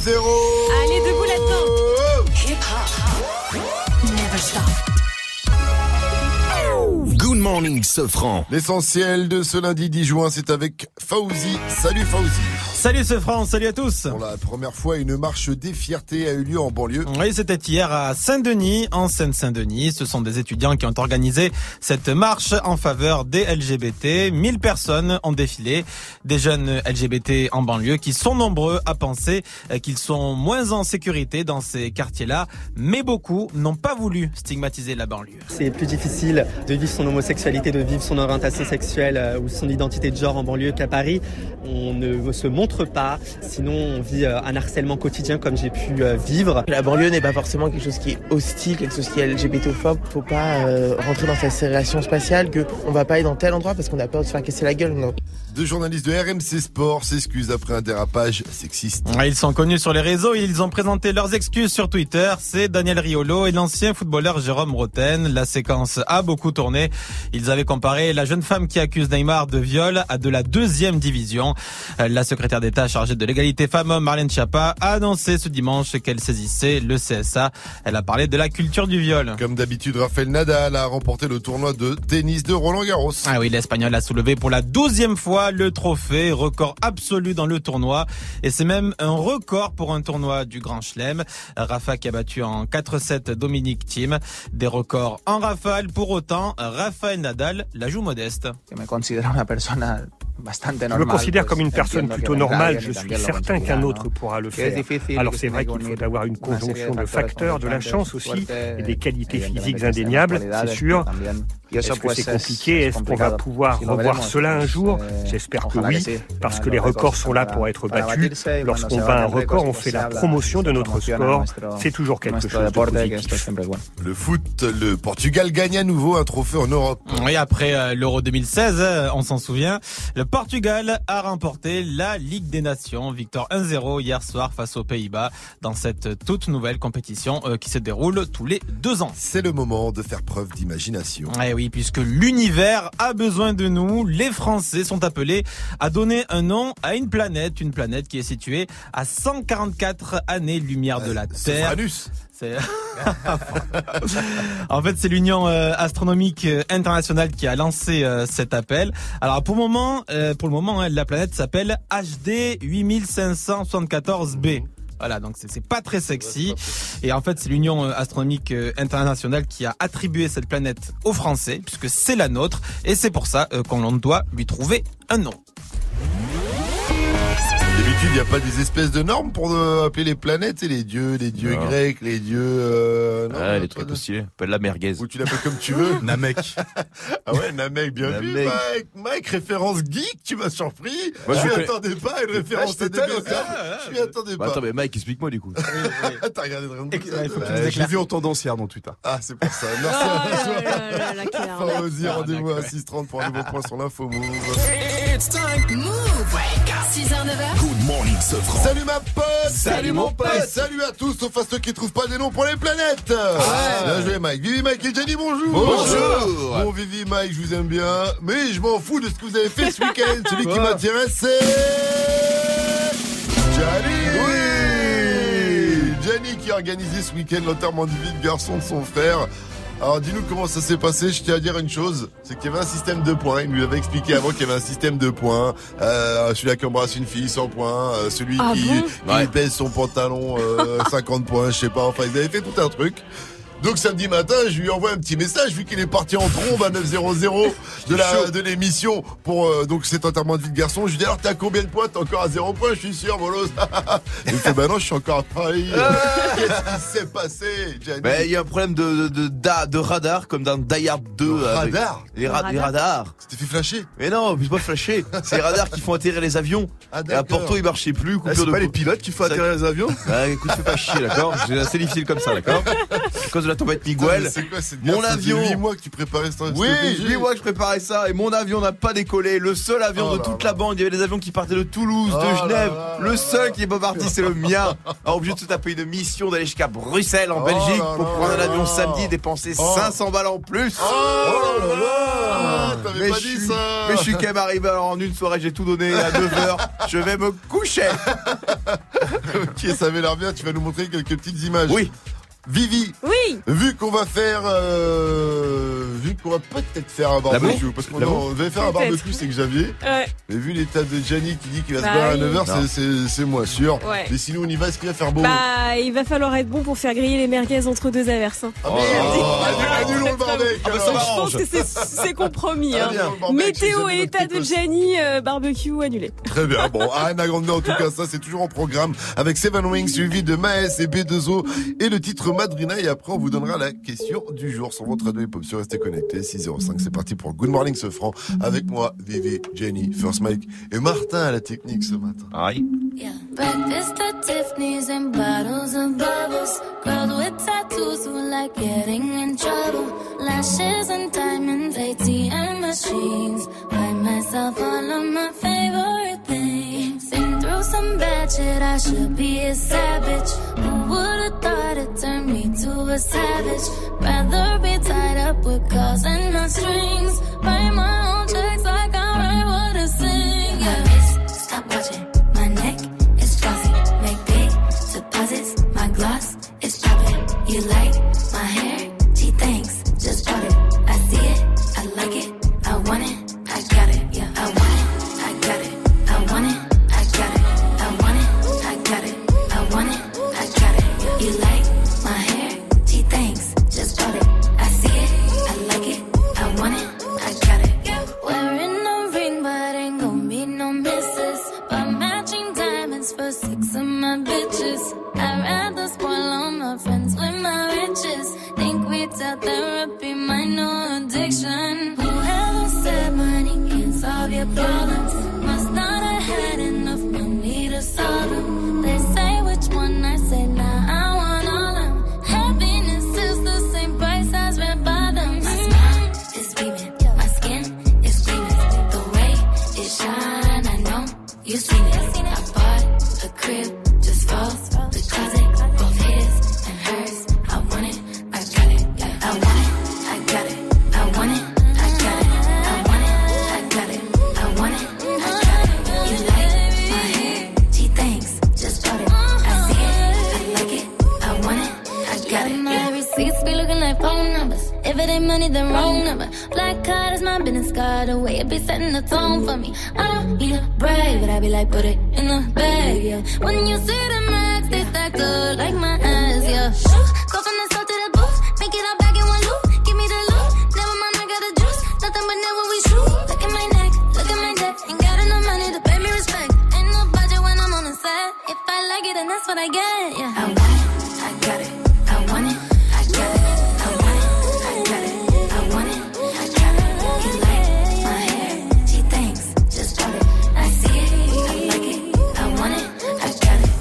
Allez, debout là-dedans. Never stop. Good morning, Sofran. L'essentiel de ce lundi 10 juin, c'est avec Fauzi. Salut Fauzi. Salut Sofran, salut à tous. Pour la première fois, une marche des fiertés a eu lieu en banlieue. Oui, c'était hier à Saint-Denis, en Seine-Saint-Denis. Ce sont des étudiants qui ont organisé cette marche en faveur des LGBT. 1000 personnes ont défilé, des jeunes LGBT en banlieue qui sont nombreux à penser qu'ils sont moins en sécurité dans ces quartiers-là, mais beaucoup n'ont pas voulu stigmatiser la banlieue. C'est plus difficile de vivre son homosexualité, de vivre son orientation sexuelle ou son identité de genre en banlieue qu'à Paris. On ne se montre pas, sinon on vit un harcèlement quotidien comme j'ai pu vivre. La banlieue n'est pas forcément quelque chose qui est hostile, quelque chose qui est LGBTophobe. Faut pas rentrer dans cette ségrégation spatiale qu'on va pas aller dans tel endroit parce qu'on a peur de se faire casser la gueule. Non. Deux journalistes de RMC Sport s'excusent après un dérapage sexiste. Ils sont connus sur les réseaux et ils ont présenté leurs excuses sur Twitter. C'est Daniel Riolo et l'ancien footballeur Jérôme Roten. La séquence a beaucoup tourné. Ils avaient comparé la jeune femme qui accuse Neymar de viol à de la 2e division. La secrétaire d'État chargée de l'égalité femmes-hommes, Marlène Schiappa, a annoncé ce dimanche qu'elle saisissait le CSA. Elle a parlé de la culture du viol. Comme d'habitude, Rafael Nadal a remporté le tournoi de tennis de Roland-Garros. Ah oui, l'Espagnol a soulevé pour la 12e fois le trophée, record absolu dans le tournoi. Et c'est même un record pour un tournoi du Grand Chelem. Rafa qui a battu en 4-7 Dominic Thiem. Des records en rafale. Pour autant, Rafael Nadal la joue modeste. Je me considère comme une personne plutôt normale. Je suis certain qu'un autre pourra le faire. Alors c'est vrai qu'il faut avoir une conjonction de facteurs, de la chance aussi, et des qualités physiques indéniables, c'est sûr. Est-ce que c'est compliqué? Est-ce qu'on va pouvoir revoir cela un jour? J'espère que oui, parce que les records sont là pour être battus. Lorsqu'on bat un record, on fait la promotion de notre sport. C'est toujours quelque chose de positif. Le foot, le Portugal gagne à nouveau un trophée en Europe. Oui, après l'Euro 2016, on s'en souvient, le Portugal a remporté la Ligue des Nations. Victoire 1-0 hier soir face aux Pays-Bas dans cette toute nouvelle compétition qui se déroule tous les 2 ans. C'est le moment de faire preuve d'imagination. Eh oui, puisque l'univers a besoin de nous, les Français sont appelés à donner un nom à une planète qui est située à 144 années-lumière de la Terre. Uranus. En fait, c'est l'Union astronomique internationale qui a lancé cet appel. Alors pour le moment, la planète s'appelle HD 8574b. Voilà, donc c'est pas très sexy. Et en fait, c'est l'Union astronomique internationale qui a attribué cette planète aux Français, puisque c'est la nôtre. Et c'est pour ça qu'on doit lui trouver un nom. D'habitude, il n'y a pas des espèces de normes pour appeler les planètes et les dieux grecs, les dieux... non, les trucs stylés. Appelle la merguez. Ou tu l'appelles comme tu veux. Namek. Ah ouais, Namek, bien vu, Mike. Mike, référence geek, tu m'as surpris. Moi, je m'attendais pas à une référence TDB. Je m'y attendais pas. Attends, mais Mike, explique-moi du coup. T'as regardé Dragon Ball. Je l'ai vu en tendancière dans Twitter. Ah, c'est pour ça. Merci à toi. Fauzi, rendez-vous à 6h30 pour un nouveau point sur l'info Move. It's time. Move. 6h-9h. Good morning, Sofran. Salut ma pote. Salut mon pote. Salut à tous, sauf à ceux qui trouvent pas des noms pour les planètes. Bien joué Mike. Vivi, Mike et Jenny, bonjour. Bonjour. Bon Vivi, Mike, je vous aime bien, mais je m'en fous de ce que vous avez fait ce week-end. Celui qui m'intéresse, c'est Jenny. Oui. Jenny qui a organisé ce week-end l'enterrement de vie de garçon de son frère. Alors dis-nous comment ça s'est passé. Je tiens à dire une chose, c'est qu'il y avait un système de points. Il nous avait expliqué avant qu'il y avait un système de points. Celui qui embrasse une fille 100 points, celui qui pèse son pantalon 50 points, je sais pas. Enfin, ils avaient fait tout un truc. Donc samedi matin, je lui envoie un petit message vu qu'il est parti en trombe à 900 de l'émission pour donc cet enterrement de vie de garçon. Je lui dis alors t'es à combien de points? T'es encore à 0 points, je suis sûr, Molos. Il me fait bah non, je suis encore à Paris. Qu'est-ce qui s'est passé, Gianni? Il y a un problème de radar comme dans Die Hard 2. Radar? Les radars. C'était fait flasher? Mais non, je pas flasher. C'est les radars qui font atterrir les avions. Et à Porto, ils marchaient plus. C'est pas les pilotes qui font atterrir les avions? Écoute, fais pas chier, d'accord? C'est assez difficile comme ça, d'accord? À cause de la tempête Miguel. C'est quoi cette mon avion. Ça fait 8 mois que tu préparais ça. Oui, 8 mois que je préparais ça. Et mon avion n'a pas décollé. Le seul avion de toute la bande. Il y avait des avions qui partaient de Toulouse, de Genève. Le seul qui est pas parti, c'est le mien. Alors, obligé de se taper une mission d'aller jusqu'à Bruxelles, en Belgique, pour prendre un avion samedi et dépenser 500 balles en plus. t'avais pas dit ça. Mais je suis quand même arrivé, alors en une soirée, j'ai tout donné à 9h. Je vais me coucher. Ok, ça avait l'air bien. Tu vas nous montrer quelques petites images. Oui. Vivi, oui. Vu qu'on va peut-être faire un barbecue, parce qu'on devait faire un barbecue, c'est que Xavier. Ouais. Mais vu l'état de Gianni qui dit qu'il va se barrer à 9h, c'est moi sûr. Ouais. Mais sinon on y va, est-ce qu'il va faire beau? Bah, il va falloir être bon pour faire griller les merguez entre deux averses. Hein. Annulons le barbecue. Je pense que c'est compromis. Hein. Météo et l'état de Gianni, barbecue annulé. Très bien. Bon, Ariana Grande, en tout cas, ça c'est toujours en programme avec Seven Wings suivi de Maes et B2O et le titre Madrina, et après on vous donnera la question du jour sur votre radio hip-hop. Restez connectés, 605, c'est parti pour Good Morning Sofran avec moi, Vivi, Jenny, First Mike et Martin à la technique ce matin. Aïe. Yeah. Breakfast at Tiffany's and bottles of bubbles. Girls with tattoos who like getting in trouble. Lashes and diamonds, ATM machines. Buy myself all of my favorite things. Been through some bad shit, I should be a savage. Who would've thought it turned me to a savage? Rather be tied up with calls and not strings. Write my own checks like I write what I sing. Yeah. My wrist, stop watching. My neck is flossy. Make big deposits. My gloss is popping. You like my hair? Gee, thanks. Just bought it. I see it. I like it. I want it. I got it. Yeah, I want it. I got it. I want it. I got it. I want it. I got it. I want it. I got it. You like my hair? Gee, thanks. Just bought it. I see it. I like it. I want it. I got it. Wearing a ring, but ain't gon' be no misses. But matching diamonds for 6 of my bitches. I'd rather spoil all my friends with my riches. Think without therapy, my no addiction. Whoever said money can solve your problems must not have had enough money to solve them. They say which one, I say nah, I want all them. Happiness is the same price as red bottoms. My smile is beaming, my skin is gleaming. The way it shine, I know you seen it. I bought a crib, just falls the closet, both his and hers. I want it, I got it, yeah. I want it, I got it. I want it, I got it. I want it, I got it. I want it, I got it. You like my hair? Gee, thanks, just bought it. I see it, I like it. I want it, I got it. My receipts be looking like phone numbers. If it ain't money, then wrong number. Black card is my business card. The way it be setting the tone for me. I don't need a brag, but I be like, put it in the bag, yeah. When you see the max, they stack up like my ass, yeah. Go from the south to the booth, make it all back in one loop. Give me the loot, never mind, I got the juice. Nothing but never we shoot. Look at my neck, look at my debt. Ain't got enough money to pay me respect. Ain't no budget when I'm on the set. If I like it, then that's what I get, yeah. I want it, I got it. I want it, I got it. I want it, I got it. I want it, I got it. You like my hair? Gee, thanks, just bought it. I see it, I like it. I want it, I got it.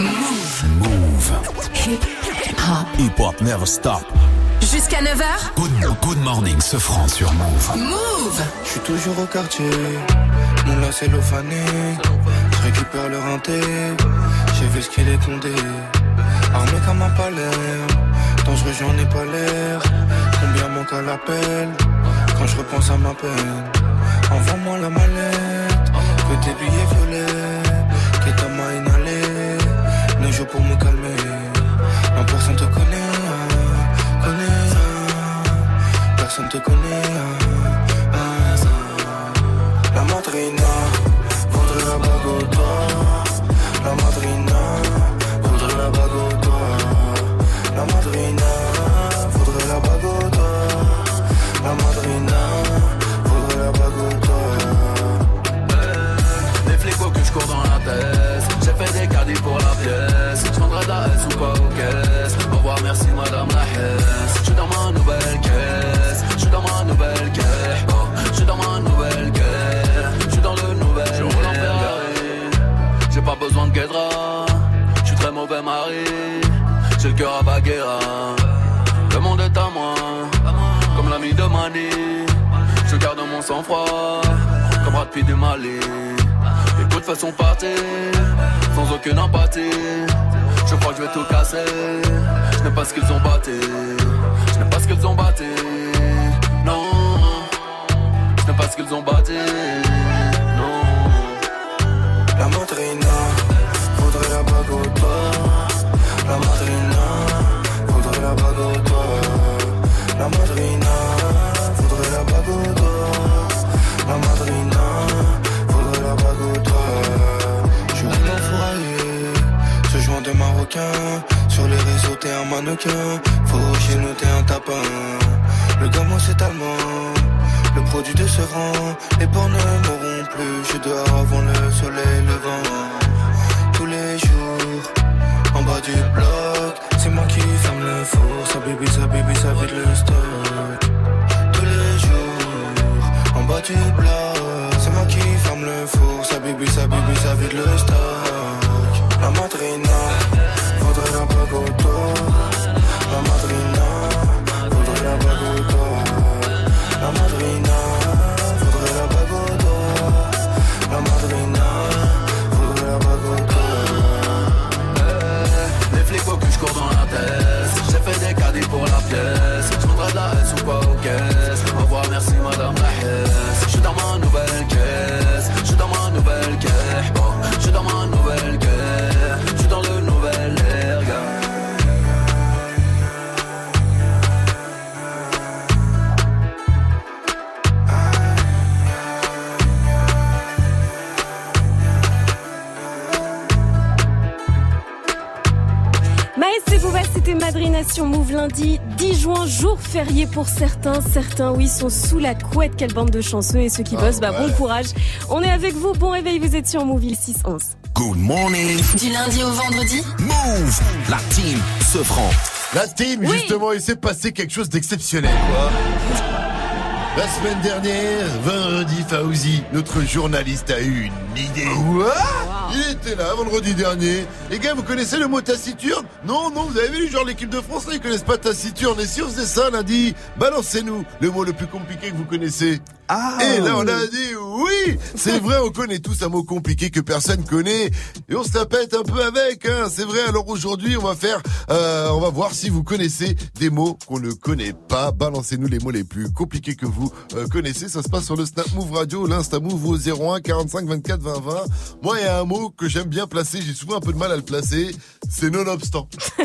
Move. Hip Hop Never Stop. Jusqu'à 9h. Good Morning Sofran sur Move. Move. Je suis toujours au quartier, mon lacet l'ofané. Je récupère le rinté, j'ai vu ce qu'il est condé. Armé comme un palais, dangereux j'en ai pas l'air. Combien manque à l'appel, quand je repense à ma peine. Envoie-moi la mallette, que tes billets violets. Quitte à m'a inhalé, ne joue pour me calmer. Non, personne te connaît. Personne te connaît. La madrina voudrait la bague au doigt. La madrina voudrait la bague au doigt. La madrina voudrait la bague au doigt. La madrina voudrait la bague au doigt. Les flics que je cours dans la tête. J'ai fait des caddies pour la pièce. Je vendrai de la S ou pas aux caisses. Au revoir, merci madame la Hesse. Je suis dans ma nouvelle caisse. Je suis dans ma nouvelle caisse. Oh, je suis dans ma nouvelle caisse. Je suis dans le nouvel. Je roule en Ferrari. J'ai pas besoin de guédra. Je suis très mauvais mari. J'ai le cœur à Baguera. Le monde est à moi. Comme l'ami de Mani. Je garde mon sang-froid. Comme Brad Pitt du Mali. Écoute, façon partir. Sans aucune empathie. Je crois que je vais tout casser. Je n'aime pas ce qu'ils ont batté. Je n'aime pas ce qu'ils ont batté. Non. Je n'aime serein, les bords ne mourront plus. Je dors avant le soleil levant. Tous les jours, en bas du bloc, c'est moi qui ferme le four. Ça bibi, ça vide le stock. Tous les jours, en bas du bloc, c'est moi qui ferme le four. Ça bibi, ça vide le stock. La madrina, faudrait un peu goto. La madrina, faudrait la bague d'or. La madrina, faudrait la bague d'or. La madrina, faudrait la bague d'or. Les flics au cul, j'cours dans la tête. J'ai fait des caddies pour la pièce. J'prendrai de la S ou pas aux caisses. Au revoir, merci madame la hesse. J'suis dans ma nouvelle caisse. J'suis dans ma nouvelle caisse. Bon, j'suis dans ma nouvelle caisse. J'suis dans le nouvel air, gars. C'était Madrination Move lundi 10 juin, jour férié pour certains. Certains, oui, sont sous la couette. Quelle bande de chanceux. Et ceux qui bossent, bon courage. On est avec vous. Bon réveil, vous êtes sur Move 611. Good morning. Du lundi au vendredi. Move, la team Sofran. La team, justement, il s'est passé quelque chose d'exceptionnel, quoi. La semaine dernière, vendredi, Fauzi, notre journaliste, a eu une idée. Quoi ? Il était là vendredi dernier. Les gars, vous connaissez le mot taciturne ? Non, vous avez vu, genre l'équipe de France, là, ils connaissent pas taciturne. Et si on faisait ça lundi, balancez-nous le mot le plus compliqué que vous connaissez. Et là, on a dit oui, c'est vrai, on connaît tous un mot compliqué que personne connaît. Et on se la pète un peu avec, hein. C'est vrai, alors aujourd'hui, on va voir si vous connaissez des mots qu'on ne connaît pas. Balancez-nous les mots les plus compliqués que vous connaissez. Ça se passe sur le Snap Move Radio, l'Insta Move au 01 45 24 20 20. Moi, il y a un mot que j'aime bien placer, j'ai souvent un peu de mal à le placer, c'est nonobstant.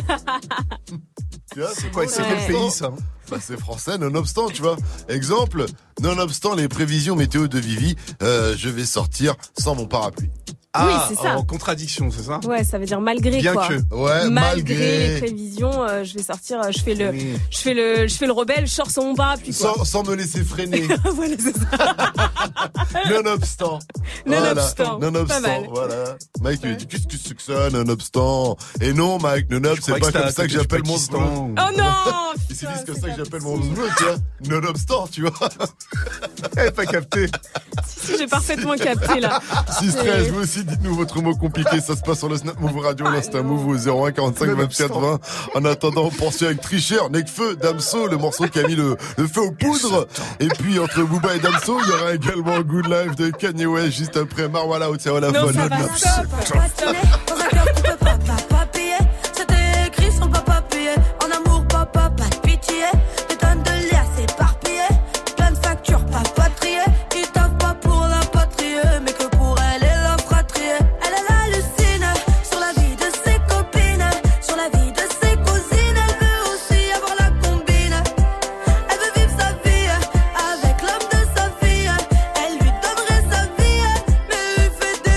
Tu vois, c'est quoi, c'est quel pays ça ? C'est français, nonobstant, tu vois. Exemple, nonobstant les prévisions météo de Vivi, je vais sortir sans mon parapluie. Oui, c'est ça. En contradiction, c'est ça ? Ouais, ça veut dire malgré bien quoi. Que. Ouais, malgré les prévisions, je vais sortir, je fais le rebelle, je sors sans mon parapluie. Sans me laisser freiner. Voilà, c'est ça. Nonobstant. Nonobstant. Voilà. Nonobstant, voilà. Mike, il dit, qu'est-ce que c'est que ça, nonobstant? Et non, Mike, nonob, c'est pas comme ça que j'appelle mon bleu. Oh non! C'est juste comme ça que j'appelle mon bleu, tu vois. Nonobstant, tu vois. Elle pas capté. Si, j'ai parfaitement capté, là. 6-13, vous aussi, dites-nous votre mot compliqué. Ça se passe sur le Snap Move Radio, l'Insta Move au 01 45 24 20. En attendant, on poursuit avec Tricheur, Nekfeu, Damso, le morceau qui a mis le feu aux poudres. Et puis, entre Booba et Damso, il y aura également Good Life de Kanye West juste après Marwala ou Tiawa la non, Fun. Ça va, stop. Dans un cœur qui peut pas payer. C'était écrit sur le papa payé. En amour, papa, pas de pitié. Des tonnes de liasses éparpillées. Plein de factures, pas triées. Ils taffent pas pour la patrie, mais que pour elle et la fratrie. Elle hallucine sur la vie de ses copines, sur la vie de ses cousines. Elle veut aussi avoir la combine. Elle veut vivre sa vie avec l'homme de sa fille. Elle lui donnerait sa vie, mais lui fait des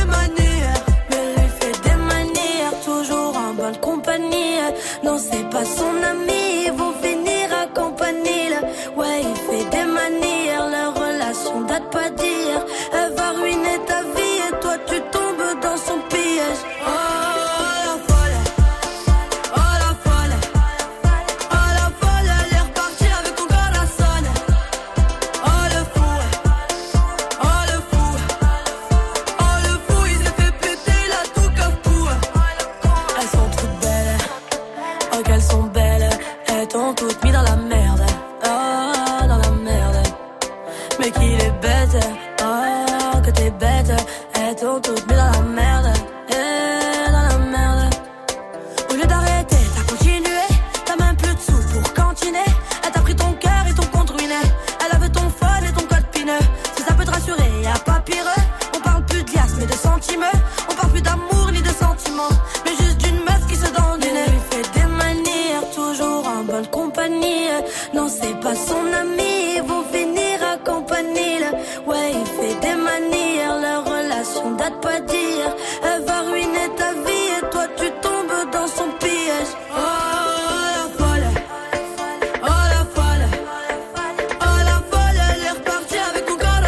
manières, toujours en bonne compagnie. Non, c'est pas son ami, ils vont finir à compagnie. Ouais, il fait des manières, leur relation date pas d'hier. Elle va ruiner ta vie et toi tu tombes dans son piège. Oh la folle, oh la folle, oh la folle, elle est repartie avec ton corazon. Oh le fou, oh le fou, oh le fou, il s'est fait péter la tout cafou. Elles sont toutes belles, oh qu'elles sont belles, elles t'ont toutes mis dans la merde, oh dans la merde. Mais qu'il est bête, oh que t'es bête, elles t'ont toutes mis dans la merde, dans la merde. Au lieu d'arrêter, t'as continué, t'as même plus de sous pour cantiner. Elle t'a pris ton cœur et ton compte ruiné. Elle avait ton phone et ton code pineux. Si ça peut te rassurer, y'a pas pire. On parle plus de liasses mais de sentiments. On parle plus d'amour ni de sentiments, mais juste d'une meuf qui se donne du nez. Elle lui fait des manières, toujours en bonne compagnie. Non, c'est pas son ami, ils vont finir à compagnie. Ouais, il fait des manières, leur relation date pas d'hier. Elle va ruiner ta vie et toi tu tombes dans son piège. Oh la folle, oh la folle, oh la folle, elle est repartie avec ton corazon.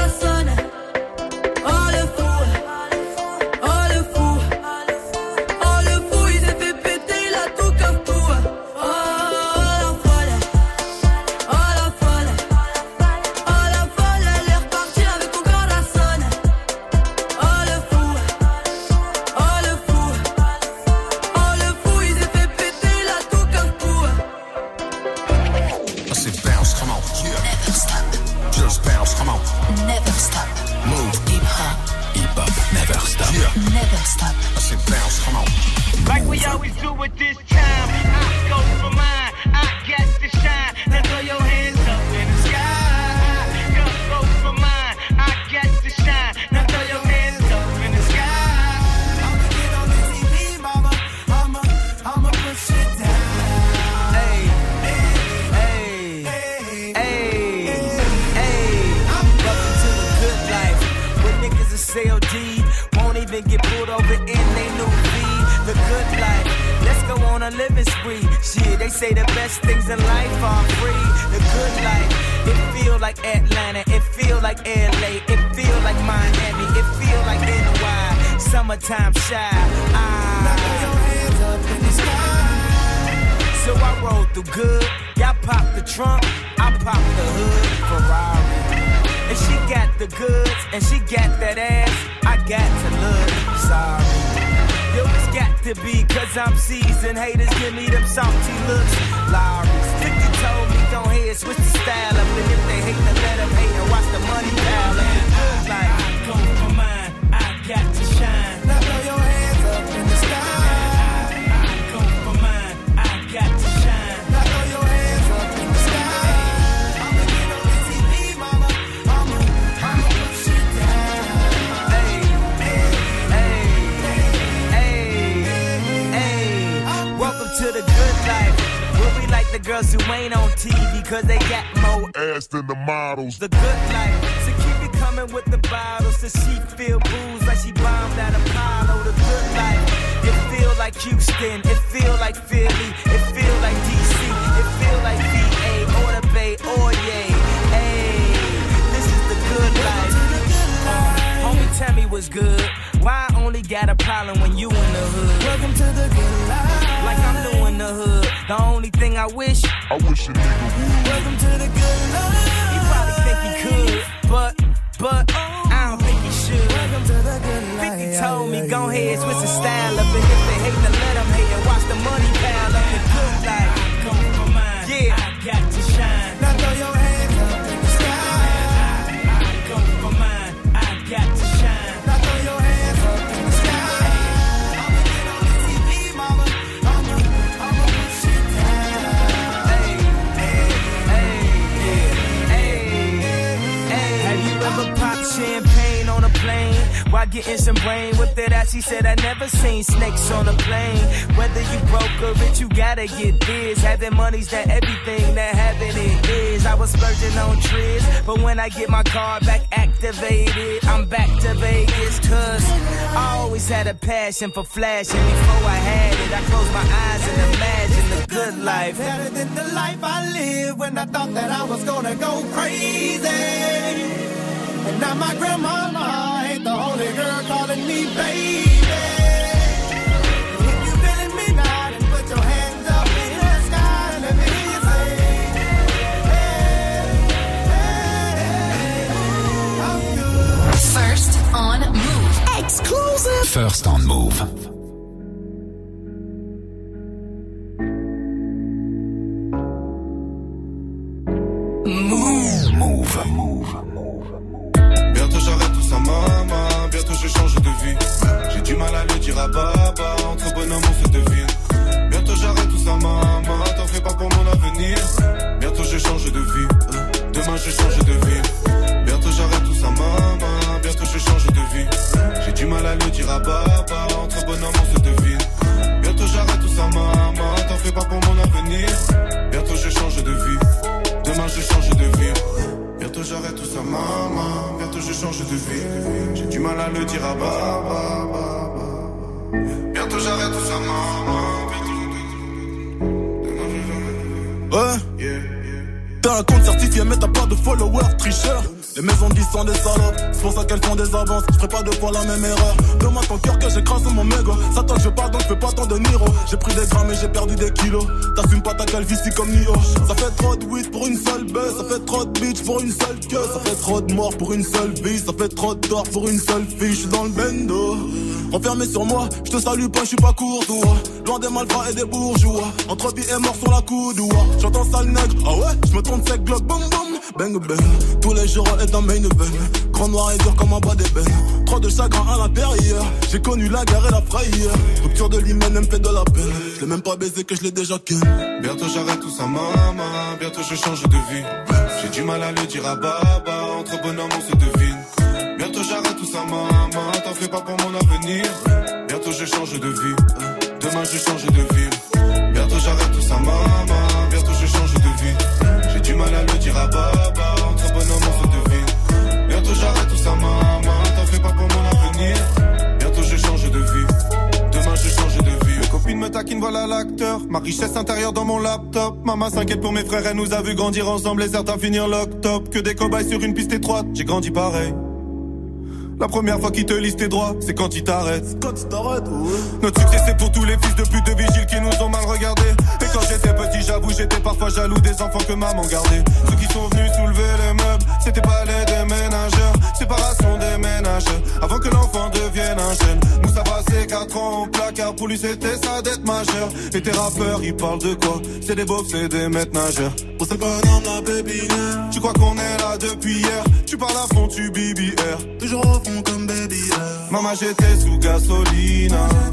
bounce, come on. Never stop. Move. Hip hop. Hip hop, never stop. Yeah. Never stop. I said bounce, come on. Like we always do at this time, I go for mine, I got to shine. Now throw your hands up in the sky. Go for mine, I got to shine. Now throw your hands up in the sky. I'ma get on the TV, mama. I'ma push it down. Hey, hey, hey, hey, hey. Welcome to the good life. When niggas is COD, won't even get pulled over in they new V. The good life, let's go on a living spree. Shit, they say the best things in life are free. The good life, it feel like Atlanta, it feel like LA, it feel like Miami, it feel like NY. Summertime shy. Now throw your hands up in the sky. So I roll through good, y'all pop the trunk, I pop the hood, Ferrari. And she got the goods, and she got that ass, I got to look sorry. Yo, it's got to be, cause I'm seasoned. Haters give me them salty looks. Lowry's 50 told me, don't hate, switch the style up. And if they hate, then let them hate and watch the money pile up. The good life, I go for mine, I got to shine. Now throw your hands up in the sky. I go for mine, I got to shine. Now throw your hands up in the sky. I'ma get on the TV, mama. I'ma push it down. Hey, hey, hey. Welcome to the good life. We'll be like the girls who ain't on TV, cause they got more ass than the models. The good life, so keep it coming with the bottles. So she feel booze like she bombed at Apollo. The good life, it feel like Houston, it feel like Philly, it feel like DC, it feel like VA, or the Bay, or yay. Hey, this is the good life. Homie, tell me what's good. Why I only got a problem when you in the hood? Welcome to the good life. Like I'm doing the hood. The only thing I wish a nigga would. Welcome to the good life. He probably think he could, but I don't think he should. Welcome to the good life. 50 told me, go ahead, switch the style up. And if they hate, then let them hate and watch the money pile up. The good life. I come for mine. Yeah, I got to shine. Now throw your hands up in the sky. I come for mine. I got to shine. Now throw your hands up in the sky. I'ma get on the TV, mama. I'ma push it down. Hey, hey, hey, hey. Have you ever popped champagne on a plane? While getting some brain with that ass, she said I never seen snakes on a plane. Whether you broke or rich, you gotta get this. Having money's not everything, that having it is. I was splurging on trips, but when I get my card back activated, I'm back to Vegas. Cause I always had a passion for flashing. Before I had it, I closed my eyes and imagined the good life. Better than the life I lived when I thought that I was gonna go crazy. And now my grandmama ain't the only girl calling me baby. If you feeling me now, then put your hands up in the sky and let me hear you say, hey, hey, hey, I'm good. First on Move. Exclusive. First on Move. Bientôt j'arrête tout ça maman, bientôt je change de vie. J'ai du mal à le dire à papa, entre bonhomme on se devine. Bientôt j'arrête tout ça maman, t'en fais pas pour mon avenir. Bientôt je change de vie, demain je change de ville. Bientôt j'arrête tout ça maman, bientôt je change de vie. J'ai du mal à le dire à papa, entre bonhomme on se devine. Bientôt j'arrête tout ça maman, t'en fais pas pour mon avenir. Bientôt je change de vie, demain je change de vie. Bientôt j'arrête tout ça maman, bientôt je change de vie. J'ai du mal à le dire à papa. Bientôt j'arrête tout ça maman, ouais. T'as un compte certifié mais t'as pas de followers, tricheur. Les maisons de 10 sont des salopes, c'est pour ça qu'elles font des avances. Je ferai pas deux fois la même erreur. Demande ton cœur que j'écrase mon mégot. Ça toi je parle donc je fais pas tant de Niro. J'ai pris des grammes et j'ai perdu des kilos. T'assumes pas ta calvitie comme Nio. Ça fait trop de weed pour une seule baisse. Ça fait trop de bitch pour une seule queue. Ça fait trop de morts pour une seule vie. Ça fait trop de tort pour une seule fille. J'suis dans le bendo, renfermé sur moi, je te salue pas, je suis pas courtois. Loin des malfrats et des bourgeois, entre vie et mort sur la coudoua. J'entends sale nègre, ah ouais, je me tourne 37 Glock, boum boum, bang bang. Tous les jours est un main event. Grand noir et dur comme un bas d'ébène. Trop de chagrin à l'intérieur. J'ai connu la guerre et la frayeur. Rupture de l'hymen, elle me fait de la peine. Je l'ai même pas baisé que je l'ai déjà ken. Bientôt j'arrête tout ça, maman. Bientôt je change de vie. J'ai du mal à le dire à baba. Entre bonhommes on se devine. Bientôt j'arrête tout ça, maman. T'en fais pas pour mon avenir. Bientôt je change de vie. Demain je change de ville. Bientôt j'arrête tout ça, maman. Bientôt je change de vie. J'ai du mal à le dire à baba. Entre bonhommes on se devine. Bientôt j'arrête tout ça, maman. T'en fais pas pour mon avenir. Bientôt je change de vie. Demain je change de vie. Mes copines me taquinent, voilà l'acteur. Ma richesse intérieure dans mon laptop. Maman s'inquiète pour mes frères, elle nous a vu grandir ensemble et certains finir lock-top. Que des cobayes sur une piste étroite, j'ai grandi pareil. La première fois qu'ils te lisent tes droits, c'est quand ils t'arrêtent. Notre succès c'est pour tous les fils de pute de vigiles qui nous ont mal regardés. Et quand j'étais petit, j'avoue, j'étais parfois jaloux des enfants que maman gardait. Ceux qui sont venus soulever les meubles, c'était pas les déménageurs. Séparation des ménages, avant que l'enfant devienne un jeune. Moussa passé 4 ans au placard, pour lui c'était sa dette majeure. Et tes rappeurs, ils parlent de quoi? C'est des beaufs, c'est des maîtres nageurs. Pour cette bonhomme, la baby. Tu crois qu'on est là depuis hier? Tu parles à fond, tu BBR. Toujours au fond comme baby. Maman, j'étais sous gasoline.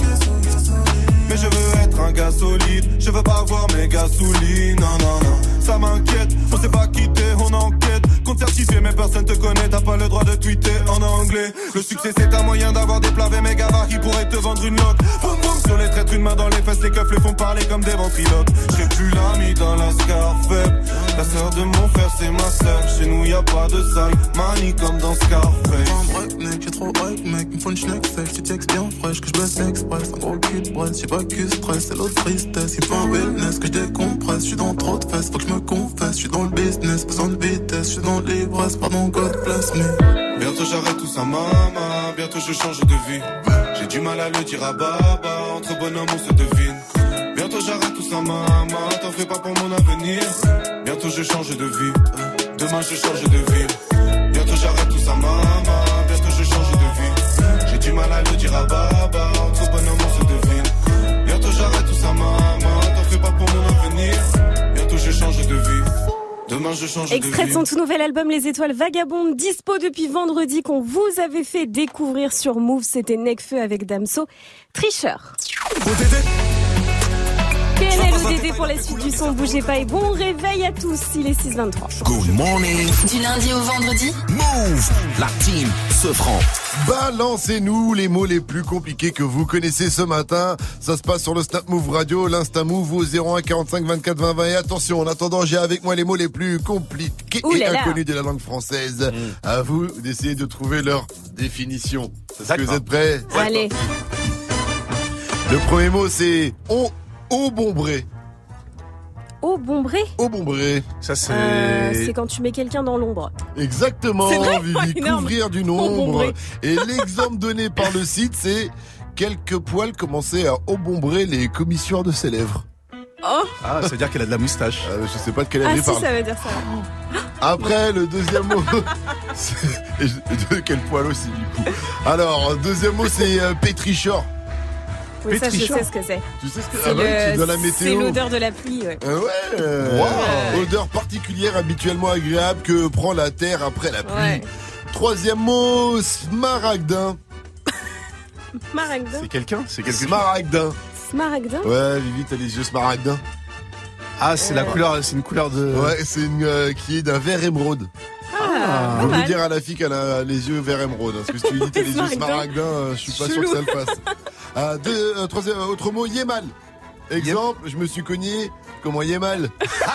Mais je veux être un gars solide. Je veux pas voir mes gasolines. Non, non, non. Ça m'inquiète. On s'est pas quitté, on enquête. Compte certifié, mais personne te connaît. T'as pas le droit de tweeter en anglais. Le succès, c'est un moyen d'avoir des plavés méga bars qui pourraient te vendre une loque. Boum boum sur les traîtres, une main dans les fesses. Les keufs les font parler comme des ventriloques. J'ai plus l'ami dans la scar faible. La sœur de mon frère, c'est ma sœur. Chez nous, y a pas de sale manie comme dans Scarface. Un break, mec, j'ai trop hype, mec. Il me faut une schneck sèche. Tu textes bien fraîche, que je baisse express. Un gros cul de braise, j'ai pas que stress. C'est l'autre tristesse. Il faut un wellness que je décompresse. Je suis dans trop de fesses, faut que je me confesse. Je suis dans le business, besoin de vitesse. Je suis dans l'ivresse, pardon, God bless me. Bientôt j'arrête tout ça, maman. Bientôt je change de vie. J'ai du mal à le dire à baba. Entre bonhommes on se devine. Bientôt j'arrête tout ça, maman. T'en fais pas pour mon avenir. Bientôt je change de vie. Demain je change de ville. Bientôt j'arrête tout ça, maman. Bientôt je change de vie. J'ai du mal à le dire à baba. Entre bonhommes on se devine. Bientôt j'arrête tout ça, maman. T'en fais pas pour mon avenir. Bientôt je change de vie. Demain je change de vie. Extrait de son tout nouvel album Les Étoiles Vagabondes, dispo depuis vendredi, qu'on vous avait fait découvrir sur Move. C'était Nekfeu avec Damso. Tricheur. PNL ou Dédé pour la suite du son, bougez pas et bon réveil à tous, il est 6h23. Good morning. Du lundi au vendredi. Move. La team se prend. Balancez-nous les mots les plus compliqués que vous connaissez ce matin. Ça se passe sur le Snap Move Radio, l'Insta Move au 01 45 24 20 20. Et attention, en attendant, j'ai avec moi les mots les plus compliqués et inconnus de la langue française. À vous d'essayer de trouver leur définition. Est-ce que vous êtes prêts? Allez. Le premier mot, c'est Aubombré. Aubombré? Aubombré. Ça, c'est... c'est quand tu mets quelqu'un dans l'ombre. Exactement, c'est vrai, Vivi, couvrir du nombre. Et l'exemple donné par le site, c'est quelques poils commençaient à aubombrer les commissures de ses lèvres. Oh. Ah, ça veut dire qu'elle a de la moustache. Je sais pas de quelle elle parle. Ah si, ça veut dire ça. Après, le deuxième mot, et de quel poil aussi, du coup. Alors, deuxième mot, c'est pétricheur. Oui, ça, je sais ce que c'est. Tu sais ce que c'est? C'est de la météo. C'est l'odeur de la pluie, ouais. Odeur particulière, habituellement agréable que prend la terre après la pluie. Ouais. Troisième mot, smaragdin. Smaragdin. C'est quelqu'un? C'est quelque chose. Smaragdin. Smaragdin? Ouais, Vivi, t'as les yeux smaragdins. Ah, c'est la couleur, c'est une couleur de... Ouais, c'est une qui est d'un vert émeraude. Faut le dire à la fille qu'elle a les yeux vert émeraude. Parce que si tu lui dis t'as les yeux smaragdins, je suis pas sûr que ça le fasse. Troisième autre mot, Yémal. Exemple, je me suis cogné. Comment Yémal?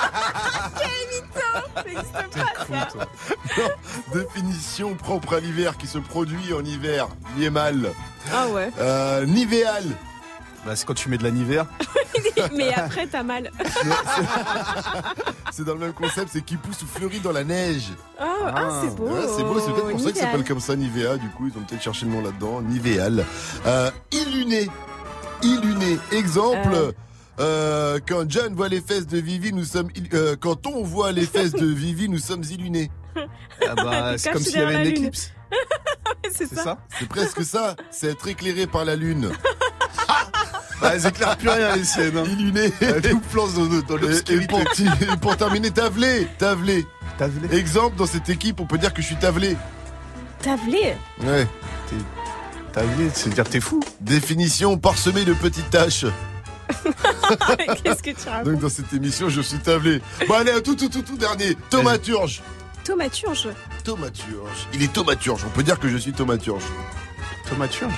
Quel mytho! Non, définition propre à l'hiver qui se produit en hiver. Yémal. Ah ouais. Nivéal. Bah, c'est quand tu mets de la nivère. Mais après, t'as mal. C'est dans le même concept, c'est qui pousse ou fleurit dans la neige. C'est beau. Ouais, c'est beau, c'est peut-être pour ça que ça s'appelle comme ça, Nivea. Du coup, ils ont peut-être cherché le nom là-dedans. Nivéal. Illuné. Exemple. Quand John voit les fesses de Vivi, nous sommes. Quand on voit les fesses de Vivi, nous sommes illunés. Ah bah, c'est comme s'il y avait une éclipse. C'est ça. C'est presque ça. C'est être éclairé par la lune. Bah, elles éclairent plus rien, les siennes. Hein. Illuminé. Elles nous plongent dans l'obscurité. Et pour terminer, tavelé. Exemple, dans cette équipe, on peut dire que je suis tavelé. Tavelé? Ouais. Tavelé, c'est-à-dire t'es fou. Définition parsemée de petites taches. Qu'est-ce que tu racontes? Donc dans cette émission, je suis tavelé. Bon allez, tout dernier. Thaumaturge. Thaumaturge. Il est thaumaturge. On peut dire que je suis thaumaturge. Thaumaturge.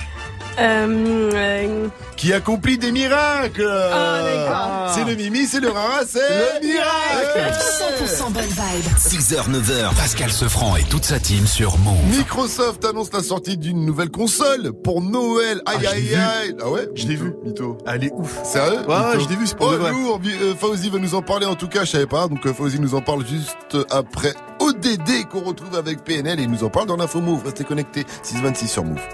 Qui accomplit des miracles. D'accord. C'est le Mimi, c'est le Rara, c'est le miracle. 100% bonne vibe. 6h, 9h, Pascal Sefranc et toute sa team sur Move. Microsoft annonce la sortie d'une nouvelle console pour Noël. Aïe. Ah ouais? Je l'ai vu, mytho. Elle est ouf. Sérieux? Ouais, je l'ai vu, c'est pour de vrai. Lourd. Fauzi va nous en parler, en tout cas, je savais pas. Donc Fauzi nous en parle juste après ODD qu'on retrouve avec PNL et il nous en parle dans l'info Move. Restez connectés. 6h26 sur Move.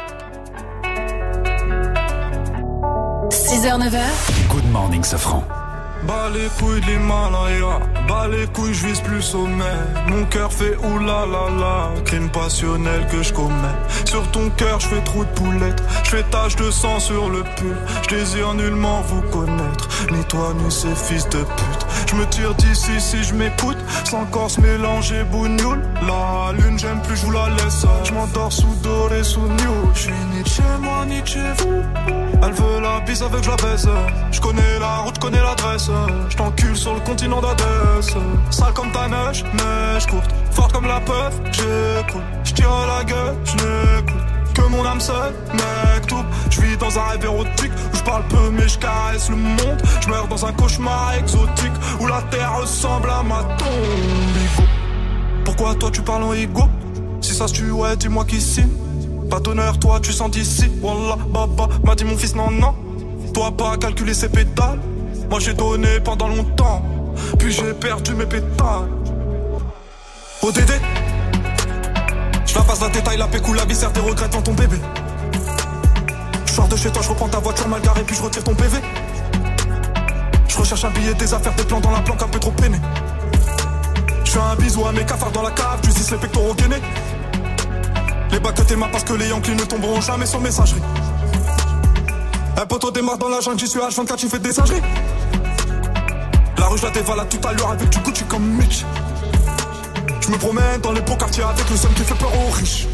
6h, 9h. Good morning, Sefranc. Bas les couilles de l'Himalaya, bas les couilles, je vise plus sommet. Mon cœur fait oulalala, crime passionnel que je commets. Sur ton cœur, je fais trou de poulette, je fais tache de sang sur le pull. Je désire nullement vous connaître, ni toi ni ces fils de pute. Je me tire d'ici si je m'écoute, sans corps mélanger bougnoule. La lune, j'aime plus, je vous la laisse. Je m'endors sous doré, sous new. Je suis ni chez moi, ni chez vous. Elle veut la bise avec je la baisse. Je connais la route, je connais l'adresse. Je t'encule sur le continent d'Adès. Sale comme ta neige, neige courte. Forte comme la peuf, j'écoute. Je tire à la gueule, je n'écoute que mon âme seule, mec tout. Je vis dans un rêve érotique où je parle peu mais je caresse le monde. Je meurs dans un cauchemar exotique où la terre ressemble à ma tombe. Ego. Pourquoi toi tu parles en ego? Si ça se tue, ouais, dis-moi qui signe. Pas d'honneur, toi tu sens d'ici. Wallah, baba, m'a dit mon fils, non. Toi pas calculer ses pétales. Moi j'ai donné pendant longtemps, puis j'ai perdu mes pétales. ODD, je la passe la détail, la pécou, la viscère, tes regrets dans ton bébé. Je sors de chez toi, je reprends ta voiture mal garée, puis je retire ton PV. Je recherche un billet, des affaires, des plans dans la planque, un peu trop peiné. Je fais un bisou à mes cafards dans la cave, tu dis les pectoraux gainés. Les bacs que t'es mains parce que les Yankees ne tomberont jamais sur messagerie. Un poteau démarre dans la jungle, j'y suis H24, j'y fais des singeries. La rue je la dévalade tout à l'heure avec du Gucci comme Mitch. Je me promène dans les beaux quartiers avec le seum qui fait peur aux riches.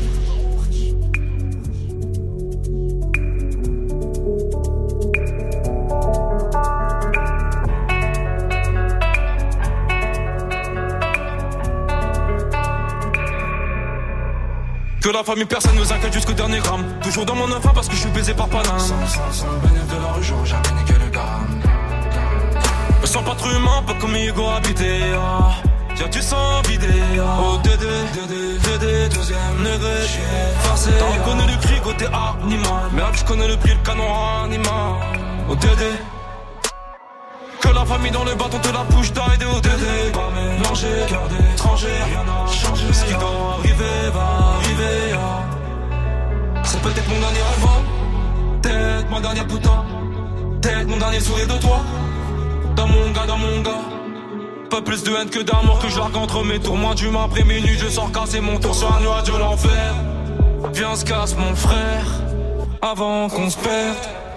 Que la famille personne nous inquiète jusqu'au dernier gramme. Toujours dans mon enfant parce que je suis baisé par Paname. Sans le bénéfice de la rue, j'aurais jamais niqué le gramme. Me sens pas trop humain, pas comme Hugo habité. Tiens, tu sens vidé. Oh Dédé, deuxième degré. Farcé. T'as reconnu le cri côté animal. Merde, je connais le prix, le canon animal. Oh Dédé. Que la famille dans le bâton te la bouche d'aide. Oh Dédé. Pas mélanger, cœur d'étranger. Rien n'a changé. Ce qui doit arriver va arriver. C'est peut-être mon dernier album. Peut-être mon dernier putain. Peut-être mon dernier sourire de toi. Dans mon gars. Pas plus de haine que d'amour que je largue entre mes tours. Moins d'humain après minuit, je sors casser mon tour sur un nuage de l'enfer. Viens se casse mon frère, avant qu'on se perde.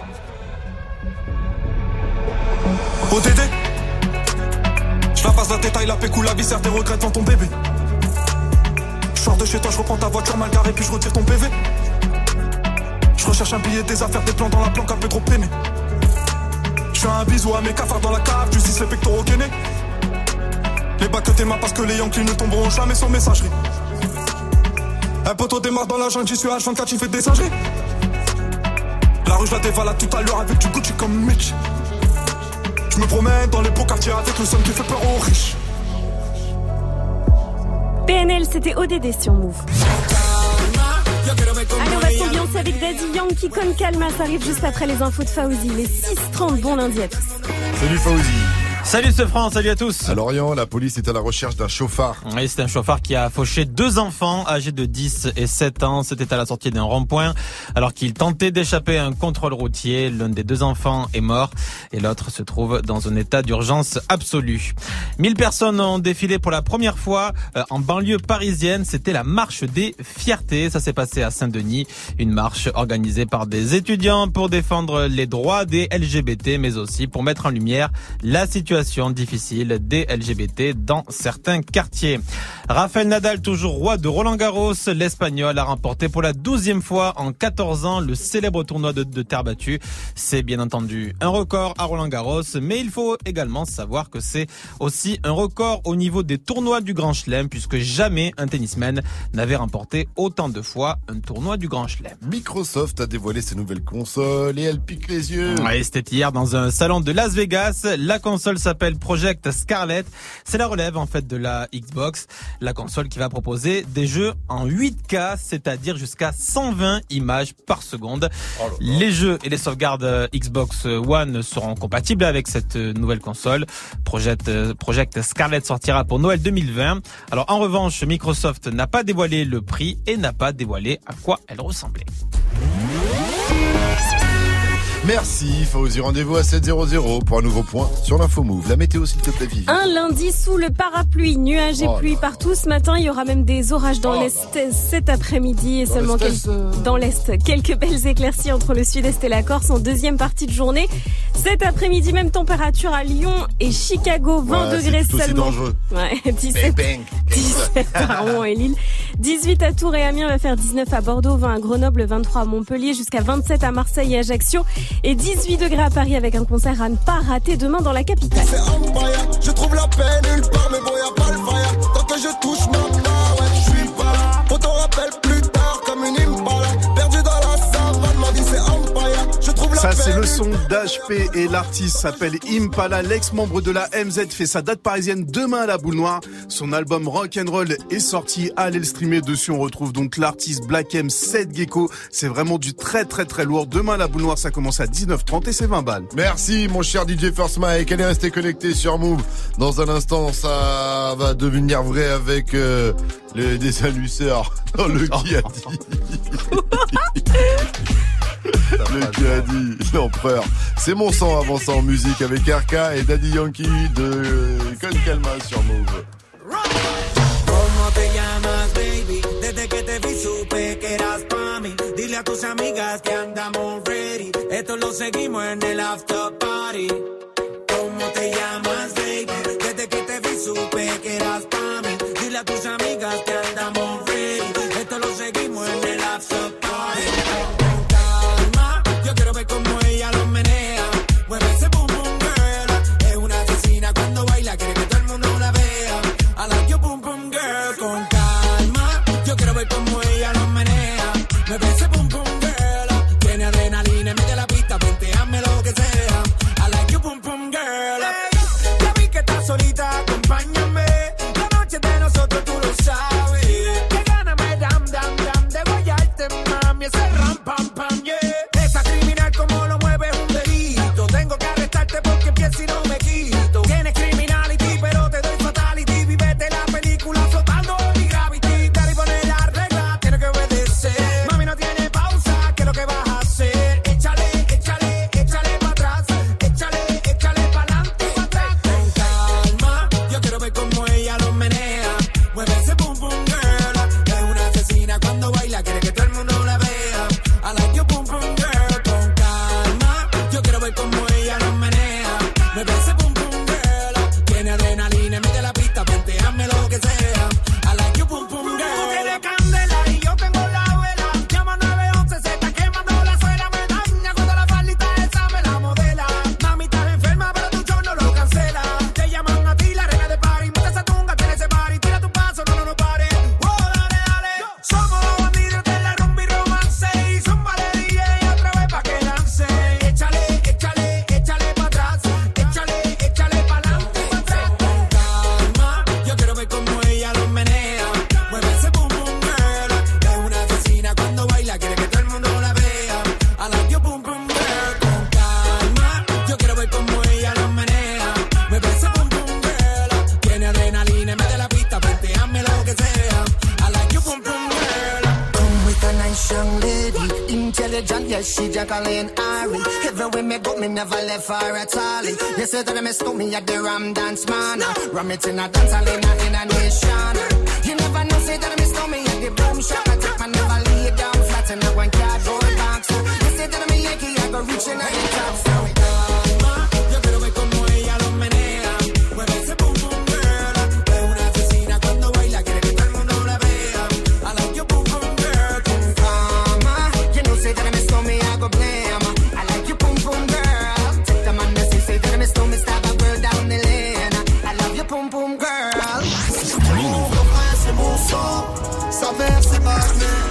ODD, je la passe la détail, la pécou, la viscère, tes regrets dans ton bébé. Je sors de chez toi, je reprends ta voiture mal garée, puis je retire ton PV. Je recherche un billet, des affaires, des plans dans la planque, un peu trop peiné. Je fais un bisou à mes cafards dans la cave, tu dis les pectoraux gainés. Les bacs que t'es mains parce que les Yankees ne tomberont jamais sur messagerie. Un poteau démarre dans la jungle, j'y suis H24, j'y fais des singeries. La rue je la dévalade tout à l'heure avec du Gucci comme Mitch. Je me promène dans les beaux quartiers avec le seum qui fait peur aux riches. PNL, c'était ODD sur Move. Allez, on va s'ambiancer avec Daddy Yankee comme Calma. Ça arrive juste après les infos de Fauzi. Les 6h30, bon lundi à tous. Salut Fauzi. Salut ce France, salut à tous. À Lorient, la police est à la recherche d'un chauffard. Oui, c'est un chauffard qui a fauché 2 enfants âgés de 10 et 7 ans. C'était à la sortie d'un rond-point alors qu'il tentait d'échapper à un contrôle routier. L'un des 2 enfants est mort et l'autre se trouve dans un état d'urgence absolue. 1000 personnes ont défilé pour la première fois en banlieue parisienne. C'était la marche des fiertés. Ça s'est passé à Saint-Denis. Une marche organisée par des étudiants pour défendre les droits des LGBT, mais aussi pour mettre en lumière la situation difficile des LGBT dans certains quartiers. Rafael Nadal, toujours roi de Roland-Garros. L'Espagnol a remporté pour la 12e fois en 14 ans le célèbre tournoi de terre battue. C'est bien entendu un record à Roland-Garros, mais il faut également savoir que c'est aussi un record au niveau des tournois du Grand Chelem, puisque jamais un tennisman n'avait remporté autant de fois un tournoi du Grand Chelem. Microsoft a dévoilé ses nouvelles consoles et elle pique les yeux. Ouais, c'était hier dans un salon de Las Vegas. La console s'appelle Project Scarlett. C'est la relève en fait de la Xbox. La console qui va proposer des jeux en 8K, c'est-à-dire jusqu'à 120 images par seconde. Les jeux et les sauvegardes Xbox One seront compatibles avec cette nouvelle console. Project Scarlett sortira pour Noël 2020. Alors en revanche, Microsoft n'a pas dévoilé le prix et n'a pas dévoilé à quoi elle ressemblait. Merci Fauzi, rendez-vous à 7h00 pour un nouveau point sur l'info Move. La météo s'il te plaît Vivi. Un lundi sous le parapluie, nuages et pluie partout ce matin. Il y aura même des orages dans l'Est cet après-midi et seulement dans l'Est. Quelques belles éclaircies entre le sud-est et la Corse en deuxième partie de journée. Cet après-midi, même température à Lyon et Chicago, 20 degrés seulement. Ouais, 17 à Rouen et Lille. 18 à Tours et Amiens, va faire 19 à Bordeaux, 20 à Grenoble, 23 à Montpellier, jusqu'à 27 à Marseille et Ajaccio. Et 18 degrés à Paris avec un concert à ne pas rater demain dans la capitale. C'est incroyable, je trouve la paix nulle part, mais bon y'a pas le fire. Tant que je touche ma part, ouais, je suis pas là. Faut t'en rappelle plus tard comme une impala. Perdu dans la savane, m'a dit c'est incroyable. Je trouve la ça paix c'est le nulle son d'HP et l'artiste s'appelle Impala. L'ex-membre de la MZ fait sa date parisienne demain à la Boule Noire. Son album Rock'n'Roll est sorti, allez le streamer dessus. On retrouve donc l'artiste Black M, 7 Gecko. C'est vraiment du très très très lourd. Demain à la Boule Noire, ça commence à 19h30 et c'est 20 balles. Merci mon cher DJ First Mike. Allez rester connecté sur Move. Dans un instant, ça va devenir vrai avec des halluceurs. Oh, le qui a dit. Le qui a dit l'empereur. C'est mon sang avant ça en musique avec RK et Daddy Yankee de Con Calma sur Move. ¿Cómo te llamas, baby? Desde que te vi supe que eras pa' mí. Dile a tus amigas que andamos ready. Esto lo seguimos en el after party. ¿Cómo te llamas, baby? Desde que te vi supe que eras pa' mí. Dile a tus amigas que andamos ready. Esto lo seguimos en el after party. Con calma, yo quiero ver cómo ella lo menea. Mueve ese boom boom girl. Es una asesina cuando baila, quiere que todo el mundo la vea. I like your boom boom girl. Con calma, yo quiero ver cómo ella lo menea. Mueve ese boom boom girl. Tiene adrenalina, mete la pista, venteame lo que sea. I like your boom boom girl. Hey, ya vi que estás solita, acompáñame. La noche de nosotros tú lo sabes. John, yes, she Jacqueline Ari. Everywhere me go, me never left her at all. You say that me stole me at the Ram Dance Man. Ram it in a dance hall in a nation. You never know, say that me stole me at the boom shop. I take my never lay down flat in a one cardboard box. You say that me Yankee, I go reaching out the top. So yo quiero ver como ella lo menea. Mueve ese boom boom girl. Es una asesina cuando baila, quiere que todo el mundo la vea. I like your boom boom girl. You know, say that me stole me, I go blame. I like your boom boom girl. Take the man that say that me stole me, stab a girl down the lane. I love your boom boom girl. Mon refrain c'est mon sang, sa mère c'est ma mère.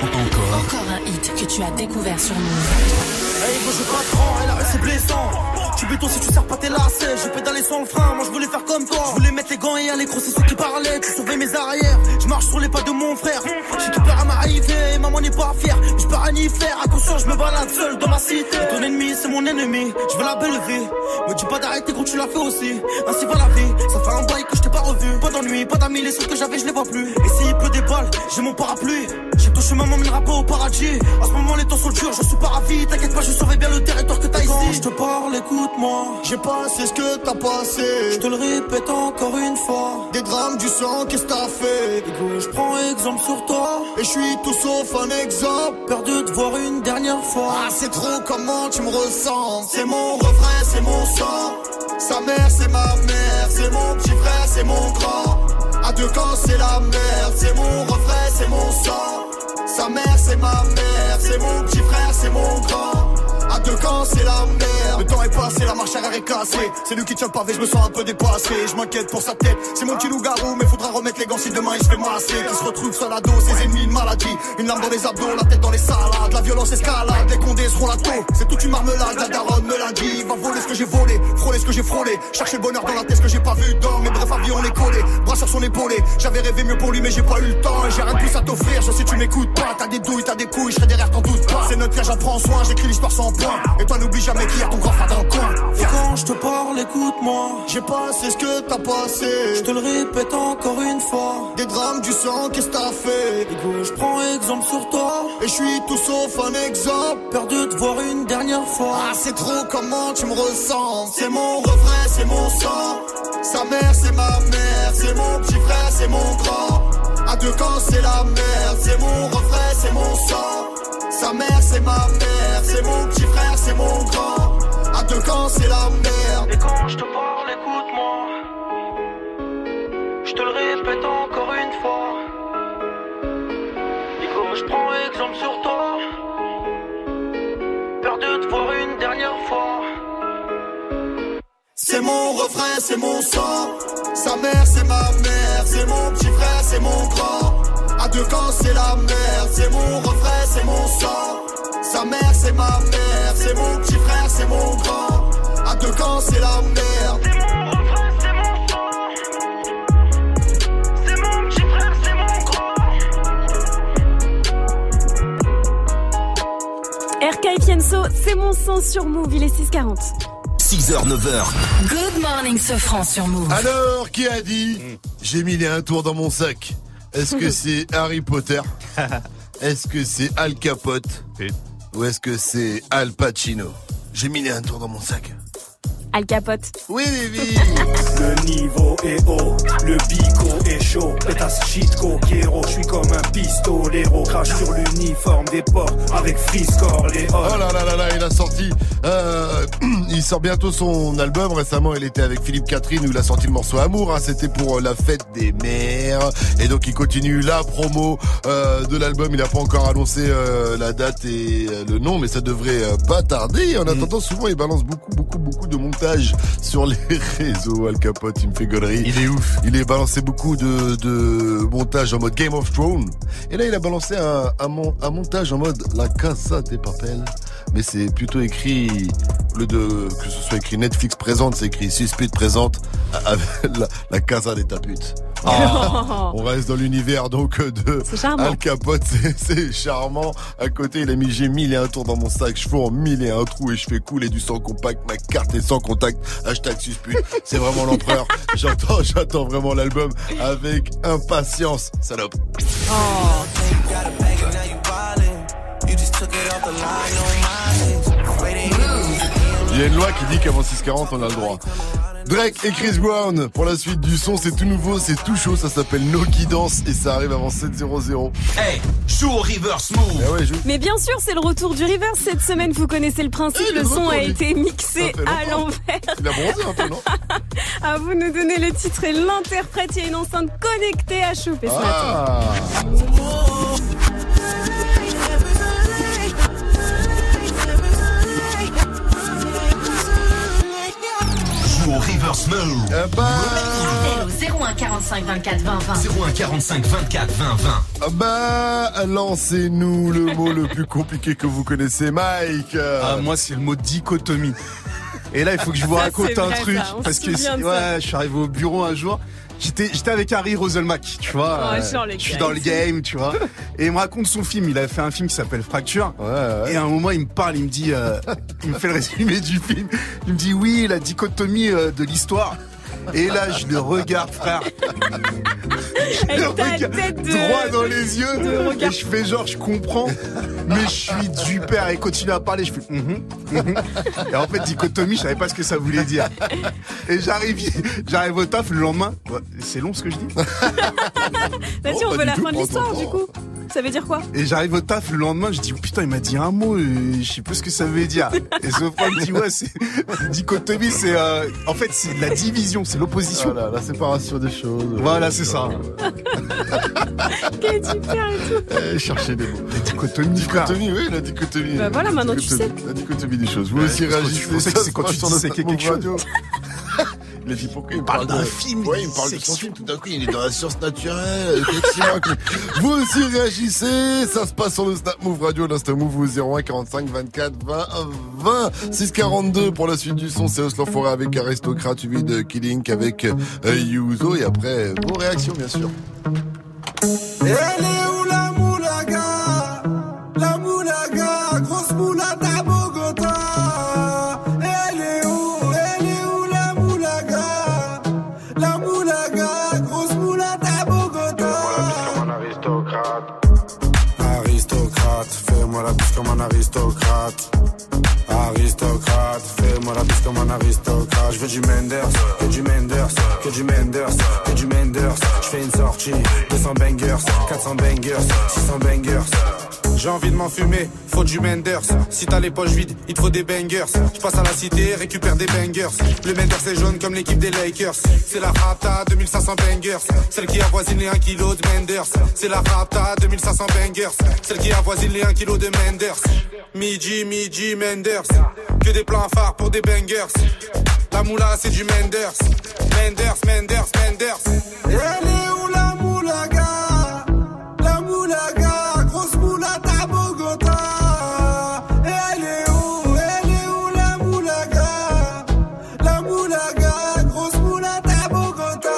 Encore un hit que tu as découvert sur Move. Hey, moi je patron, elle a c'est blessant. Tu béton si tu sers pas tes lacets. Je pédalais sans le frein, moi je voulais faire comme toi. Je voulais mettre les gants et aller gros, c'est ceux qui parlaient. Tu surveilles mes arrières, je marche sur les pas de mon frère. J'ai tout peur à m'arriver, maman n'est pas fière. Je peux rien y faire, à conscience je me balade seul dans ma cité. Ton ennemi c'est mon ennemi, je veux la belle vie. Me dis pas d'arrêter gros, tu l'as fait aussi. Ainsi va la vie, ça fait un bail que je t'ai pas revu. Pas d'ennui, pas d'amis, les sous que j'avais je les vois plus. Et s'il pleut des balles, j'ai mon parapluie. J'ai ton chemin m'emmènera pas au paradis. À ce moment les temps sont durs, je suis pas ravi. T'inquiète pas, je surveille bien le territoire que t'as ici. Quand je te parle, écoute-moi. J'ai passé ce que t'as passé. Je te le répète encore une fois. Des drames du sang, qu'est-ce que t'as fait? Écoute, je prends exemple sur toi. Et je suis tout sauf un exemple. Peur de te voir une dernière fois. Ah, c'est trop comment tu me ressens. C'est mon refrain, c'est mon sang. Sa mère, c'est ma mère. C'est mon petit frère, c'est mon grand. À deux camps, c'est la merde. C'est mon refrain, c'est mon sang. Sa mère, c'est ma mère. C'est mon petit frère, c'est mon grand. À deux camps, c'est la merde. Le temps est passé, la marche arrière est cassée. C'est lui qui tient le pavé, je me sens un peu dépassé. Je m'inquiète pour sa tête, c'est mon petit loup-garou. Mais faudra remettre les gants si demain il se fait masser. Qui se retrouve seul à dos, ses ennemis, une maladie. Une lame dans les abdos, la tête dans les salades. La violence escalade, les condés seront la taux. C'est toute une marmelade, la daronne me l'a dit. Va voler ce que j'ai volé, frôler ce que j'ai frôlé. Chercher le bonheur dans la tête, ce que j'ai pas vu dans mes brefs avions, on est collés. Bras sur son épaulé, j'avais rêvé mieux pour lui mais j'ai pas eu le temps. Et j'ai rien de plus à t'offrir, je sais tu m'écoutes pas. T'as des douilles, t'as des couilles, je serai derrière, t'en doute pas. C'est notre frère, j'en prends soin, j'écris l'histoire sans point. Et toi n'oublie jamais qu'il y a ton grand frère dans le coin. Et quand je te parle, écoute-moi. J'ai passé ce que t'as passé. Je te le répète encore une fois. Des drames du sang, qu'est-ce que t'as fait? Écoute, je prends exemple sur toi. Et je suis tout sauf un exemple. Peur de te voir une dernière fois. Ah, c'est trop comment tu me ressens. C'est mon refrain, c'est mon sang. Sa mère, c'est ma mère. C'est mon petit frère, c'est mon grand. À deux camps, c'est la merde. C'est mon refrain, c'est mon sang. Sa mère, c'est ma mère. C'est mon petit frère, c'est mon grand. À deux camps, c'est la merde. Et quand je te parle, écoute-moi. Je te le répète encore une fois. Nico, je prends exemple sur toi. Peur de te voir une dernière fois. C'est mon refrain, c'est mon sang. Sa mère, c'est ma mère. C'est mon petit frère, c'est mon grand. À deux camps, c'est la merde. C'est mon refrain, c'est mon sang. Sa mère, c'est ma mère. C'est mon petit frère, c'est mon grand. À deux camps, c'est la merde. C'est mon refrain, c'est mon sang. C'est mon petit frère, c'est mon grand. RK et Fienso, c'est mon sang sur Move, il est 6h40. 6h, 9h. Good morning, Sofran sur Move. Alors, qui a dit j'ai mis les un tour dans mon sac? Est-ce que c'est Harry Potter? Est-ce que c'est Al Capote? Ou est-ce que c'est Al Pacino? J'ai mis les un tour dans mon sac. Al Capote. Oui, Lévi. Le niveau est haut, le bico est chaud. Pétasse shit coquero, je suis comme un pistolero. Crache sur l'uniforme des porcs avec Friscore les hors. Oh là là là là, il a sorti. Il sort bientôt son album. Récemment, il était avec Philippe Catherine où il a sorti le morceau Amour. Hein. C'était pour la fête des mères. Et donc, il continue la promo de l'album. Il n'a pas encore annoncé la date et le nom, mais ça devrait pas tarder. En attendant, souvent, il balance beaucoup de montages sur les réseaux. Al Capote, il me fait gaulerie. Il est ouf. Il est balancé beaucoup de montages en mode Game of Thrones. Et là, il a balancé un montage en mode La Casa de Papel. Mais c'est plutôt écrit, au lieu de que ce soit écrit Netflix présente, c'est écrit Suspect présente avec la Casa de ta pute. Ah, on reste dans l'univers donc de Al Capote, c'est charmant. À côté, il a mis j'ai 1001 tours dans mon sac, je fais en 1001 trous et je fais couler du sang compact, ma carte est sans contact, #suspect. C'est vraiment l'empereur. J'attends vraiment l'album avec impatience, salope. You just took it off the line. Il y a une loi qui dit qu'avant 6h40, on a le droit. Drake et Chris Brown pour la suite du son, c'est tout nouveau, c'est tout chaud, ça s'appelle No Key Dance et ça arrive avant 7:00. Hey, joue au reverse move. Ah ouais, joue. Mais bien sûr, c'est le retour du reverse cette semaine, vous connaissez le principe, le son a été mixé à l'envers. Il a bronzé un peu, non? À vous nous donner le titre et l'interprète, il y a une enceinte connectée à choper ce matin. Au reverse mode. Appel au 01 45 24 20 20. 01 45 24 20 20. Lancez-nous le mot le plus compliqué que vous connaissez, Mike. Moi, c'est le mot dichotomie. Et là, il faut que je vous raconte un truc. Parce que je suis arrivé au bureau un jour. J'étais avec Harry Roselmack, tu vois. Je suis dans le game, tu vois. Et il me raconte son film. Il a fait un film qui s'appelle Fracture. Ouais. Et à un moment, il me parle, il me dit, il me fait le résumé du film. Il me dit, oui, la dichotomie de l'histoire. Et là, je le regarde, frère. Je le regarde droit dans les yeux. Et je fais genre, je comprends. Mais je suis du père. Et il continue à parler. Je fais Et en fait, dichotomie, je savais pas ce que ça voulait dire. Et j'arrive au taf le lendemain. C'est long ce que je dis. Vas-y, on veut la fin de l'histoire, du coup. Ça veut dire quoi? Et j'arrive au taf le lendemain, je dis oh, putain, il m'a dit un mot, je sais plus ce que ça veut dire. Et Sofran me dit ouais, c'est dichotomie, c'est en fait c'est la division, c'est l'opposition. Voilà, la séparation des choses. Voilà, c'est ça. Quel super et tout. Cherchez des mots. La dichotomie, oui, la dichotomie. Bah voilà, maintenant tu sais. La dichotomie des choses. Vous aussi réagissez. Je pensais que c'est quand tu disais quelque chose. Il a dit pourquoi il parle d'un film. Ouais, il me parle de son film. Tout d'un coup, il est dans la science naturelle. Vous aussi réagissez. Ça se passe sur le Snap Move Radio, l'Insta Move au 01 45 24 20 20 642 pour la suite du son. C'est Oslo Forêt avec Aristocrate, suivi de Killing avec Yuzo. Et après, vos réactions, bien sûr. Elle est où la moulaga? La moulaga, grosse moulade à Bogota. Elle est où la moulaga? La moulaga, grosse moulade à Bogota. Fais-moi la bise comme un aristocrate. Aristocrate, fais-moi la bise comme un aristocrate. Je veux du Menders, que du Menders, que du Menders, que du Menders. Je fais une sortie, 200 bangers, 400 bangers, 600 bangers. J'ai envie de m'enfumer, faut du Menders. Si t'as les poches vides, il te faut des bangers. Je passe à la cité, récupère des bangers. Le Menders est jaune comme l'équipe des Lakers. C'est la Rapta, 2500 bangers. Celle qui avoisine les 1 kilo de Menders. C'est la Rapta, 2500 bangers. Celle qui avoisine les 1 kilo de Menders. Midi, Menders. Que des plans phares pour des bangers. La moula, c'est du Menders. Menders. Elle est où la moulaga? La moulaga, grosse moulade à Bogota. Elle est où la moulaga? La moulaga, grosse moulade à Bogota.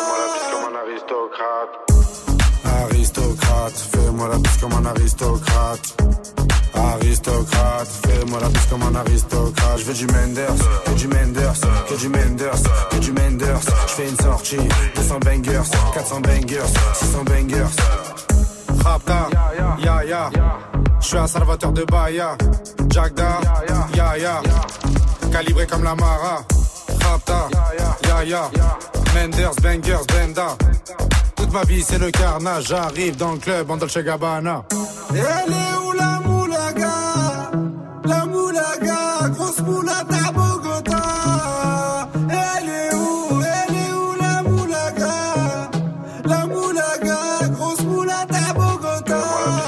Aristocrate, fais-moi la bise comme un aristocrate. Aristocrate, fais-moi la bise comme un aristocrate. Je veux du Menders, que du Menders, que du Menders, que du Menders. Je fais une sortie, 200 bangers, 400 bangers, 600 bangers. Rapta, ya. Je suis un salvateur de Bahia. Jagda, ya. Calibré comme la Mara. Rapta, ya. Menders, bangers, benda. Toute ma vie c'est le carnage. J'arrive dans le club en Dolce Gabbana. Elle est où la moulaga? La moulaga, grosse moulade à Bogota. Elle est où la moulaga? La moulaga, grosse moulade à Bogota.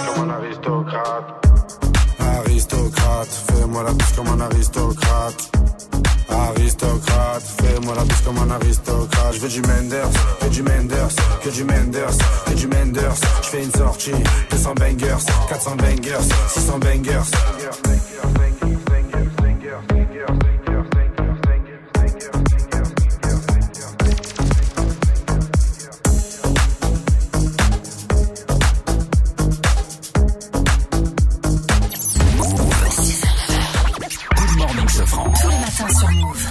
Aristocrate, fais-moi la bise comme un aristocrate. Aristocrate, fais-moi la bise comme un aristocrate. Je veux du Menders, que du Menders, que du Menders, que du Menders. Je fais une sortie, 200 bangers, 400 bangers, 600 bangers. Good morning, Sofran. Tous les matins sur Move.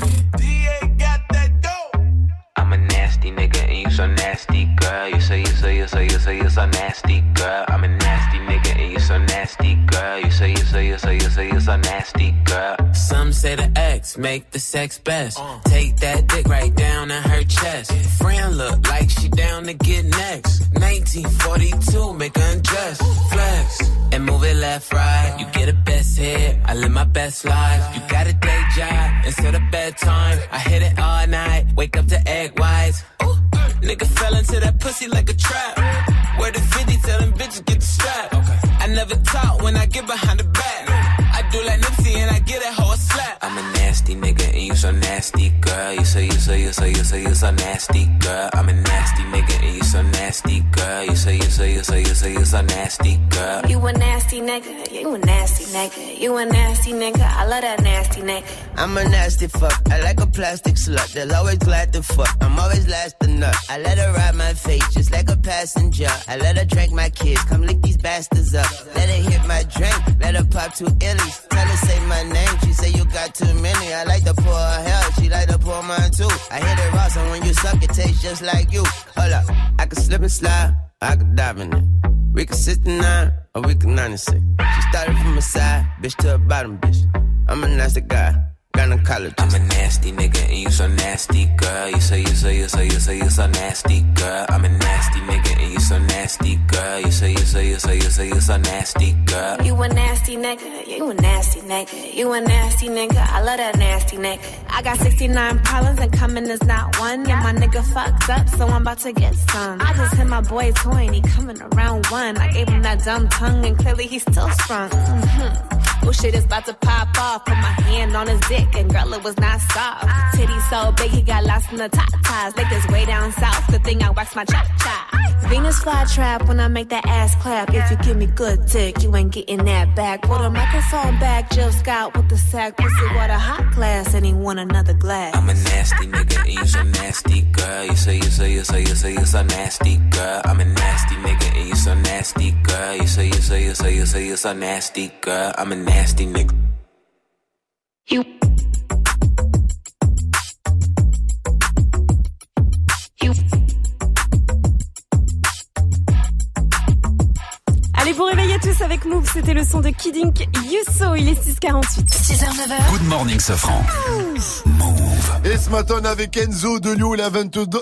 I'm a nasty nigga and you so nasty, girl. You so nasty, girl. I'm a nasty nigga and you so nasty, girl. You say you're so nasty, girl. Some say the X make the sex best. Take that dick right down in her chest. Friend look like she down to get next. 1942, make her undress. Flex and move it left, right. You get a best hit, I live my best life. You got a day job instead of bedtime. I hit it all night, wake up to egg whites. Ooh, nigga fell into that pussy like a trap. Where the 50, tell them bitches get the strap. I never talk when I get behind the back. I do like Nipsey and I get that hoe a slap. I'm a nasty nigga and you so nasty, girl. You say you're so nasty, girl. I'm a nasty nigga and you so nasty, girl. You say you're so nasty, girl. You a nasty nigga, you a nasty nigga. You a nasty nigga, I love that nasty nigga. I'm a nasty fuck, I like a plastic slut. They'll always glad to fuck, I'm always last to nut. I let her ride my face just like a passenger. I let her drink my kids, come lick these bastards up. Let her hit my drink, let her pop 2 illies. Tell her say my name, she say you got too many. I like to pour her hell, she like to pour mine too. I hit it raw, so when you suck it tastes just like you. Hold up, I can slip and slide, I can dive in it. We can 69 or we can 96. She started from a side, bitch to a bottom, bitch. I'm a nasty guy. I'm a nasty nigga and you so nasty, girl. You say you're so nasty, girl. I'm a nasty nigga and you so nasty, girl. You say you're so nasty, girl. You a nasty nigga, you a nasty nigga. You a nasty nigga, I love that nasty nigga. I got 69 problems and coming is not one. And my nigga fucked up, so I'm about to get some. I just hit my boy toy and he coming around 1. I gave him that dumb tongue and clearly he's still sprung. Oh shit is about to pop off. Put my hand on his dick and girl it was not soft. Titties so big he got lost in the top ties. Like this way down south, good thing I wax my cha-cha. Venus flytrap when I make that ass clap. If you give me good dick, you ain't getting that back. Put a microphone back, Jill Scott with the sack. Pussy what a hot glass and he want another glass. I'm a nasty nigga and you so nasty, girl. You say you're so nasty, girl. I'm a nasty nigga and you so nasty, girl. You say you're so nasty, girl. I'm a nasty nigga. You. Allez, vous réveillez tous avec Move, c'était le son de Kid Ink, Yousso, il est 6h48. 6h-9h. Good morning, Safran. Move. Et ce matin, on est avec Enzo de Lyon, il a 22 ans.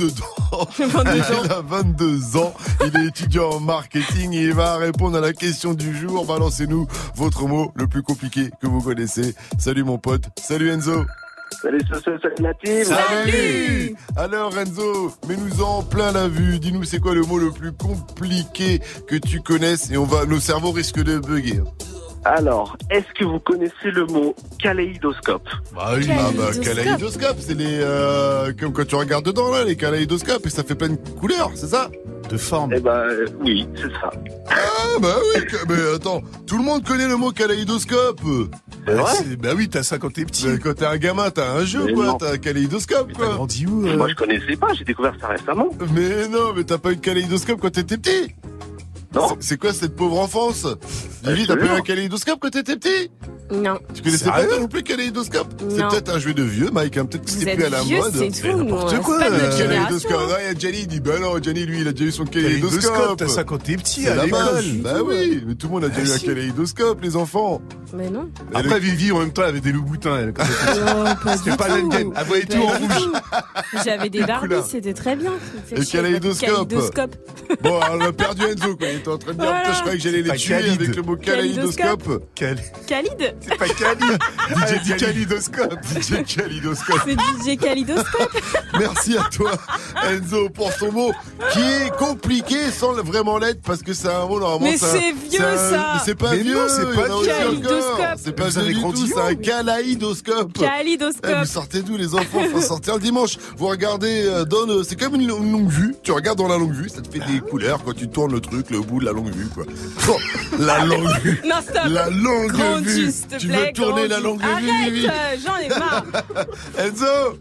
Il a 22 ans. Il est étudiant en marketing et il va répondre à la question du jour. Balancez-nous votre mot le plus compliqué que vous connaissez. Salut mon pote. Salut Enzo. Salut la team. Salut. Alors Enzo, mets-nous en plein la vue. Dis-nous c'est quoi le mot le plus compliqué que tu connaisses et nos cerveaux risquent de bugger. Alors, est-ce que vous connaissez le mot kaléidoscope? Bah oui, kaléidoscope, c'est les comme quand tu regardes dedans là, les kaléidoscopes et ça fait plein de couleurs, c'est ça? De forme. Eh ben oui, c'est ça. Ah bah oui, mais attends, tout le monde connaît le mot kaléidoscope. C'est vrai? Bah oui, t'as ça quand t'es petit. Quand t'es un gamin, t'as un jeu, mais quoi, t'as un kaléidoscope, quoi. T'as grandi où? Moi je connaissais pas, j'ai découvert ça récemment. Mais non, mais t'as pas eu de kaléidoscope quand t'étais petit? Non. C'est quoi cette pauvre enfance? Vivi, t'as pas eu un kaléidoscope quand t'étais petit? Non. Tu connaissais pas toi non plus kaléidoscope? C'est peut-être un jeu de vieux, Mike, hein. Peut-être que c'était plus à la mode. C'est tout, n'importe quoi. Kaléidoscope. Ouais, Gianni dit, bah non, Gianni, lui, il a déjà eu son kaléidoscope. T'as ça quand t'es petit, à l'école. Bah oui, mais tout le monde a déjà eu un kaléidoscope, les enfants. Mais non. Après, Vivi, en même temps, elle avait des loups-boutins, elle. C'était pas la game. Elle voyait tout en rouge. J'avais des Barbies, c'était très bien. Le kaléidoscope. Bon, on a perdu Enzo, quoi. Il était en train de dire, putain, je croyais que j'allais les tuer avec le mot kaléidoscope. Khalid? C'est pas Khalid. DJ Kalidoscope. DJ Kalidoscope. C'est DJ Kalidoscope. Merci à toi, Enzo, pour ton mot qui est compliqué sans vraiment l'être parce que c'est un mot normalement. Mais c'est vieux ça. Mais c'est pas vieux, c'est pas Kalidoscope. C'est pas vieux du tout, c'est un kaléidoscope. Kalidoscope. Vous sortez d'où les enfants? Faut sortir le dimanche. Vous regardez c'est comme une longue vue. Tu regardes dans la longue vue, ça te fait des couleurs quand tu tournes le truc, le bout de la longue vue, quoi. Bon, la longue vue. Non, stop. La longue vue. Tu veux tourner la longue vue, Vivi? Arrête, j'en ai marre. Enzo.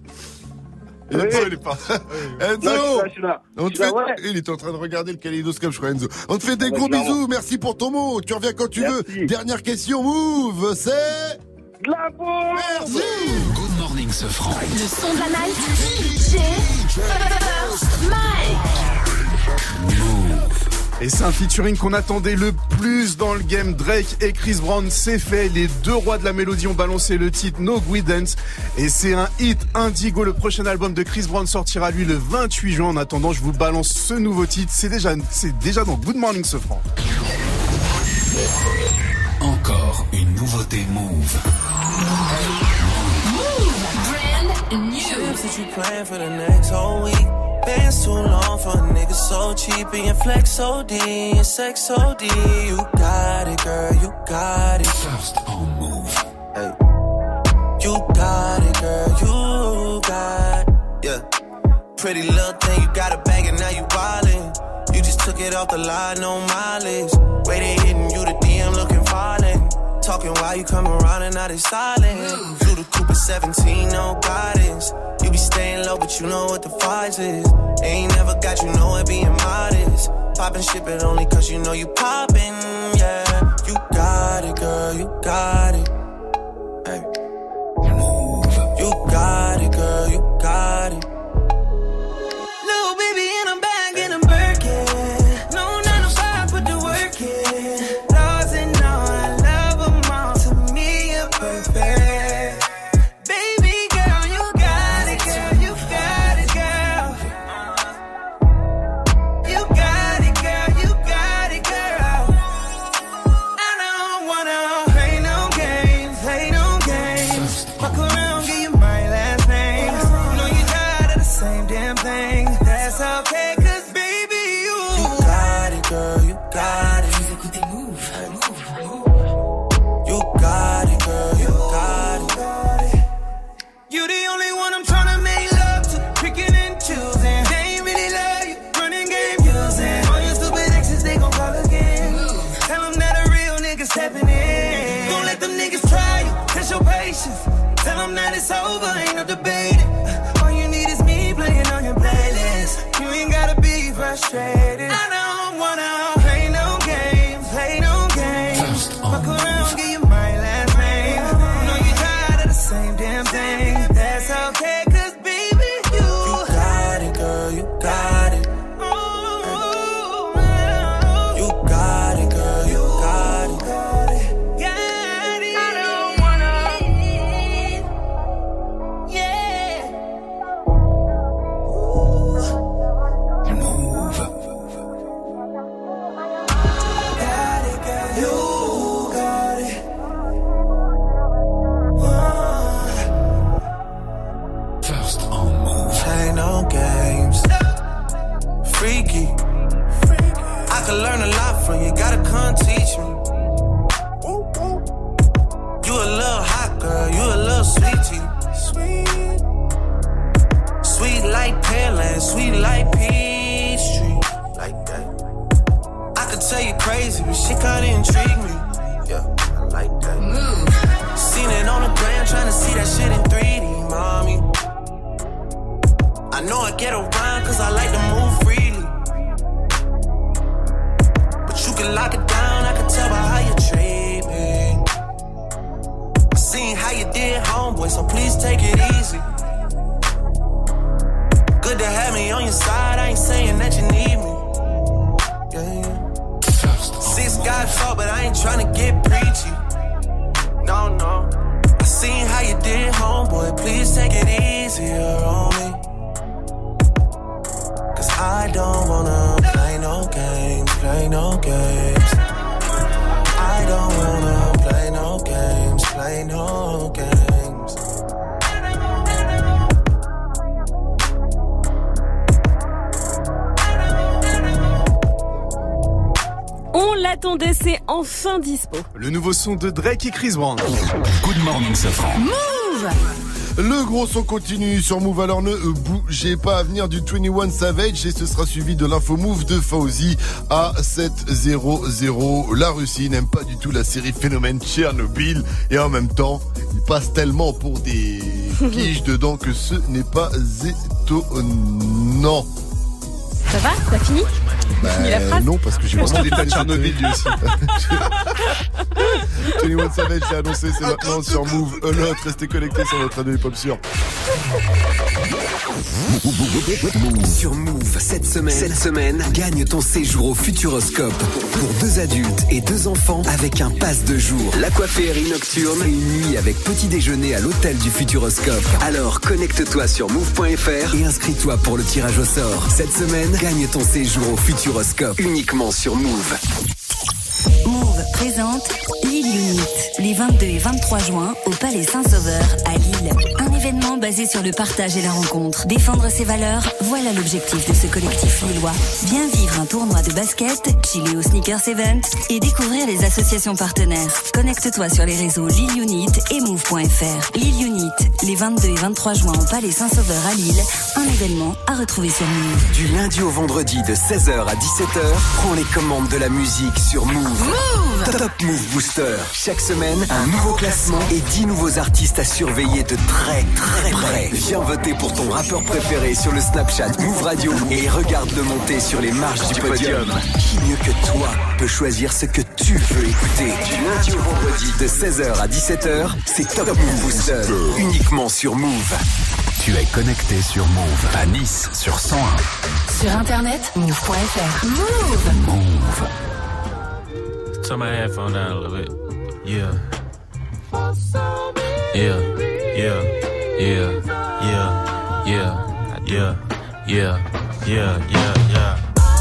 Il est parti. Enzo. Je suis là. Il est en train de regarder le kaléidoscope, je crois, Enzo. On te fait des gros bisous. Merci pour ton mot. Tu reviens quand tu veux. Dernière question, Move, c'est... De la boue. Merci. Good morning, Safran. Le son de la night. DJ First Mike. Move. Et c'est un featuring qu'on attendait le plus dans le game. Drake et Chris Brown, c'est fait. Les deux rois de la mélodie ont balancé le titre No Guidance. Et c'est un hit. Indigo, le prochain album de Chris Brown sortira lui le 28 juin. En attendant, je vous balance ce nouveau titre. C'est déjà dans Good Morning Sofran. Encore une nouveauté Move. Brand new. Since you playing for the next whole week. Been too long for a nigga so cheap and your flex OD and sex OD. You got it, girl, you got it. First on Move. Hey. You got it, girl, you got it. Yeah. Pretty little thing, you got a bag and now you wildin'. You just took it off the line, no mileage. Way they hitting you, the DM looking violent. Talking while you come around and now they silent. Through the Cooper 17, no guidance. You be staying low, but you know what the price is. Ain't never got you know it being modest. Poppin' shit, but only cause you know you poppin', yeah. You got it, girl, you got it. Hey. Move. You got it, girl, you got it. Little baby in a bag and a Birkin. No 9 to 5, put the work in. Laws and all, I love them all. To me, you're perfect. Tell them that it's over, ain't no debating. All you need is me playing on your playlist. You ain't gotta be frustrated. I don't wanna play no games, play no games. Fuck around, give you my last name. I know you tired of the same damn thing. That's okay, cause baby, you got it, girl, you got it. You got it, girl, you got it. Learn a lot from you, gotta come teach me. You a little hot girl, you a little sweetie. Sweet like Pearland, sweet like Peachtree. Like that. I could tell you crazy, but shit kinda intrigue me. Yeah, I like that. Move. Seen it on the gram, tryna see that shit in 3D, mommy. I know I get around cause I like to move freely. You can lock it down, I can tell by how you treat me. I seen how you did, homeboy, so please take it easy. Good to have me on your side, I ain't saying that you need me. Yeah, yeah. 6 got fault, but I ain't tryna get preachy. No, no. I seen how you did, homeboy, please take it easier on me. Cause I don't wanna play no games, play no games. I don't wanna play no games, play no games. On l'attendait, c'est enfin dispo. Le nouveau son de Drake et Chris Brown. Good morning, Sofran. Move! Le gros son continue sur Move, alors ne bougez pas, à venir du 21 Savage et ce sera suivi de l'info Move de Fauzi à 7:00. La Russie n'aime pas du tout la série Phénomène Tchernobyl et en même temps, il passe tellement pour des quiches dedans que ce n'est pas étonnant. Ça va? T'as fini? Fini la phrase. Non, parce que j'ai vraiment des tas de Tchernobyl lui aussi. 21 Savage, j'ai annoncé, c'est maintenant sur Move. Lot, restez connectés sur notre radio hip-hop sûr. Sur Move, cette semaine, gagne ton séjour au Futuroscope pour 2 adultes et 2 enfants avec un pass de jour. L'aquaférie nocturne et une nuit avec petit déjeuner à l'hôtel du Futuroscope. Alors connecte-toi sur move.fr et inscris-toi pour le tirage au sort. Cette semaine, gagne ton séjour au Futuroscope uniquement sur Move. Move présente Lille Unit, les 22 et 23 juin au Palais Saint-Sauveur à Lille. Un événement basé sur le partage et la rencontre. Défendre ses valeurs, voilà l'objectif de ce collectif lillois. Bien vivre un tournoi de basket, chiller au Sneakers Event et découvrir les associations partenaires. Connecte-toi sur les réseaux Lille Unit et Move.fr. Lille Unit, les 22 et 23 juin au Palais Saint-Sauveur à Lille. Un événement à retrouver sur Move. Du lundi au vendredi de 16h à 17h, prends les commandes de la musique sur Move. Top Move Booster. Chaque semaine, un nouveau classement et 10 nouveaux artistes à surveiller de très près. Viens voter pour ton rappeur préféré sur le Snapchat Move Radio et regarde-le monter sur les marches du podium. Qui mieux que toi peut choisir ce que tu veux écouter? Du lundi au vendredi de 16h à 17h, c'est Top Move Booster. Uniquement sur Move. Tu es connecté sur Move à Nice sur 101. Sur internet, move.fr. Move. Turn my headphone down a little bit. Yeah. Yeah. Yeah. Yeah. Yeah. Yeah. Yeah. Yeah. Yeah. Yeah. Yeah.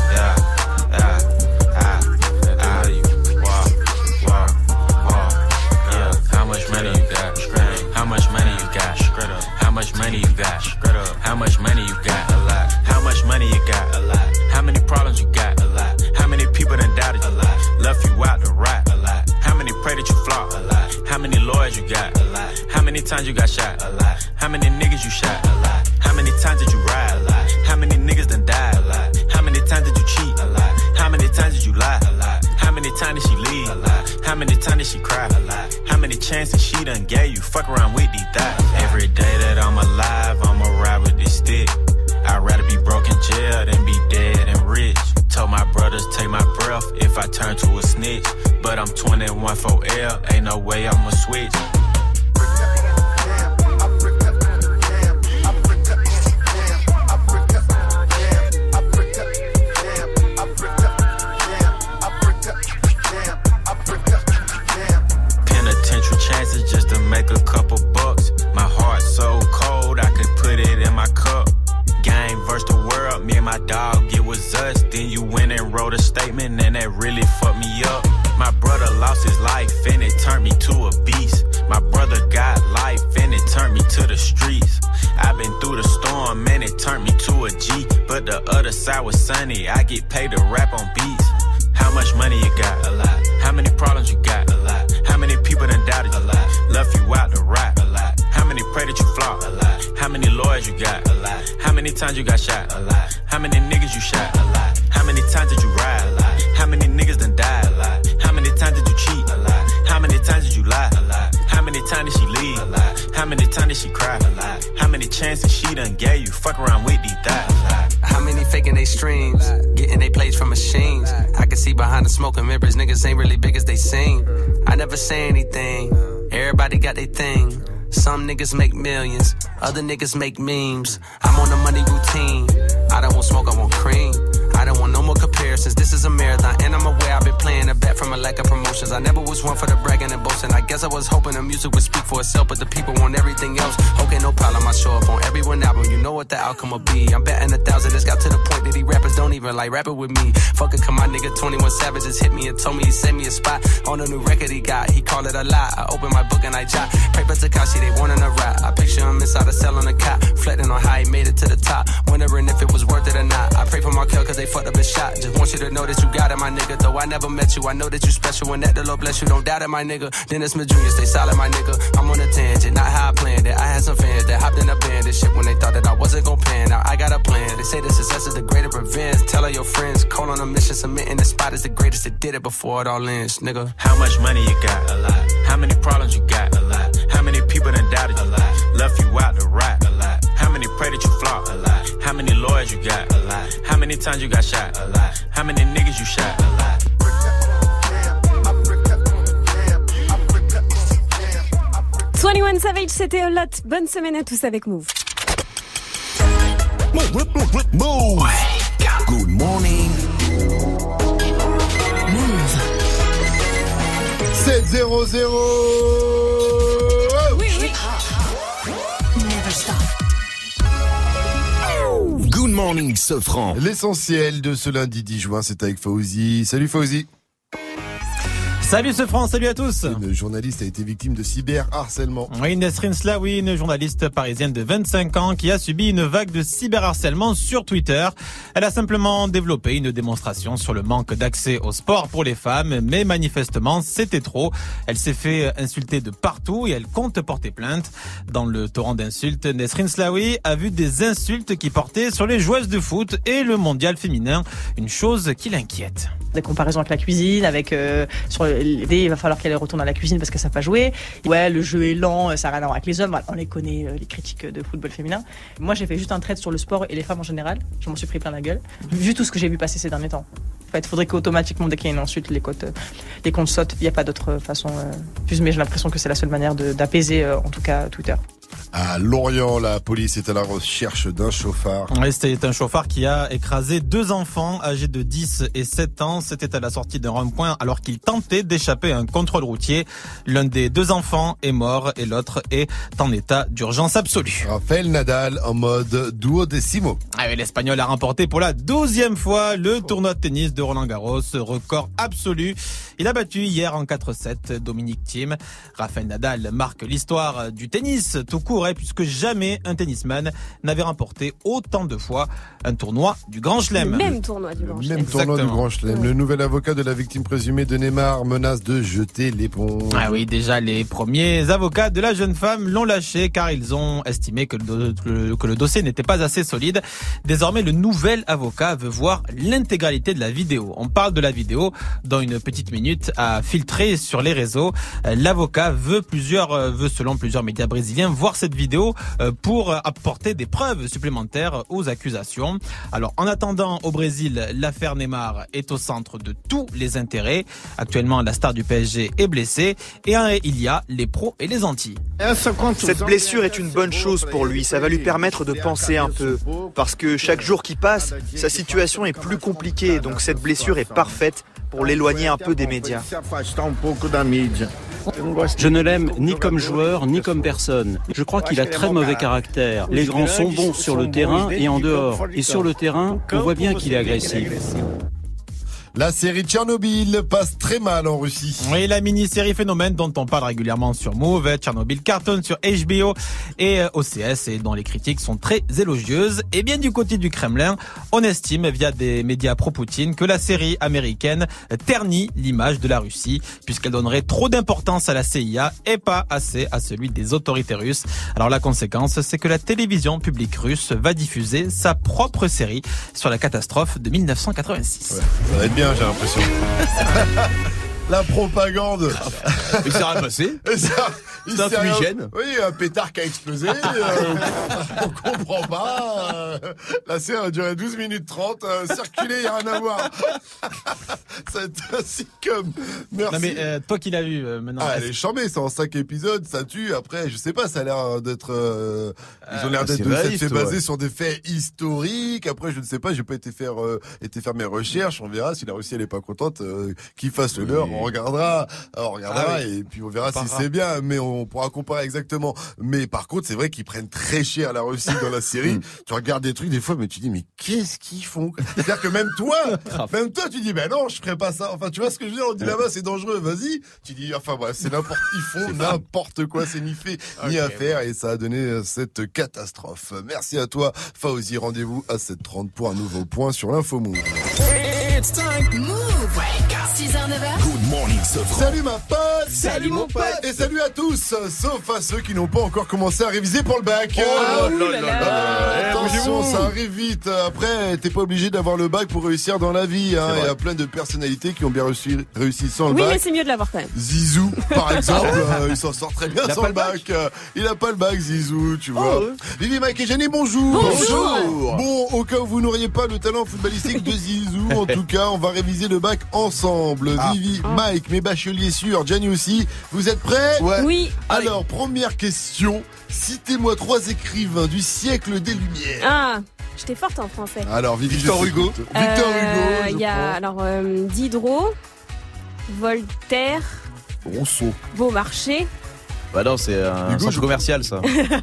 How much money you got? How much money you got? How much money you got? How much money you got? A lot. How much money you got? A lot. How many problems you got? A lot. How many people done doubted you? A lot. Left you out to rot? A lot. How many pray that you flop? A lot. How many lawyers you got? A lot. How many times you got shot? A lot. How many niggas you shot? A lot. How many times did you ride? A lot. How many niggas done died? A lot. How many times did you cheat? A lot. How many times did you lie? A lot. How many times did she leave? A lot. How many times did she cry? A lot. How many chances she done gave you? Fuck around with these thighs. Every day that I'm alive, I'ma ride with this stick. I'd rather be broke in jail than be dead and rich. Told my brothers take my breath if I turn to a snitch. But I'm 21 for L, ain't no way I'ma switch. Penitentiary chances just to make a couple bucks. My heart so cold I could put it in my cup. Game versus the world, me and my dog, it was us. Then you went and wrote a statement and that really fucked me up. My brother lost his life and it turned me to a beast. My brother got life and it turned me to the streets. I've been through the storm and it turned me to a G. But the other side was sunny, I get paid to rap on beats. How much money you got? A lot. How many problems you got? A lot. How many people done doubted you? A lot. Left you out to rot? A lot. How many pray that you flop? A lot. How many lawyers you got? A lot. How many times you got shot? A lot. How many niggas you shot? A lot. How many times did you ride? A lot. How many niggas done died? A lot. How many times did you cheat? A lot. How many times did you lie? A lot. How many times did she leave? A lot. How many times did she cry? A lot. How many chances she done gave you? Fuck around with these thighs. How many faking they streams? Getting they plays from machines. I can see behind the smoke and mirrors, niggas ain't really big as they seem. I never say anything. Everybody got their thing. Some niggas make millions, other niggas make memes. I'm on a money routine. I don't want smoke, I want cream. I don't want no more comparisons. This is a marathon, and I'm aware I've been playing a bet from a lack of promotions. I never was one for the bragging and boasting. I guess I was hoping the music would speak for itself, but the people want everything else. Okay, no problem, I show up on every one album. You know what the outcome will be. I'm betting 1,000. It's got to the point that these rappers don't even like rapping with me. Fuck it, come my nigga 21 Savage just hit me and told me he sent me a spot on a new record he got. He called it a lie. I opened my book and I jot. Paper Takashi, they wanting a rap. I picture him inside a cell on a cot, reflecting on how he made it to the top, wondering if it was worth it or not. I pray for Markel cause they fucked up his shot. Just want you to know that you got it, my nigga. Though I never met you, I know that you special and that the Lord bless you. Don't doubt it, my nigga. Dennis Smith Jr., stay solid, my nigga. I'm on a tangent, not how I planned it. I had some fans that hopped in a band and shit when they thought that I wasn't gon' pan. Now I got a plan. They say the success is the greater revenge. Tell all your friends, call on a mission, submitting the spot is the greatest that did it before it all ends, nigga. How much money you got? A lot. How many problems you got? A lot. How many people done doubted you? A lot. Left you out to rot? A lot. How many pray that you flop? A lot. How many lawyers you got? A lot. How many many times you got shot? A lot. How many niggas you shot? A lot. 21 Savage, c'était A Lot. Bonne semaine à tous avec Move. Move. Good morning. Move. 7-0-0. Oui. Never stop. Good morning, Sofran. L'essentiel de ce lundi 10 juin, c'est avec Fauzi. Salut Fauzi. Salut ce France, salut à tous. Une journaliste a été victime de cyberharcèlement. Oui, Nesrine Slaoui, une journaliste parisienne de 25 ans qui a subi une vague de cyberharcèlement sur Twitter. Elle a simplement développé une démonstration sur le manque d'accès au sport pour les femmes, mais manifestement c'était trop. Elle s'est fait insulter de partout et elle compte porter plainte. Dans le torrent d'insultes, Nesrine Slaoui a vu des insultes qui portaient sur les joueuses de foot et le mondial féminin, une chose qui l'inquiète. Des comparaisons avec la cuisine, avec sur l'idée il va falloir qu'elle retourne à la cuisine parce que ça n'a pas joué. Ouais, le jeu est lent, ça n'a rien à voir avec les hommes. Voilà, on les connaît, les critiques de football féminin. Moi, j'ai fait juste un trait sur le sport et les femmes en général. Je m'en suis pris plein la gueule. Vu tout ce que j'ai vu passer ces derniers temps. En fait, il faudrait qu'automatiquement, dès qu'il y a une insulte, les comptes sautent. Il n'y a pas d'autre façon. Mais j'ai l'impression que c'est la seule manière d'apaiser, en tout cas, Twitter. À Lorient, la police est à la recherche d'un chauffard. Oui, c'était un chauffard qui a écrasé 2 enfants âgés de 10 et 7 ans. C'était à la sortie d'un rond-point alors qu'il tentait d'échapper à un contrôle routier. L'un des 2 enfants est mort et l'autre est en état d'urgence absolue. Rafael Nadal en mode duodécimo. Ah oui, l'Espagnol a remporté pour la 12e fois le tournoi de tennis de Roland-Garros, record absolu. Il a battu hier en 4-7 Dominic Thiem. Rafael Nadal marque l'histoire du tennis tout court, puisque jamais un tennisman n'avait remporté autant de fois un tournoi du Grand Chelem. Le même tournoi du Grand Chelem. Même tournoi du Grand Chelem. Le nouvel avocat de la victime présumée de Neymar menace de jeter l'éponge. Ah oui, déjà les premiers avocats de la jeune femme l'ont lâché car ils ont estimé que le dossier n'était pas assez solide. Désormais, le nouvel avocat veut voir l'intégralité de la vidéo. On parle de la vidéo dans une petite minute à filtrer sur les réseaux. L'avocat veut selon plusieurs médias brésiliens voir cette vidéo pour apporter des preuves supplémentaires aux accusations. Alors, en attendant, au Brésil, l'affaire Neymar est au centre de tous les intérêts. Actuellement, la star du PSG est blessée et il y a les pros et les antis. Cette blessure est une bonne chose pour lui. Ça va lui permettre de penser un peu. Parce que chaque jour qui passe, sa situation est plus compliquée. Donc cette blessure est parfaite pour l'éloigner un peu des médias. Je ne l'aime ni comme joueur, ni comme personne. Je crois qu'il a très mauvais caractère. Les grands sont bons sur le terrain et en dehors. Et sur le terrain, on voit bien qu'il est agressif. La série Tchernobyl passe très mal en Russie. Oui, la mini-série phénomène dont on parle régulièrement sur Move, Tchernobyl cartonne sur HBO et OCS et dont les critiques sont très élogieuses. Et bien du côté du Kremlin, on estime via des médias pro-Poutine que la série américaine ternit l'image de la Russie puisqu'elle donnerait trop d'importance à la CIA et pas assez à celui des autorités russes. Alors la conséquence, c'est que la télévision publique russe va diffuser sa propre série sur la catastrophe de 1986. Ouais, ça va être bien. J'ai l'impression. La propagande. Et ça a passé. C'est un fumigène. Oui, un pétard qui a explosé. On comprend pas. La série a duré 12 minutes 30. Circuler, il n'y a rien à voir. C'est un sitcom. Merci. Non mais toi qui l'as vu maintenant. Elle est chambée, c'est en 5 épisodes, ça tue. Après, je sais pas, ça a l'air d'être... ils ont l'air d'être fait basé sur des faits historiques. Après, je ne sais pas, j'ai pas été faire mes recherches. On verra si la Russie elle est pas contente, qu'il fasse le leur. On regardera et puis on verra si c'est bien, mais on pourra comparer exactement. Mais par contre, c'est vrai qu'ils prennent très cher la Russie dans la série. Tu regardes des trucs des fois, mais tu dis mais qu'est-ce qu'ils font? C'est-à-dire que même toi, tu dis ben non, je ferais pas ça. Enfin, tu vois ce que je veux dire? On dit là-bas c'est dangereux, vas-y. Tu dis enfin bref, c'est n'importe, ils font n'importe quoi, c'est ni fait ni à faire et ça a donné cette catastrophe. Merci à toi, Fauzi. Rendez-vous à 7h30 pour un nouveau point sur l'info Move. It's time. Move. Wake up. 6h, 9h. Good morning, Sofran. Salut ma pote. Salut mon pote. Et salut à tous, sauf à ceux qui n'ont pas encore commencé à réviser pour le bac. Attention, ça arrive vite. Après, t'es pas obligé d'avoir le bac pour réussir dans la vie. Hein. Il y a plein de personnalités qui ont bien réussi sans le bac. Oui, mais c'est mieux de l'avoir quand même. Zizou, par exemple, il s'en sort très bien sans le bac. Il a pas le bac, Zizou, tu vois. Vivi, Mike et Jenny, bonjour. Bonjour. Bon, au cas où vous n'auriez pas le talent footballistique de Zizou, en tout cas, on va réviser le bac ensemble. Vivi, Mike, mes bacheliers sûrs, Jenny aussi. Vous êtes prêts? Oui. Alors, première question. Citez-moi 3 écrivains du siècle des Lumières. Ah, j'étais forte en français. Alors, Vivi, Victor Hugo. Victor Hugo. Il y a alors Diderot, Voltaire, Rousseau. Beaumarchais. Bah non, c'est un centre commercial, ça.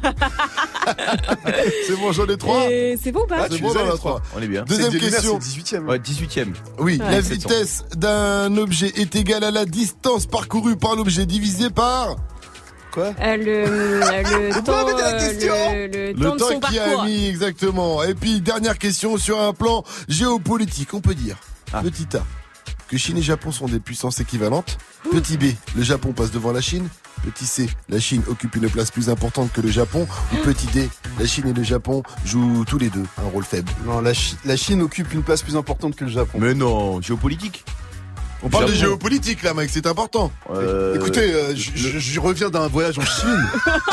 C'est bon, j'en ai 3. C'est bon ou pas? C'est bon, j'en ai 3. On est bien. Deuxième question. C'est 18ème. Ouais, 18ème. Oui, Ouais. la vitesse d'un objet est égale à la distance parcourue par l'objet divisé par... Quoi? Le temps, le temps de son qui parcours. a mis, exactement. Et puis, dernière question sur un plan géopolitique. On peut dire, petit A, que Chine et Japon sont des puissances équivalentes. Petit B, le Japon passe devant la Chine. Petit C, la Chine occupe une place plus importante que le Japon. Ou petit D, la Chine et le Japon jouent tous les deux un rôle faible. Non, la Chine occupe une place plus importante que le Japon. Mais non, géopolitique. On parle de géopolitique là, mec, c'est important. Écoutez, je reviens d'un voyage en Chine.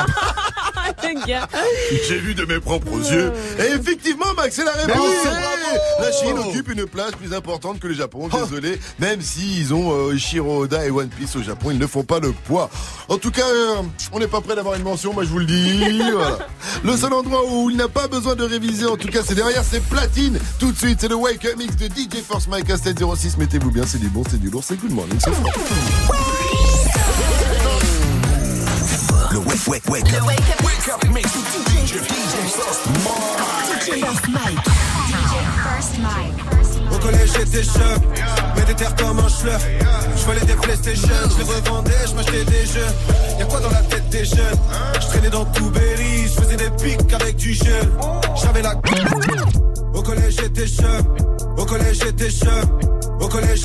J'ai vu de mes propres yeux. Et effectivement, Max, c'est la réponse. La Chine occupe une place plus importante que le Japon. Désolé, même s'ils ont Ichiro Oda et One Piece au Japon, ils ne font pas le poids. En tout cas, on n'est pas prêt d'avoir une mention, moi je vous le dis. Voilà. Le seul endroit où il n'a pas besoin de réviser, en tout cas, c'est derrière ses platines. Tout de suite, c'est le Wake Up Mix de DJ Force Mike à 706. Mettez-vous bien, c'est du bon, c'est du lourd, c'est Good Morning. C'est fort. Le wake up mix DJ First Mike. Au collège j'étais choc, mais des terres comme un schleur. Je volais des PlayStation, je les revendais, je m'achetais des jeux. Y'a quoi dans la tête des jeunes? Je traînais dans tout Berry, je faisais des pics avec du gel. J'avais la... Au collège j'étais choc, au collège j'étais choc. Au collège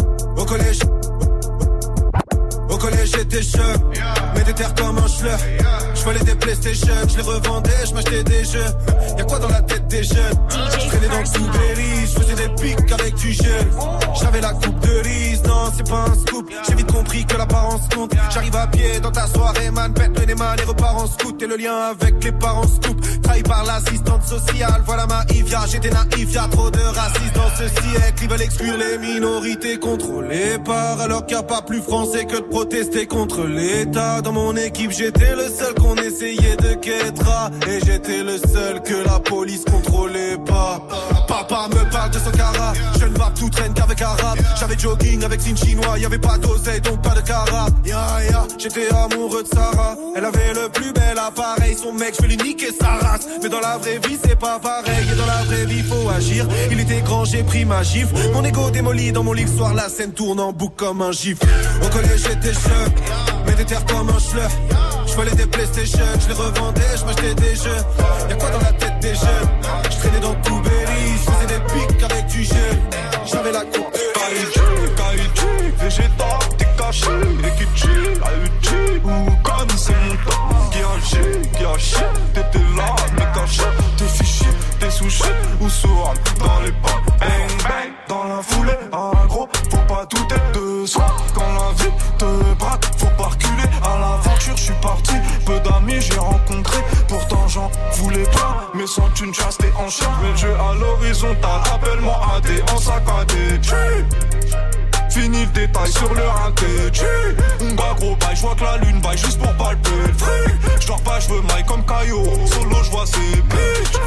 j'étais choc, mais des terres comme un schleur. Je volais des PlayStation, je les revendais, je m'achetais des jeux. Y'a quoi dans la tête des jeunes? Je traînais dans tout Berry, je faisais des pics avec du gel. J'avais la coupe de riz, non c'est pas un scoop. J'ai vite compris que l'apparence compte. J'arrive à pied dans ta soirée, man, pète le nez mal et repars en scout. Et le lien avec les parents scoop, trahi par l'assistante sociale. Voilà ma Ivia, j'étais naïf, y'a trop de racistes dans ce siècle. Ils veulent exclure les minorités contrôlées par, alors qu'il n'y a pas plus français que de protester contre l'État. Dans mon équipe j'étais le seul qu'on essayait de quêtra, et j'étais le seul que la police contrôlait pas. Papa me parle de son cara, je ne vape tout traîne qu'avec arabe. J'avais jogging avec signe chinois, y'avait pas d'oseille donc pas de cara. J'étais amoureux de Sarah, elle avait le plus bel appareil. Son mec je vais lui niquer sa race, mais dans la vraie vie c'est pas pareil. Et dans la vraie vie faut agir, il était grand j'ai pris ma gifle. Mon ego démoli dans mon lit le soir, la scène tourne en boucle comme un gif. Au collège j'étais choc, mais des terres comme un schleur. Je volais des PlayStation, je les revendais, je m'achetais des jeux. Y'a quoi dans la tête des jeunes? Je traînais dans tout Berry, je faisais des pics avec du gel. J'avais la coupe Kaiji, végétal, t'es caché. Ekichi, Aïchi, ou comme c'est mon temps. Qui a chié, t'étais là, mais caché. T'es fiché, t'es souché, ou sourd dans les pas. Bang bang, dans la foulée, ah gros, faut pas tout être de soi. Quand la vie te braque, faut pas reculer. À l'aventure, je suis parti, peu d'amis j'ai rencontré. Pourtant j'en voulais pas, mais sans thune chasse t'es en chien. Mais le jeu à l'horizontale, appelle-moi AD en saccadé. Fini le détail sur le rinté. On va gros bail, j'vois que la lune baille juste pour palper le fric. J'dors pas, j'veux maille comme Caillou. Solo j'vois ces bitches.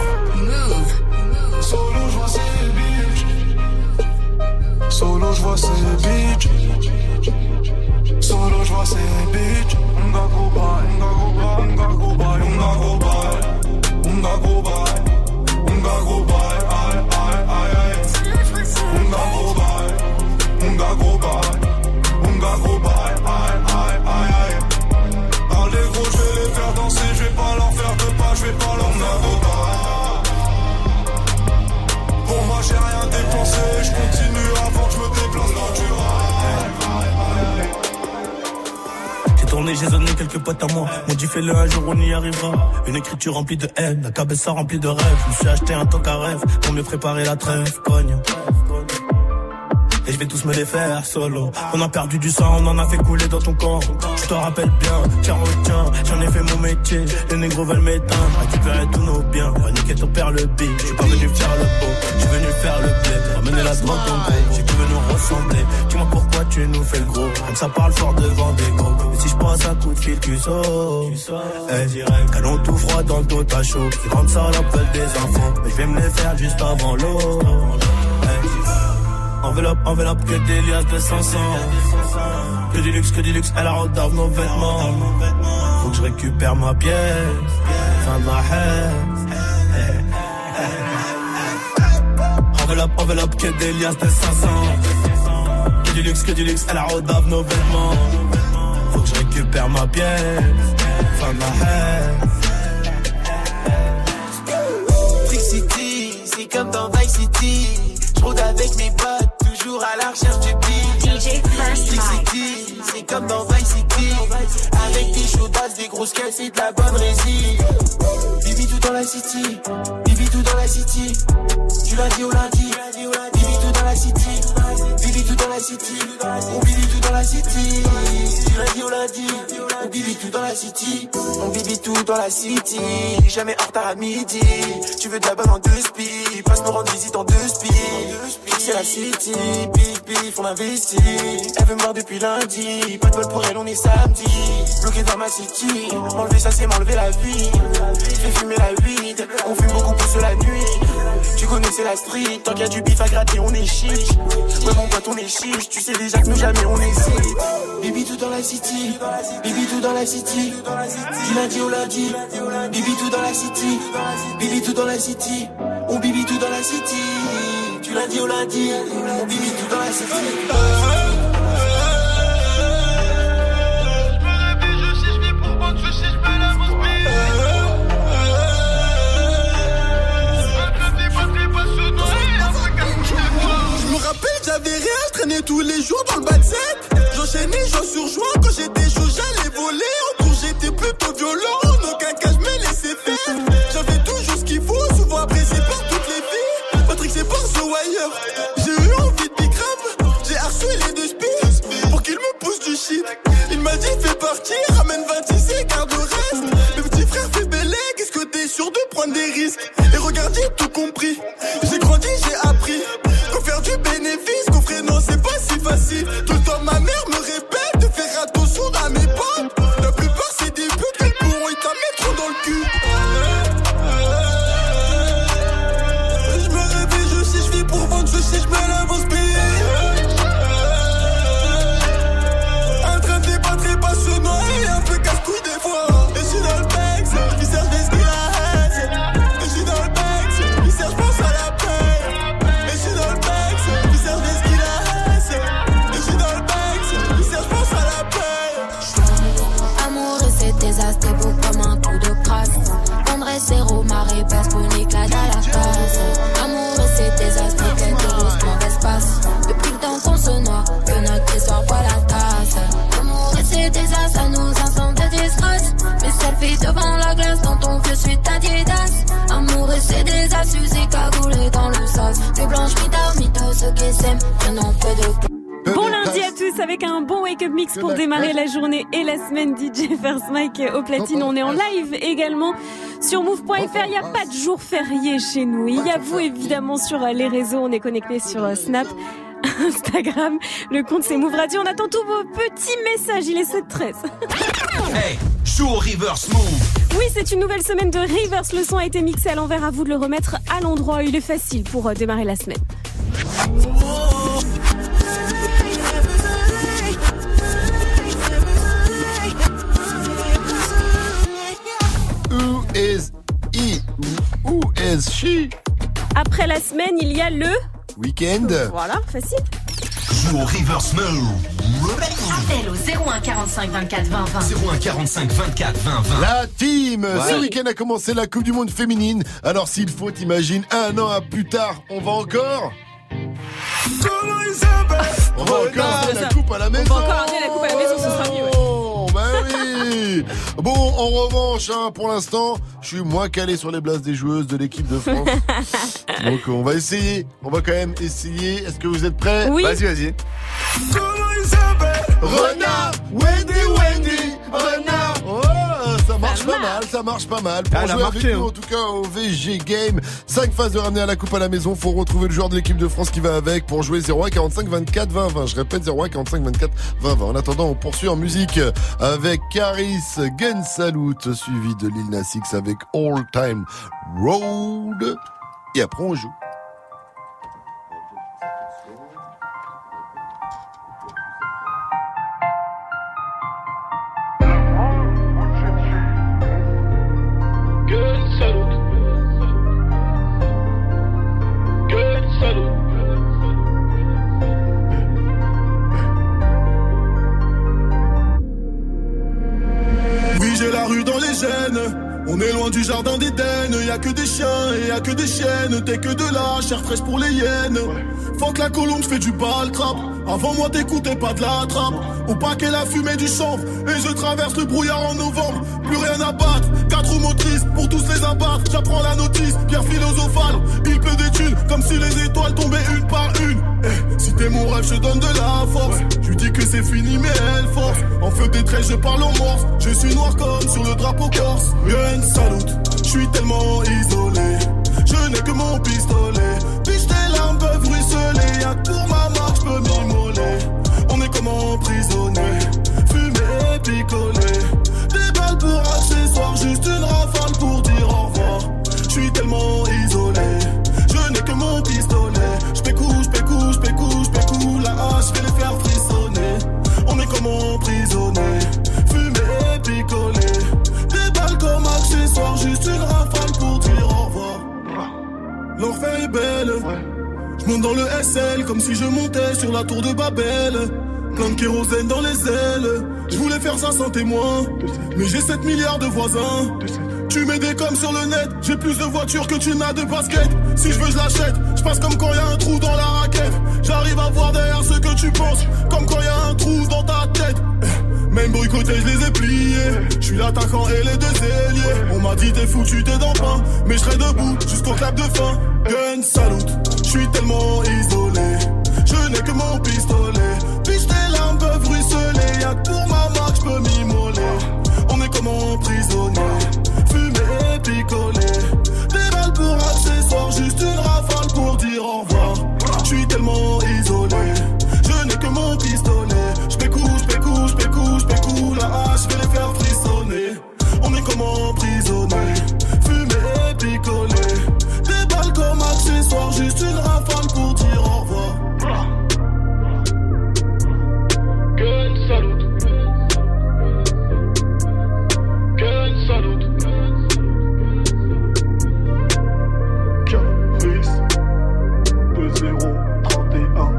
Solo j'vois ces bitches. Solo j'vois ces bitches. Solo j'vois ces bitches. On va gros bail, on va gros bail, on va gros bail, on va gros bail, on va gros bail, aïe aïe aïe aïe. On va gros bail, on va gros bail, on va gros bail, aïe aïe aïe aïe. Allez gros je vais les faire danser, je vais pas leur faire de pas, je vais pas leur faire de pas. Pour moi j'ai rien dépensé, je continue avant que je me déplace dans du rail. tourné, j'ai zoné quelques potes à moi. M'ont dit fais-le un jour, on y arrivera. Une écriture remplie de haine, la cabessa remplie de rêves. Je me suis acheté un tank à rêve pour mieux préparer la trêve, cogne. Et je vais tous me les faire solo. On a perdu du sang, on en a fait couler dans ton corps. Je te rappelle bien, tiens retiens, j'en ai fait mon métier. Les négros veulent m'éteindre, récupérer tous nos biens. Va niquer ton père le big, je suis pas venu faire le beau, je suis venu faire le blé. Ramener la drogue en gros, j'ai tout venu ressembler. Dis-moi pourquoi tu nous fais le gros, comme ça parle fort devant des gros. Et si je passe un coup de fil, tu sautes. Direct, canon tout froid dans le dos, t'as chaud. Les grandes salopes veulent des infos, mais je vais me les faire juste avant l'eau. Enveloppe, que des liasses de 500. Que du luxe, elle a retard nos vêtements. Faut que je récupère ma pièce, fin de ma haine. Enveloppe, que des liasses de 500. Que du luxe, elle a retard nos vêtements. Faut que je récupère ma pièce, fin de ma haine. Trick City, c'est comme dans Vice City. J'rôde avec mes potes, toujours à la recherche du beat. DJ First City, c'est comme dans Vice City. Avec des chaudasses, des grosses caisses et de la bonne résine. Bibi tout dans la city, bibi tout dans la city. Du lundi au lundi, bibi tout dans la city. Bibi tout dans la city, on bibi tout dans la city. Du lundi au lundi, on bibi tout dans la city. On bibi tout dans la city, jamais en retard à midi. Tu veux de la bonne en 2 spi, passe nous rendre visite en 2 spi. C'est la city, big beef, on investit. Elle veut me voir depuis lundi, pas de bol pour elle, on est samedi. Bloqué dans ma city, m'enlever ça c'est m'enlever la vie. Fais fumer la weed, on fume beaucoup plus la nuit. Tu connais c'est la street, tant qu'il y a du bif à gratter on est chiche. Ouais mon pote on est chiche, tu sais déjà que nous jamais on hésite. Bibi tout dans la city, bibi tout dans la city. Du lundi au lundi, bibi tout dans la city. Bibi tout dans la city, on bibi tout dans la city. Du lundi au lundi, on bibi tout dans la city. Je me rappelle, j'avais rien, je traînais tous les jours dans le bas de set. J'enchaînais, j'en surjoins, quand j'étais chaud, j'allais voler. En cours, j'étais plutôt violent, en aucun cas, je me laissais faire. J'avais toujours ce qu'il faut, souvent apprécié par toutes les filles. Patrick, c'est par The Wire. J'ai eu envie de bicrave, j'ai harcelé de spies pour qu'il me pousse du shit. Il m'a dit, fais partir, ramène 26 et garde le reste. Le petit frère fait belle, qu'est-ce que t'es sûr de prendre des risques? Et regarde, j'ai tout compris. J'ai grandi, j'ai appris. Qu'on faire du bénéfice, qu'on ferait non, c'est pas si facile. Tout le temps, ma mère me répète de faire attention à mes potes. La plupart, c'est des putes, elles pourront y t'en mettre dans le cul. Je me réveille, je sais, je vis pour vendre, je sais, je me lève au speed. Un train de débat très passionnant et un peu casse-couille des fois. Et je suis dans le Bex, qui cherche des skills à haine. Et je suis dans le Bex, qui cherche, je pense à la paix. Et je suis dans le Bex, qui cherche des skills à haine. Et je suis dans le Bex, qui cherche, je pense à la paix. Amoureux, c'est désastreux beau comme un coup de crasse. André zéro, marée basse, bonique là dans la case. Amoureux, c'est désastreux, quelque chose mauvaise passe. Depuis le temps qu'on se noie, que notre histoire voit la tasse. Amoureux, c'est désastre, ça nous incendie de disgrâce. Mes selfies devant la glace, dans ton vieux suite Adidas. Amoureux, c'est des astuces, cagoulés dans le sas. Les blanches, mythos, ceux qui s'aiment, rien n'en peut de. Bon lundi à tous avec un bon wake-up mix pour démarrer la journée et la semaine. DJ First Mike au platine. On est en live également sur move.fr. Il n'y a pas de jour férié chez nous. Il y a vous évidemment sur les réseaux. On est connecté sur Snap, Instagram. Le compte c'est Move Radio. On attend tous vos petits messages. Il est 7h13. Hey, joue au reverse move. Oui, c'est une nouvelle semaine de reverse. Le son a été mixé à l'envers. À vous de le remettre à l'endroit. Il est facile pour démarrer la semaine. Who is he? Who is she? Après la semaine, il y a le week-end. Voilà, facile. Joue au reverse move. Appel au 01 45 24 20 20. 01 45 24 20 20. La team. Ouais. Ce week-end a commencé la Coupe du Monde féminine. Alors s'il faut, t'imagines, un an plus tard, on va encore. On va encore amener la coupe à la maison. On va encore amener la coupe à la maison, ce sera mieux. Ouais. Bah oui. Bon, en revanche, pour l'instant, je suis moins calé sur les blases des joueuses de l'équipe de France. Donc on va essayer. On va quand même essayer. Est-ce que vous êtes prêts? Oui. Vas-y. Comment il s'appelle? Renard. Wendy, Renard. Oh, ça marche pas mal. Pour jouer avec nous, en tout cas, au VG Game. 5 phases de ramener à la coupe à la maison. Faut retrouver le joueur de l'équipe de France qui va avec pour jouer 01 45 24 20 20. Je répète, 01 45 24 20 20. En attendant, on poursuit en musique avec Caris, Gun Salute, suivi de Lil Nas X avec All Time Road. Et après, on joue. J'ai la rue dans les gènes, on est loin du jardin d'Éden. Y'a que des chiens et y'a que des chiennes. T'es que de la chair fraîche pour les hyènes. Faut que la colombe, j'fais du bal trap. Avant moi t'écoutais pas de la trappe. Au paquet la fumée du chanvre. Et je traverse le brouillard en novembre. Plus rien à battre, 4 roues motrices pour tous les abattre. J'apprends la notice, pierre philosophale. Il pleut des thunes, comme si les étoiles tombaient une par une. Si t'es mon rêve, je donne de la force. Je dis que c'est fini mais elle force. En feu des traits, je parle en morse. Je suis noir comme sur le drapeau corse. Gun salute, je suis tellement isolé. Je n'ai que mon pistolet. Biche tes larmes peuvent ruisseler. Y'a que pour ma marque, je peux m'immoler. On est comme emprisonné, fumé et picolé. Des balles pour accessoires, juste une rafale pour dire au revoir. Je suis tellement isolé, je n'ai que mon pistolet. J'pécou, la hache, je vais les faire frissonner. On est comme emprisonné, fumé et picolé. Des balles comme accessoires, juste une rafale pour dire au revoir. L'enfer est belle, je monte dans le SL comme si je montais sur la tour de Babel. Plein de kérosène dans les ailes. Je voulais faire ça sans témoin, mais j'ai 7 milliards de voisins. Tu mets des coms sur le net, j'ai plus de voitures que tu n'as de baskets. Si je veux je l'achète, je passe comme quand y a un trou dans la raquette. J'arrive à voir derrière ce que tu penses, comme quand y a un trou dans ta tête. Même boycotté, je les ai pliés. Je suis l'attaquant et les deux ailiers. On m'a dit t'es foutu, t'es dans le pain, mais je serai debout jusqu'au clap de fin. Gun salute, je suis tellement isolé. Je n'ai que mon pistolet. Biche tes larmes peuvent ruisseler. Y'a que pour ma marque, je peux m'immoler. On est comme emprisonné, fumé et picolé. Des balles pour accessoires, juste une rafale pour dire au revoir. Je suis tellement isolé, je n'ai que mon pistolet. J'pécou, la hache, je vais les faire frissonner. On est comme emprisonné, fumé et picolé. Des balles comme accessoires, juste une rafale pour dire au revoir. Gun salute, gun salute. Caris 2031.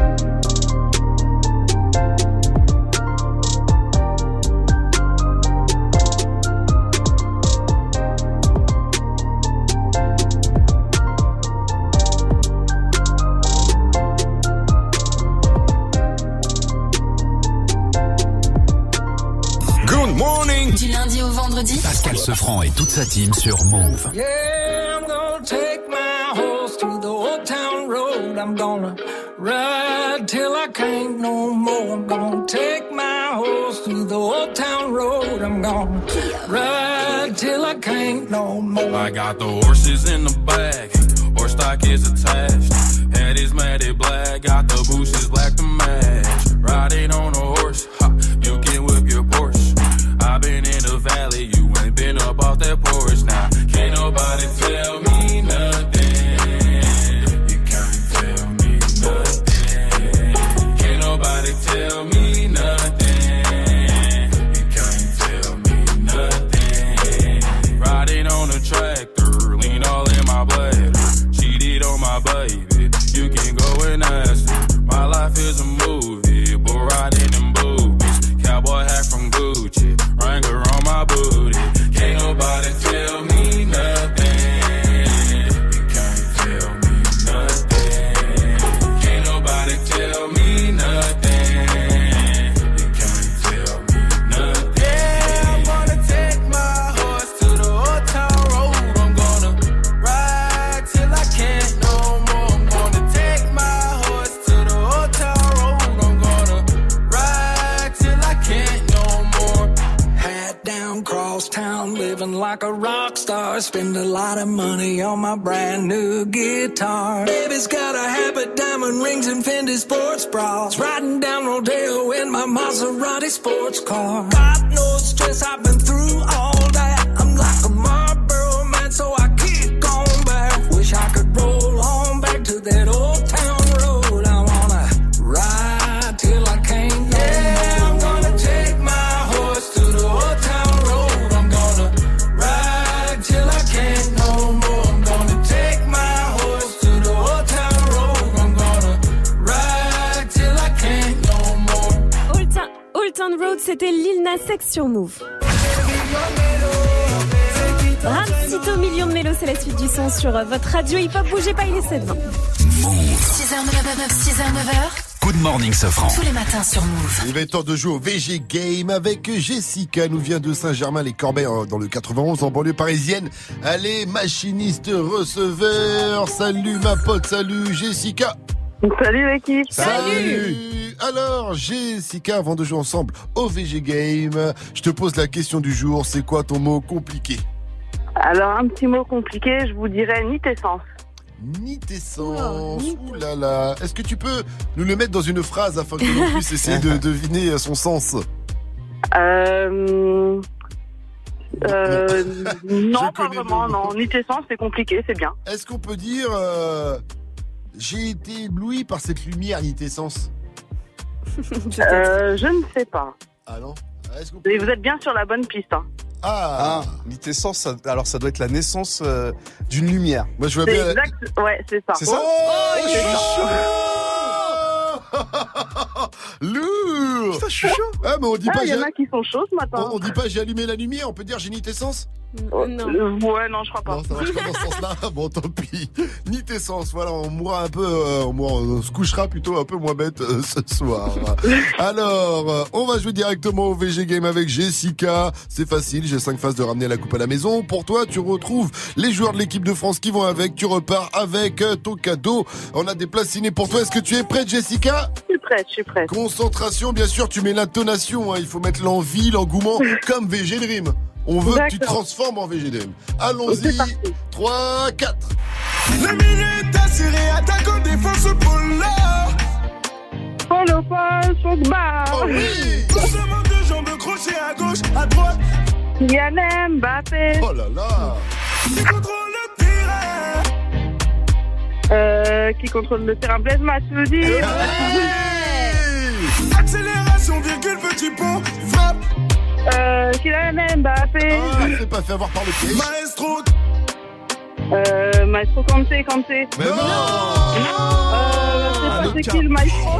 Du lundi au vendredi, Pascal Sefranc et toute sa team sur Move. Yeah, I'm gonna take my horse to the old town road. I'm gonna ride till I can't no more. I'm gonna take my horse to the old town road. I'm gonna ride till I can't no more. I got the horses in the back, horse stock is attached. Head is matted black, got the bushes black to match. Riding on a horse, ha, you can whip your Porsche. I've been in the valley, you ain't been up off that porch. Now, can't nobody tell me nothing. You can't tell me nothing. Can't nobody tell me nothing. You can't tell me nothing. Riding on a tractor, lean all in my blood. Cheated on my baby, you can go and ask her. My life is a movie, but riding in boobies. town, living like a rock star. Spend a lot of money on my brand new guitar. Baby's got a habit, diamond rings and Fendi sports bras. Riding down Rodeo in my Maserati sports car. Got no stress, I've been through all that. I'm like a Marlboro man, so I keep going back. Wish I could roll on back to that old town road. I wanna ride till I can't no more. I'm gonna take my horse to the old town road. I'm gonna ride till I can't no more. I'm gonna take my horse to the old town road. I'm gonna ride till I can't no more. Old Town Road, c'était Lil Nas X sur Move. Ramsito, million de mélos, c'est la suite du son sur votre radio hip-hop. Bougez pas, il est 7h20. 6h-9h. Good morning, Sofran. Tous les matins sur Move. Il va être temps de jouer au VG Game avec Jessica. Nous vient de Saint-Germain-les-Corbeilles dans le 91 en banlieue parisienne. Allez, machiniste receveur. Salut ma pote, salut Jessica. Salut l'équipe. Salut. Alors Jessica, avant de jouer ensemble au VG Game, je te pose la question du jour. C'est quoi ton mot compliqué? Alors un petit mot compliqué, je vous dirais nitessence. Nitessence. Ouh là là. Est-ce que tu peux nous le mettre dans une phrase afin que l'on puisse essayer de deviner son sens? Non, pas vraiment, non. Nitessence, c'est compliqué, c'est bien. Est-ce qu'on peut dire j'ai été ébloui par cette lumière nitessence? Je ne sais pas. Ah non. Mais vous êtes bien sur la bonne piste. Hein. Nitessence, alors ça doit être la naissance d'une lumière. Moi je vois c'est bien. Exact, ouais, c'est ça. C'est ça? Oh, je suis chaud. Lourd. Putain, je suis chaud. Ah, mais on dit pas. Il y en a qui sont chauds ce matin. On dit pas j'ai allumé la lumière, on peut dire j'ai nitessence? Non. Ouais, non, je crois pas. Non, ça marche pas dans ce sens-là. Bon, tant pis. Nitessence, voilà, on mourra un peu, on se couchera plutôt un peu moins bête ce soir. Alors, on va jouer directement au VG Game avec Jessica. C'est facile, j'ai 5 phases de ramener la coupe à la maison. Pour toi, tu retrouves les joueurs de l'équipe de France qui vont avec. Tu repars avec ton cadeau. On a des places ciné pour toi. Est-ce que tu es prête, Jessica? Je suis prête. Concentration, bien sûr, tu mets l'intonation. Hein. Il faut mettre l'envie, l'engouement, comme VG Dream. On veut que tu te transformes en VG Dream. Allons-y. 3, 4. La minute assurée, attaque en défense pour là. Polo Paul, Pogba. Oh oui. Passement de jambes crochet à gauche, à droite. Kylian Mbappé. Oh là là. Qui contrôle le terrain? Qui contrôle le terrain? Blaise Matuidi. Accélération, virgule, petit pont, frappe. Kylian Mbappé. C'est pas fait avoir par le pied. Maestro. Maestro Kanté. Mais non. C'est qui le maestro?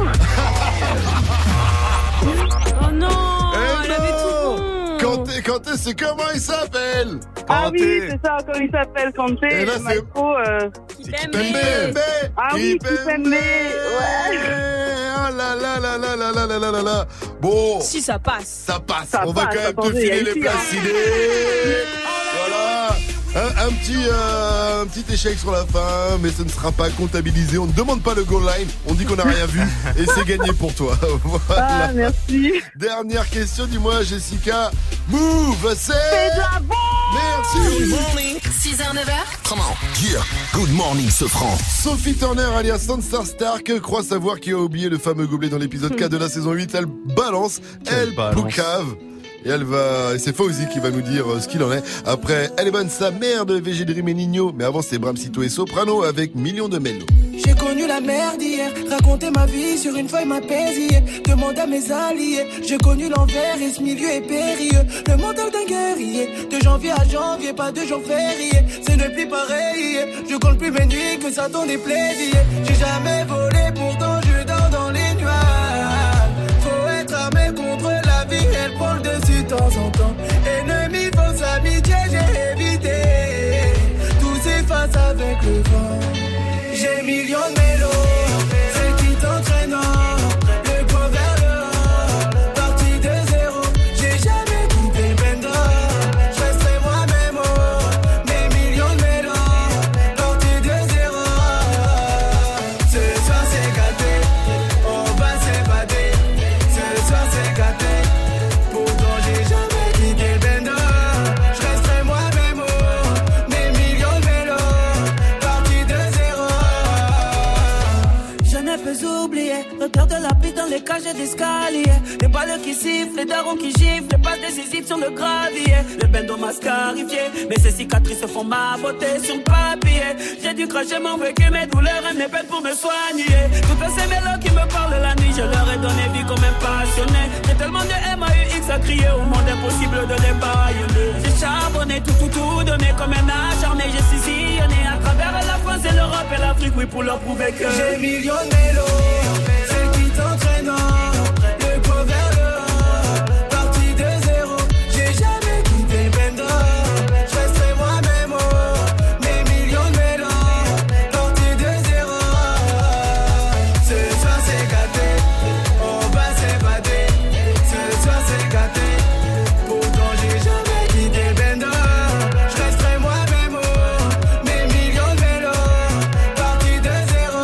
Oh non, elle avait tout bon. Kanté, c'est comment il s'appelle? Ah oui, c'est ça, comment il s'appelle, Kanté. Et là, le maestro. Kipembe. Ah oui, Kipembe. Ouais. Oh là là là là là là là là là. Bon. Si ça passe. Ça passe. On va quand même te filer les places ciné. Voilà. Un petit échec sur la fin, mais ce ne sera pas comptabilisé. On ne demande pas le goal line. On dit qu'on n'a rien vu et c'est gagné pour toi. Voilà. Ah, merci. Dernière question, dis-moi, Jessica. Move, c'est de la bombe. Merci. Good morning. 6h, 9h. Come on. Yeah. Good morning, Sofran. Sophie Turner, alias Sansa Stark, croit savoir qui a oublié le fameux gobelet dans l'épisode 4 de la saison 8. Elle balance, elle boucave. Et et c'est Fauzi qui va nous dire ce qu'il en est. Après, elle est bonne sa mère de VG Dream et Nino. Mais avant, c'est Bramsito et Soprano avec Millions de Mélos. J'ai connu la merde hier, raconter ma vie sur une feuille m'apaiser. Demande à mes alliés, j'ai connu l'envers et ce milieu est périlleux. Le mental d'un guerrier, de janvier à janvier, pas de jour férié. C'est ne plus pareil, je compte plus mes nuits que ça t'en déplaisir. J'ai jamais volé, pourtant je dors dans les nuages. Faut être armé contre la vie, elle prend le dessus de temps en temps. Ennemi, fausse amitié, j'ai évité. Tout s'efface avec le vent. J'ai millions de mélos, celle qui t'entraîne, le point vers le haut, parti de zéro, j'ai jamais quitté le bendo, je resterai moi-même, mes millions de mélos, parti de zéro, ce soir c'est gâté. bleu qui siffle, les darons qui giflent, les passes décisives sur le gravier. Le bendo m'a scarifié, mais ces cicatrices font ma beauté sur le papier. J'ai dû cracher mon vécu, mes douleurs et mes peines pour me soigner. Toutes ces mélos qui me parlent la nuit, je leur ai donné vie comme un passionné. J'ai tellement de MAUX à crier au monde, impossible de les baïonner. J'ai charbonné tout donné comme un acharné. J'ai sillonné à travers la France et l'Europe et l'Afrique, oui, pour leur prouver que j'ai millions de mélos, celles qui t'entraînent, le poids vers le haut, parti de zéro. J'ai jamais quitté le bendo, je resterai moi-même, mes millions de mélos, parti de zéro. Ce soir c'est gâté, on va s'évader. Ce soir c'est gâté, pourtant j'ai jamais quitté le bendo. Je resterai moi-même, mes millions de mélos, parti de zéro.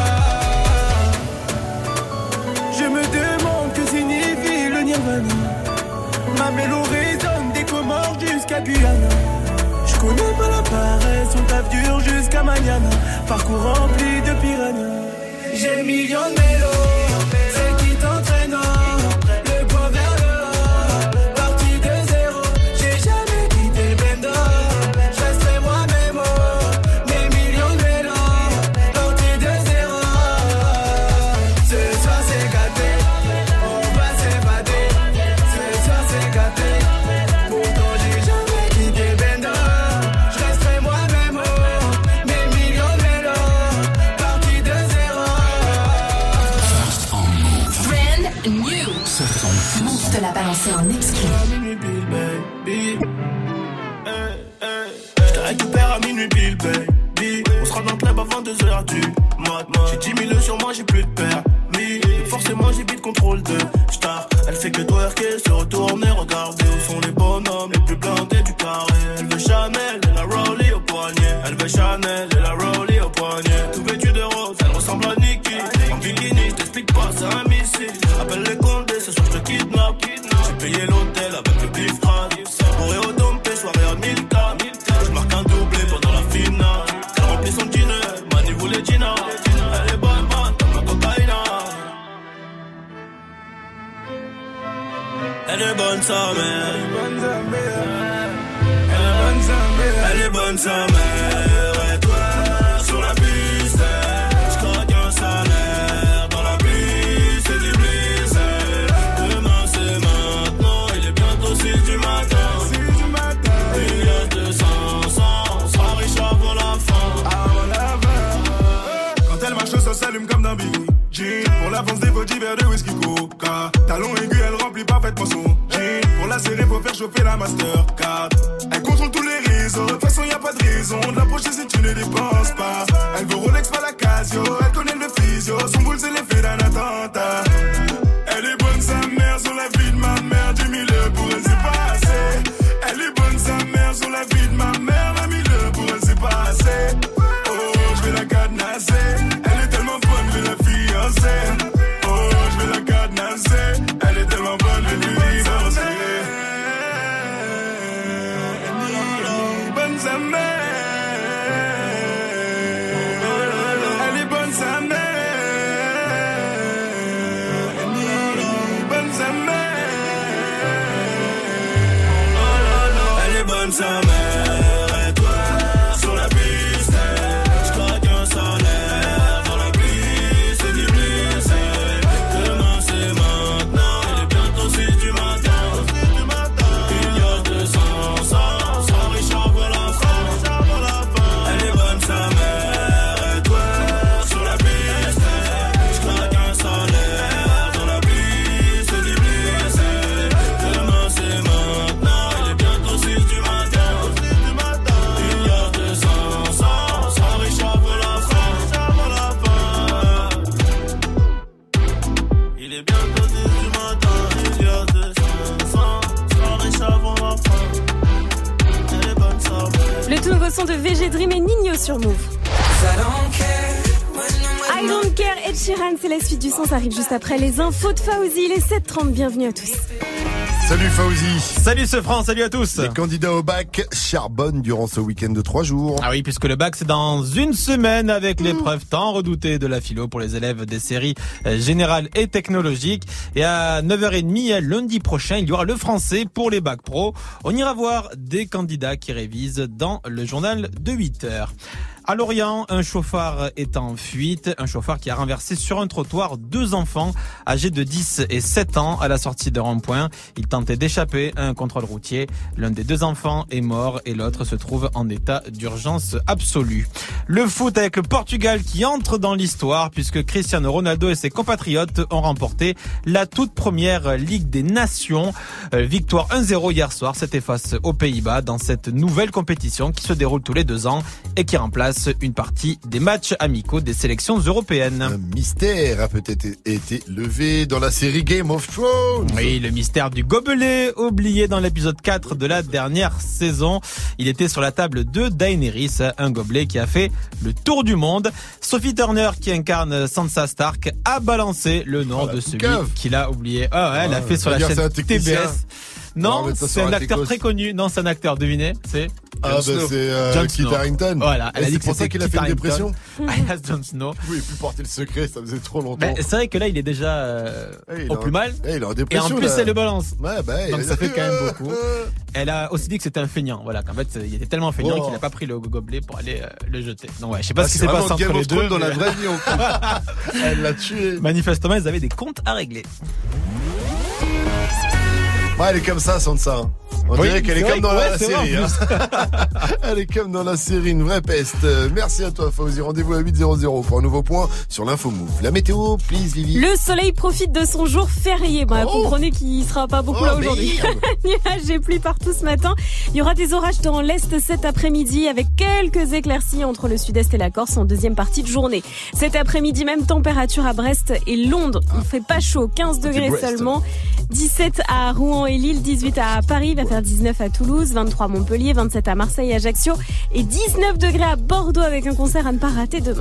Je me demande que signifie le Nirvana. Ma mélo résonne des Comores jusqu'à Guyana. Je connais pas la paresse, on taffe dur jusqu'à Maniana. Parcours rempli de piranhas. J'ai millions de mélos, celles qui t'entraînent, le poids vers le haut, parti de zéro. J'ai jamais quitté le bendo, je resterai moi-même, mes millions de mélos, parti de zéro. Ce soir c'est gâté, on va s'évader. Ce soir c'est gâté, pourtant j'ai jamais quitté le bendo. Je resterai moi-même, mes millions de mélos, parti de zéro. Brand new. Move te l'a balancé en exclu. Je te récupère à minuit pile, baby. On sera dans le club avant 2h du mat. J'ai 10 000 sur moi, j'ai plus de permis. Forcément, j'ai vite contrôle de star. Elle fait que twerker, se retourner, regarder où sont les bonhommes les plus blindés du carré. Elle veut Chanel et la Rollie au poignet. Elle veut Chanel et la Rollie au poignet. Tout vêtu de rose, elle ressemble à Nicki. En bikini, je t'explique pas, c'est un missile. Appelle les condés, ce soir je te kidnappe. J'ai payé l'hôtel avec le bif crade. Bourré au dompé, soirée à 1000K. Je marque un doublé pendant la finale. Elle remplit son dîner, Mani voulait Gina. Elle est bonne, man, comme la cocaïna. Elle est bonne sa mère. Elle est bonne sa mère. Et toi, sur la piste, je craque un salaire. Dans la piste, c'est du bliss. Demain c'est maintenant, il est bientôt 6 du matin. Il y a 200, on sera riche avant la fin. Quand elle marche, ça s'allume comme d'un Billy Jean. Pour l'avance des body verres de whisky coca. Talon aigu, elle remplit parfaitement son jean. Pour la serrer, faut faire chauffer la Mastercard. Elle contrôle tous les réseaux, de toute façon y a pas de raison de l'approcher si tu ne dépenses pas. Elle veut Rolex, pas la Casio, elle connaît le physio. Son boule c'est l'effet d'un attentat. Elle est bonne sa mère, sur la vie de ma mère. 10 000 pour elle c'est pas assez. Elle est bonne sa mère, sur la vie de ma mère. 20 000 pour elle c'est pas assez. Oh, je vais la cadenasser. Elle est tellement bonne, je vais la fiancer. Oh, je vais la cadenasser. Elle est tellement bonne, je vais lui divorcer. Bonne sa mère. Elle est bonne sa mère. Bonne sa mère. Elle est bonne sa mère. Et toi, sur la piste, je craque un salaire. Dans la piste, c'est du bliss. Demain c'est maintenant, il est bientôt 6 du matin. Il y a 200, on sera riche avant la fin. Elle est bonne sa mère. Et toi, sur la piste, je craque un salaire. Dans la piste, c'est du bliss. Demain c'est maintenant, il est bientôt 6 du matin. Il y a 200, on sera riche avant la fin. Il est bientôt 10 du matin. Il y a 200, on sera riche avant la fin. Elle est bonne sa mère. Le tout nouveau son de VG Dream et Nino sur Move. I don't care, Ed Sheeran, c'est la suite du son, ça arrive juste après les infos de Fauzi, il est 7h30, bienvenue à tous. Salut Fauzi. Salut ce France, salut à tous. Les candidats au bac charbonnent durant ce week-end de 3 jours. Ah oui, puisque le bac c'est dans une semaine avec l'épreuve tant redoutée de la philo pour les élèves des séries générales et technologiques. Et à 9h30 lundi prochain, il y aura le français pour les bacs pro. On ira voir des candidats qui révisent dans le journal de 8h. À Lorient, un chauffard est en fuite. Un chauffard qui a renversé sur un trottoir 2 enfants âgés de 10 et 7 ans à la sortie d'un rond-point. Il tentait d'échapper à un contrôle routier. L'un des 2 enfants est mort et l'autre se trouve en état d'urgence absolue. Le foot avec le Portugal qui entre dans l'histoire puisque Cristiano Ronaldo et ses compatriotes ont remporté la toute première Ligue des Nations. Victoire 1-0 hier soir. C'était face aux Pays-Bas dans cette nouvelle compétition qui se déroule tous les 2 ans et qui remplace une partie des matchs amicaux des sélections européennes. Un mystère a peut-être été levé dans la série Game of Thrones. Oui, le mystère du gobelet, oublié dans l'épisode 4 de la dernière saison. Il était sur la table de Daenerys, un gobelet qui a fait le tour du monde. Sophie Turner, qui incarne Sansa Stark, a balancé le nom de celui qu'il a oublié. Ah ouais, elle a fait sur la chaîne TBS. Non, c'est un acteur très connu. Non, c'est un acteur, devinez. C'est Kit Harington. Voilà, elle a dit que c'est pour ça qu'il a fait une dépression. Alias Jon Snow. Vous pouvez plus porter le secret, ça faisait trop longtemps. C'est vrai que là, il est déjà au plus mal. Il est en dépression. Et en plus, elle le balance. Ouais, donc ça fait quand même beaucoup. Elle a aussi dit que c'était un feignant. Voilà, qu'en fait, il était tellement feignant qu'il n'a pas pris le gobelet pour aller le jeter. Donc ouais, je sais pas ce qui s'est passé entre les deux. Dans la vraie vie, elle l'a tué. Manifestement, ils avaient des comptes à régler. Ouais, elle est comme ça, Sansa. On dirait qu'elle est comme dans la série. Elle est comme dans la série, une vraie peste. Merci à toi, Fauzi. Rendez-vous à 8h00 pour un nouveau point sur l'info Move. La météo, please, Vivi. Le soleil profite de son jour férié. Comprenez qu'il sera pas beaucoup là aujourd'hui. Nuages et pluie partout ce matin. Il y aura des orages dans l'est cet après-midi avec quelques éclaircies entre le sud-est et la Corse en deuxième partie de journée. Cet après-midi, même température à Brest et Londres. On fait pas chaud, 15 degrés seulement. 17 à Rouen et Lille, 18 à Paris, va faire 19 à Toulouse, 23 à Montpellier, 27 à Marseille et Ajaccio et 19 degrés à Bordeaux avec un concert à ne pas rater demain.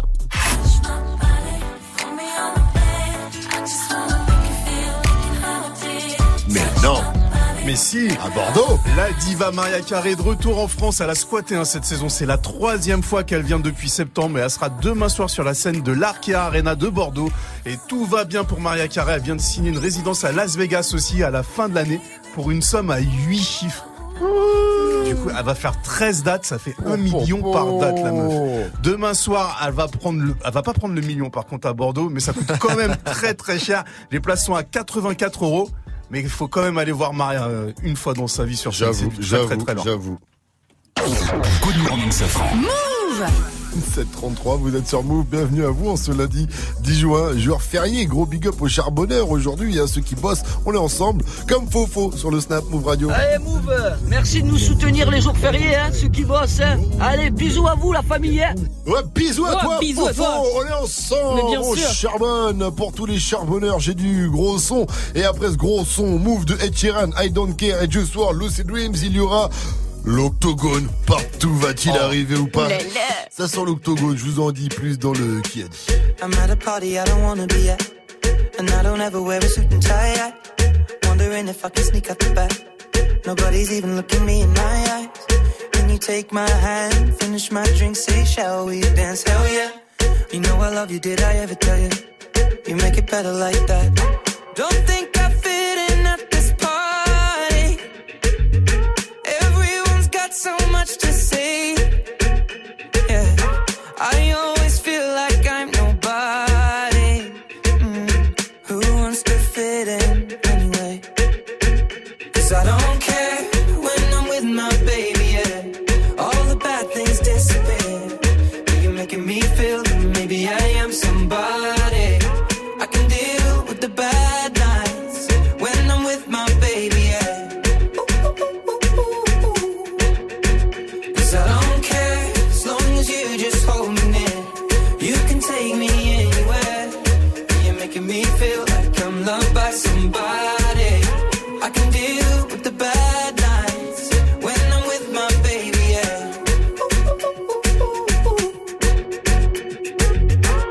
Mais non. Mais si, à Bordeaux. La diva Mariah Carey de retour en France. Elle a squatté cette saison. C'est la 3e fois qu'elle vient depuis septembre. Et elle sera demain soir sur la scène de l'Arkea Arena de Bordeaux. Et tout va bien pour Mariah Carey. Elle vient de signer une résidence à Las Vegas aussi à la fin de l'année pour une somme à 8 chiffres. Du coup, elle va faire 13 dates, ça fait 1 million par date, la meuf. Demain soir, elle va pas prendre le million par contre à Bordeaux, mais ça coûte quand même très très cher. Les places sont à 84 €. Mais il faut quand même aller voir Maria une fois dans sa vie sur scène. J'avoue. Good morning, Safran. Move 7h33, vous êtes sur Move, bienvenue à vous en ce lundi 10 juin, jour férié, gros big up aux charbonneurs aujourd'hui, il y a ceux qui bossent, on est ensemble, comme Fofo sur le Snap Move Radio. Allez Move, merci de nous soutenir les jours fériés, ceux qui bossent, allez, bisous à vous la famille. Ouais, bisous à toi, bisous Fofo, à toi. on est ensemble, on charbonne, pour tous les charbonneurs, j'ai du gros son, et après ce gros son, Move de Ed Sheeran, I Don't Care, et Just War, Lucid Dreams, il y aura l'octogone partout, va-t-il arriver ou pas? Ça sent l'octogone, je vous en dis plus dans le qui a dit. I'm at a party I don't wanna be at, and I don't ever wear a suit and tie at. Wondering if I can sneak out the back. Nobody's even looking me in my eyes. Can you take my hand, finish my drink, say shall we dance? Hell yeah. You know I love you, did I ever tell you? You make it better like that. Don't think I fit in at this party. Everyone's got so much to say. Yeah, I always feel like I'm nobody. Who wants to fit in anyway? 'Cause I don't care when I'm with my baby, yeah. All the bad things disappear. You're making me feel that maybe I am somebody. I can deal with the bad nights when I'm with my baby, yeah. 'Cause I don't care as long as you just hold me near. You can take me anywhere. You're making me feel like I'm loved by somebody. I can deal with the bad nights when I'm with my baby, yeah.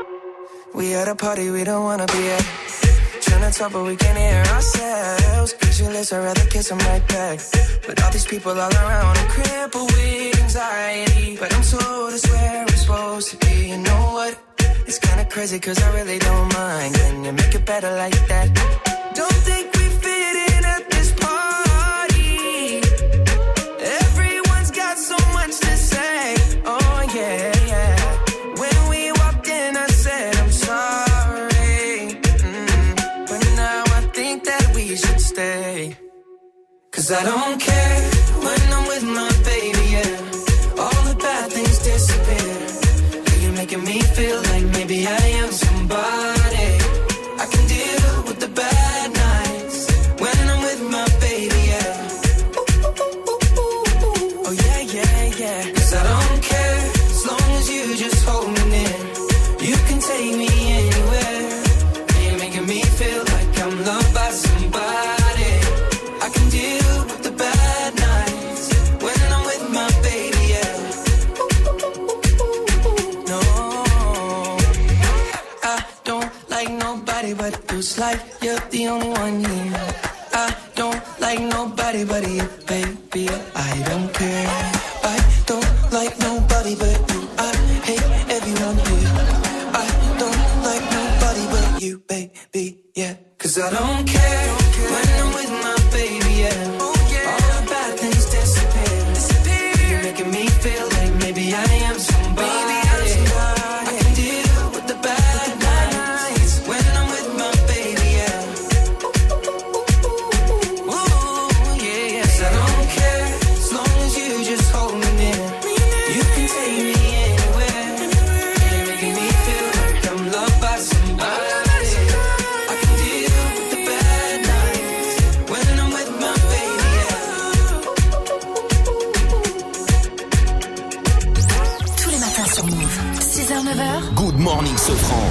We at a party we don't wanna be at. Trying to talk but we can't hear ourselves. speechless, I'd rather kiss him right back. But all these people all around, I'm crippled with anxiety. But I'm told it's where I'm supposed to be. You know what? It's kinda crazy cause I really don't mind. Can you make it better like that? Don't think we fit in at this party. Everyone's got so much to say. Oh yeah, yeah. When we walked in I said I'm sorry. But now I think that we should stay. Cause I don't care when I'm with my baby, yeah. All the bad things disappear. You're making me feel like maybe I am somebody. I can deal with the bad nights when I'm with my baby, yeah. Oh yeah, yeah, yeah. Cause I don't care as long as you just hold me near. You can take me anywhere. You're making me feel like I'm loved by somebody. I can deal with the bad nights when I'm with my baby, yeah. No, I don't like nobody but you. It's like you're the only one here. I don't like nobody but you, baby. I don't care. I don't like nobody but you. I hate everyone here. I don't like nobody but you, baby, yeah. Cause I don't care when I'm with my baby, yeah. All the bad things disappear. You're making me feel like maybe I am somebody. I can deal with the bad nights when I'm with my baby, yeah. Ooh, yeah, yeah. 'Cause I don't care as long as you just hold me near. You can take me anywhere. You're making me feel like I'm loved by somebody. I can deal with the bad nights when I'm with my baby, yeah. Tous les matins sur Move. 6h, 9h. Good morning, Sofran.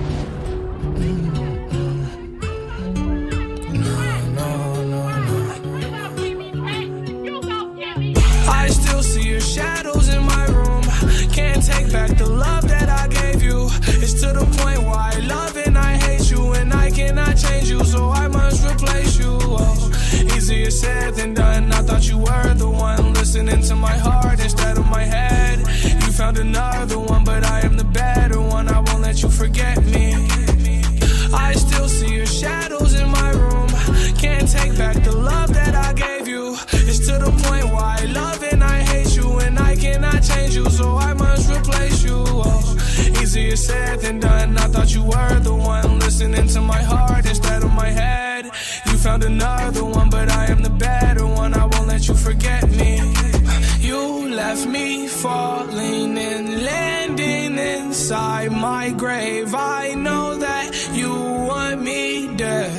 I still see your shadows in my room. Can't take back the love that I gave you. It's to the point where I love and I hate you, and I cannot change you, so I must replace you. Oh, easier said than done. I thought you were the one listening to my heart instead of my head. You found another one, but I am the better one. I won't let you forget me. I still see your shadows in my room. Can't take back the love that I gave you. It's to the point where I love and I hate you, and I cannot change you, so I must replace you. Oh, easier said than done. I thought you were the one listening to my heart instead of my head. You found another one, but I am the better one. I won't let you forget me. You left me falling and landing inside my grave. I know that you want me dead.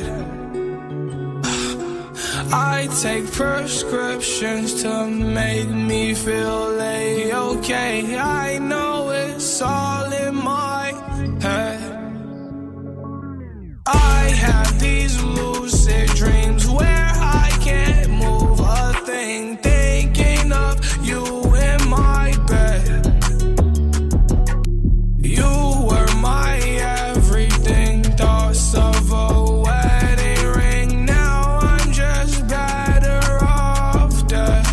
I take prescriptions to make me feel okay. I know it's all in my head. I have these lucid dreams where I can't move a thing, thinking of you in my bed. You were my everything, thoughts of a wedding ring. Now I'm just better off dead.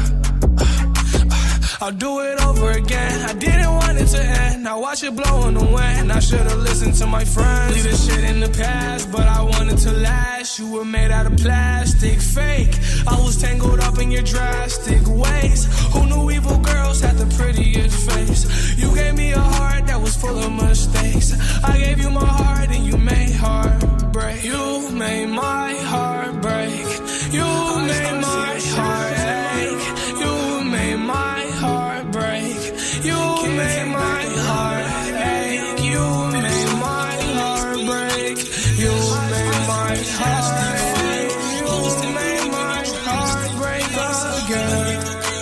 I'll do it over again. I didn't want it to end. Now watch it blow in the wind. I should've listened to my friends. Leave this shit in the past, but I wanted to last. You were made out of plastic, fake. I was tangled up in your drastic ways. Who knew evil girls had the prettiest face? You gave me a heart that was full of mistakes. I gave you my heart and you made heartbreak. You made my heart break. You made my heart ache. You made my heart break. You made my heart ache. You made my heart break. You made my heart ache. You made my heart break again.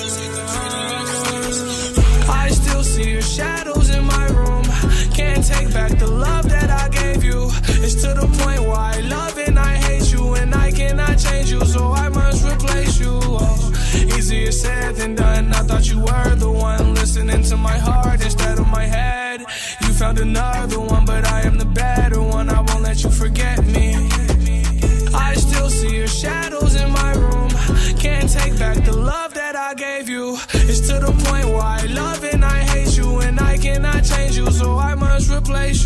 I still see your shadows in my room. Can't take back the love that I gave you. It's to the point where I love and I hate you, and I cannot change you, so I must replace you. Oh, easier said than done. I thought you were the one listening to my heart instead of my head. You found another one, but I am the better one. I won't let you forget me. I still see your shadows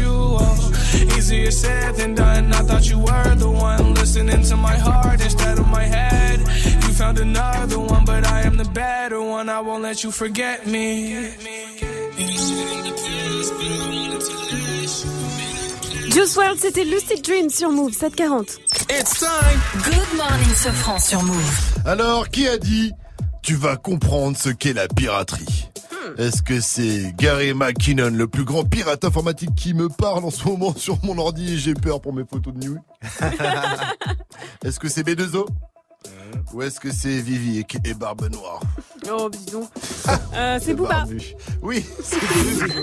you. Oh, easier said than done. I thought you were the one listening to my heart instead of my head. You found another one, but I am the better one. I won't let you forget me. Juice WRLD, c'était Lucid Dream sur Move 740. It's time. Good morning, Sofran sur Move. Alors, qui a dit tu vas comprendre ce qu'est la piraterie? Est-ce que c'est Gary McKinnon, le plus grand pirate informatique qui me parle en ce moment sur mon ordi et j'ai peur pour mes photos de nuit? Est-ce que c'est B2O? Ou est-ce que c'est Vivi et Barbe Noire? Oh, dis donc. C'est Booba. Oui, c'est Booba.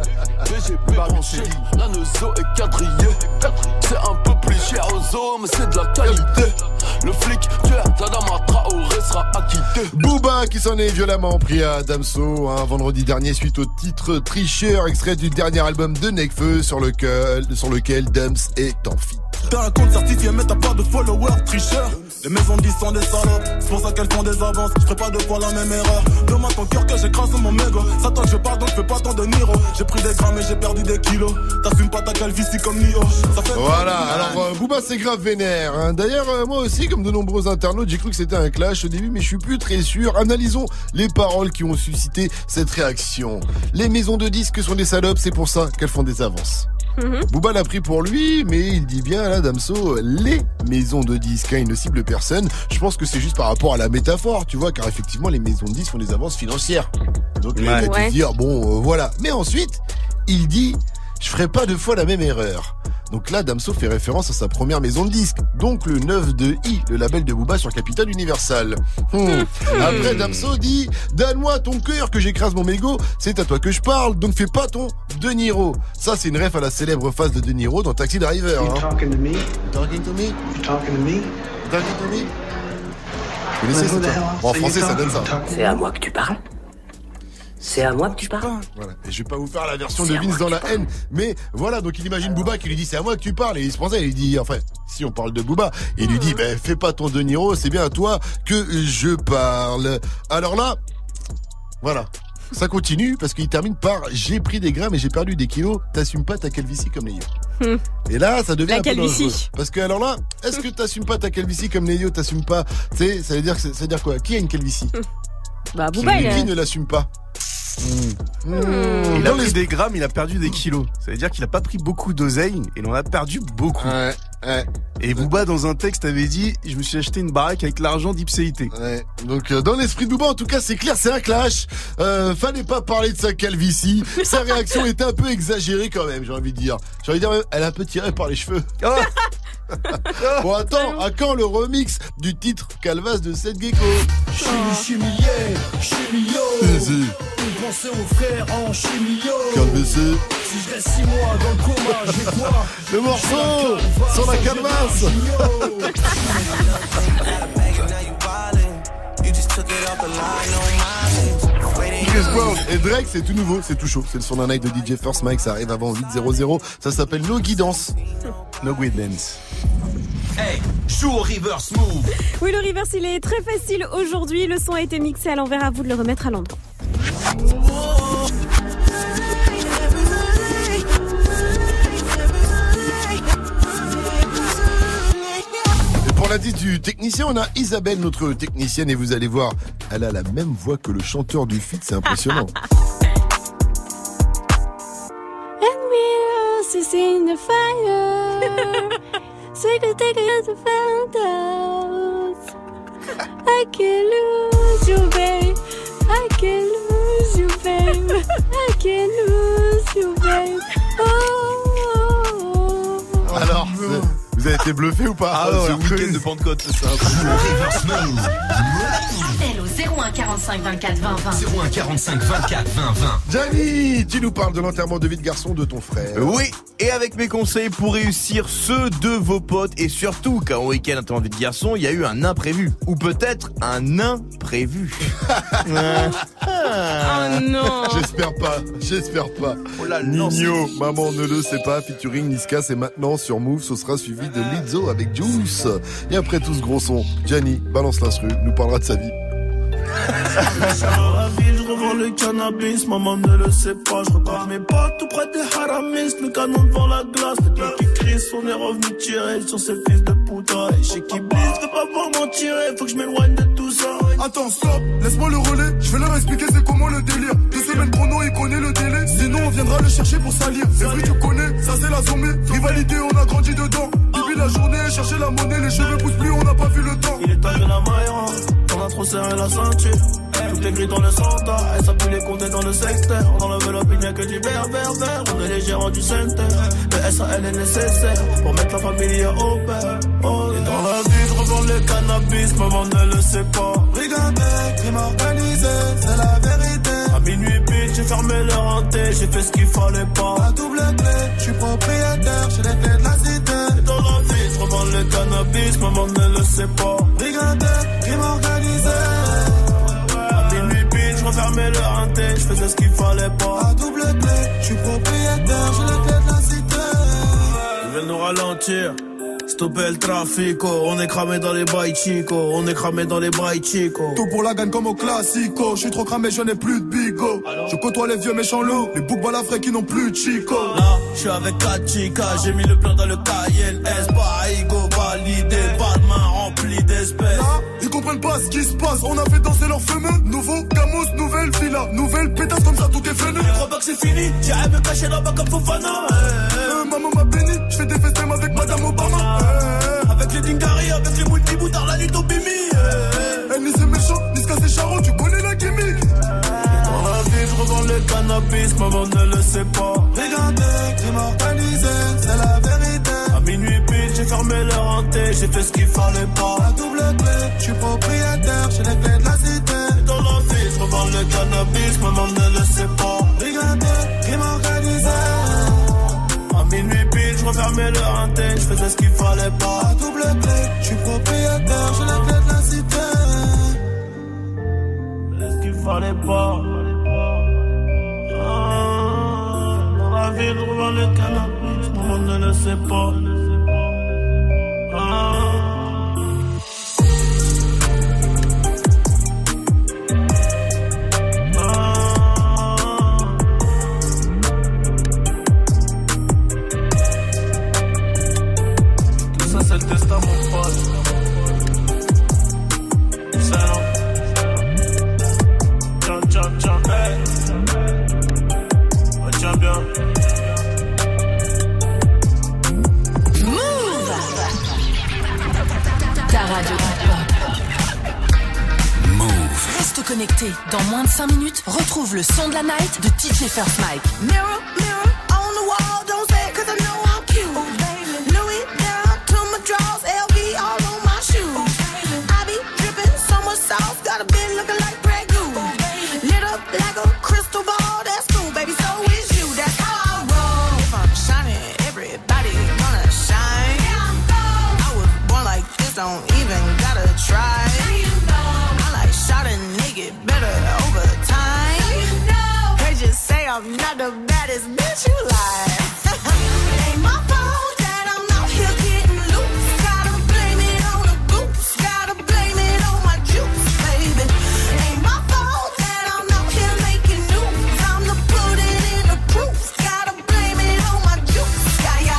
J'ai branché, la Neuzo est quadrillée. C'est un peu plus cher aux hommes, mais c'est de la qualité. Le flic, Tadama Traoré sera acquitté. Booba qui s'en est violemment pris à Damso vendredi dernier suite au titre Tricheur, extrait du dernier album de Nekfeu sur lequel Dams est en feat. T'as un compte certifié mais t'as pas de followers, tricheur. Les maisons de 10 sont des salopes, c'est pour ça qu'elles font des avances. Je ferai pas deux fois la même erreur. Demande ton cœur que j'écrase mon mégot. Ça tant que je parle donc je fais pas tant de Niro. J'ai pris des grammes et j'ai perdu des kilos. T'assumes pas ta calvitie comme Nio. Voilà, alors Booba c'est grave vénère hein. D'ailleurs moi aussi comme de nombreux internautes j'ai cru que c'était un clash au début mais je suis plus très sûr. Analysons les paroles qui ont suscité cette réaction. Les maisons de disques sont des salopes, c'est pour ça qu'elles font des avances. Booba l'a pris pour lui, mais il dit bien là, Damso, les maisons de disques, il ne cible personne. Je pense que c'est juste par rapport à la métaphore, tu vois, car effectivement les maisons de disques font des avances financières. Donc il a dû dire bon, voilà. Mais ensuite, il dit, je ferai pas deux fois la même erreur. Donc là, Damso fait référence à sa première maison de disques, donc le 9-2i, le label de Booba sur Capital Universal. Après, Damso dit « Donne-moi ton cœur que j'écrase mon mégot, c'est à toi que je parle, donc fais pas ton De Niro. » Ça, c'est une ref à la célèbre phase de De Niro dans Taxi Driver. You talking to me? You talking to me? You talking to me? You talking to me? Vous connaissez ça? Bon, en français, ça donne ça. C'est à moi que tu parles? C'est à moi que tu parles. Voilà. Et je vais pas vous faire la version de Vince dans la haine, mais voilà, donc il imagine Booba qui lui dit c'est à moi que tu parles, et il se pensait, il lui dit, enfin, si on parle de Booba, et il lui dit, fais pas ton De Niro, c'est bien à toi que je parle. Alors là, voilà. Ça continue parce qu'il termine par j'ai pris des grammes et j'ai perdu des kilos, t'assumes pas ta calvitie comme les yeux. Et là, ça devient la un peu calvitie. dangereux. Parce que alors là, est-ce que t'assumes pas ta calvitie comme les yeux, t'assumes pas, tu sais, ça veut dire quoi? Qui a une calvitie? Bah, Booba, qui ne l'assume pas? Il a pris des grammes, il a perdu des kilos. Ça veut dire qu'il a pas pris beaucoup d'oseille et il en a perdu beaucoup. Et Booba dans un texte avait dit je me suis acheté une baraque avec l'argent d'Ipséité. Donc dans l'esprit de Booba en tout cas c'est clair, c'est un clash. Fallait pas parler de sa calvitie. Sa réaction était un peu exagérée quand même, j'ai envie de dire. J'ai envie de dire même, elle a un peu tiré par les cheveux. Bon attends, à quand le remix du titre Calvas de Seth Gecko? Je suis millé. On pensait aux frères en chimio. Calvessé. Si je reste 6 mois dans le coma, j'ai quoi? Le morceau sur la calvasse. Chris Brown et Drake, c'est tout nouveau, c'est tout chaud. C'est le son d'un night de DJ First Mike, ça arrive avant 8:00. Ça s'appelle No Guidance. No Guidance. Hey, joue au reverse move. Oui, le reverse, il est très facile aujourd'hui. Le son a été mixé à l'envers, à vous de le remettre à l'endroit. Et pour l'indice du technicien, on a Isabelle, notre technicienne, et vous allez voir, elle a la même voix que le chanteur du feat, c'est impressionnant. And we lost us in the fire. So you could take it to find out. I can't lose you, babe. I can't lose you, babe. I can't lose you, babe. Oh. Alors, vous avez été bluffé ou pas? Ah ouais, le week-end de Pentecôte, c'est ça. Appel au 01 45 24 20 20. 01 45 24 20 20. Gianni, tu nous parles de l'enterrement de vie de garçon de ton frère. Oui, et avec mes conseils pour réussir ceux de vos potes, et surtout quand au week-end enterrement de vie de garçon, il y a eu un imprévu. Ou peut-être un imprévu. Oh non. J'espère pas. Oh là, Nino, maman ne le sait pas, featuring Niska, c'est maintenant sur Move, ce sera suivi de Lizzo avec Juice. Et après tout ce gros son, Gianni balance l'instru, nous parlera de sa vie. Dans la ville, je revends le cannabis, maman ne le sait pas. Je repars mes potes tout près des haramis, le canon devant la glace. Le gars qui crie, on est revenu tirer sur ces fils de puta. Et chez qui blisse, veut pas voir m'en tirer, faut que je m'éloigne de tout ça. Attends, stop, laisse-moi le relais, je vais leur expliquer c'est comment le délire. 2 semaines chrono, il connaît le délai, sinon on viendra le chercher pour salir. C'est vrai, tu connais, ça c'est la zombie. Rivalité, on a grandi dedans. Depuis la journée, chercher la monnaie, les cheveux poussent plus, on n'a pas vu le temps. Il est temps de la maillera, on a trop serré la ceinture. Toutes les grilles dans le centre, et ça pue les comptes dans le secteur. On enlève il n'y a que du vert. On est les gérants du center. Le SAL est nécessaire pour mettre la famille au père. Oh, et dans la vie, je revends le cannabis, maman ne le sait pas. Brigandé, crime organisé, c'est la vérité. À minuit pile, j'ai fermé le renté, j'ai fait ce qu'il fallait pas. La double clé, je suis propriétaire, j'ai les clés de la cité. Et dans la vie, je revends le cannabis, maman ne le sait pas. Brigandé, crime organisé. Je refermais le renté, je faisais ce qu'il fallait pas. À double clé, je suis propriétaire, j'ai les clés de la cité. Ils veulent nous ralentir, stopper le trafic, on est cramé dans les bails chico, on est cramé dans les bails chico. Tout pour la gagne comme au classico, je suis trop cramé, je n'ai plus de bigot. Je côtoie les vieux méchants loups, les boucs balafrés qui n'ont plus de chico. Là, je suis avec 4 chicas, j'ai mis le plan dans le KLS, Baigo validé, pas de main remplie d'espèces. Là, ils comprennent pas ce qui se passe, on a fait danser leurs fameux. Nouveau Camus, nouvelle villa, nouvelle pétasse comme ça, tout est freiné. Je crois pas que c'est fini, j'irai me cacher là-bas comme Fofana. Maman m'a béni, je fais des festins avec Madame Obama. Avec les Dingari, avec les multiboutards, la lutte au bimi. Ni c'est méchant, ni c'est charron, tu connais la gimmick. Dans la vie, je revends le cannabis, maman ne le sait pas. Brigandé, crime organisé, c'est la vérité. À minuit pile, j'ai fermé le renté, j'ai fait ce qu'il fallait pas. La double clé, je suis propriétaire, j'ai les clés de la cité. Dans la vie, je revends le cannabis, maman ne le sait pas. Brigandé, crime organisé. À minuit pile, je refermais le renté, je faisais ce qu'il fallait pas. La double clé, je suis propriétaire, j'ai les clés de la cité. Faisais ce qu'il fallait pas. Dans la vie, je revends le cannabis, maman ne le sait pas. C'est le destin, mon pote. C'est long. Tiens, hey. Oh, tiens bien. Move. Ta radio. Move. Reste connecté. Dans moins de 5 minutes, retrouve le son de la night de DJ First Mike. Mirror, mirror, on the wall, don't say it 'cause I know I'm cute. Oh, baby. Louis down to my drawers, LV all on my shoes. I be dripping so much sauce, got a bit looking like Grey Goose. Lit up like a crystal ball, that's cool, baby, so is you, that's how I roll. If I'm shining, everybody gonna shine. I was born like this, don't even gotta try. I like shot a nigga better over time. They just say I'm not the baddest bitch you like. Ain't my fault that I'm out here getting loose. Gotta blame it on the goose. Gotta blame it on my juice, baby. Ain't my fault that I'm out here making news. I'm the put it in the proof. Gotta blame it on my juice. Yeah.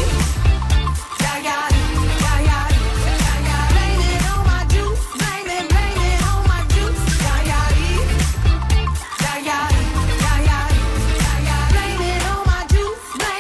Blame it on my juice. Blame it on my juice. Yeah. Blame it on my juice.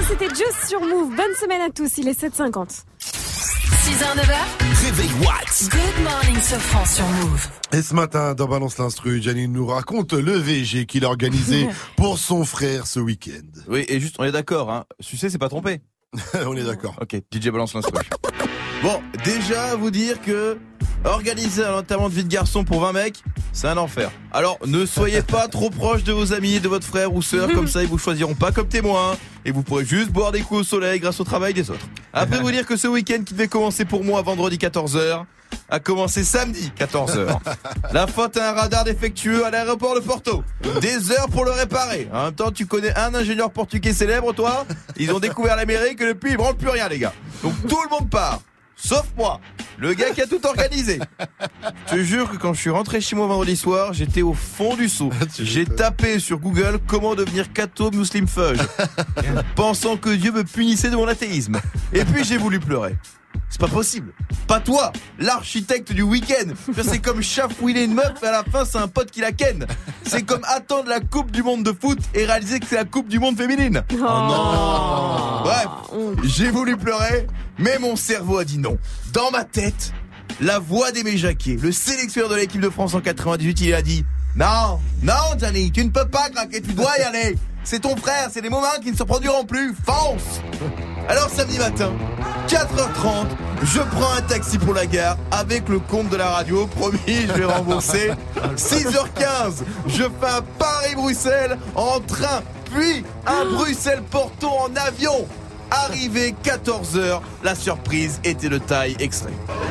c'était Just sur Move. Bonne semaine à tous, il est 7h50. 6h, 9h. Réveil What? Good morning, Sofran sur Move. Et ce matin, dans Balance l'Instru, Janine nous raconte le VG qu'il a organisé pour son frère ce week-end. Oui, et juste, on est d'accord, hein. Sucé, c'est pas trompé. On est d'accord. Ok, DJ Balance l'Instru. Bon, déjà, vous dire que organiser un enterrement de vie de garçon pour 20 mecs, c'est un enfer. Alors, ne soyez pas trop proche de vos amis, de votre frère ou sœur, comme ça ils vous choisiront pas comme témoin, et vous pourrez juste boire des coups au soleil grâce au travail des autres. Après, vous dire que ce week-end qui devait commencer pour moi vendredi 14h, a commencé samedi 14h. La faute à un radar défectueux à l'aéroport de Porto. Des heures pour le réparer. En même temps, tu connais un ingénieur portugais célèbre, toi? Ils ont découvert l'Amérique et depuis ils branlent plus rien, les gars. Donc tout le monde part. Sauf moi, le gars qui a tout organisé. Je te jure que quand je suis rentré chez moi vendredi soir, j'étais au fond du seau. J'ai tapé sur Google comment devenir catho muslim fudge, pensant que Dieu me punissait de mon athéisme. Et puis j'ai voulu pleurer. C'est pas possible. Pas toi, l'architecte du week-end. C'est comme chafouiner une meuf et à la fin c'est un pote qui la ken. C'est comme attendre la Coupe du Monde de foot et réaliser que c'est la Coupe du Monde féminine. Oh non. Bref, j'ai voulu pleurer, mais mon cerveau a dit non. Dans ma tête, la voix d'Aimé Jacquet, le sélectionneur de l'équipe de France en 98, il a dit non, non Gianni, tu ne peux pas craquer, tu dois y aller. C'est ton frère, c'est des moments qui ne se produiront plus, fonce. Alors samedi matin, 4h30, je prends un taxi pour la gare avec le compte de la radio, promis, je vais rembourser. 6h15, je fais un Paris-Bruxelles en train, puis un Bruxelles-Porto en avion. Arrivé 14h, la surprise était de taille extrême.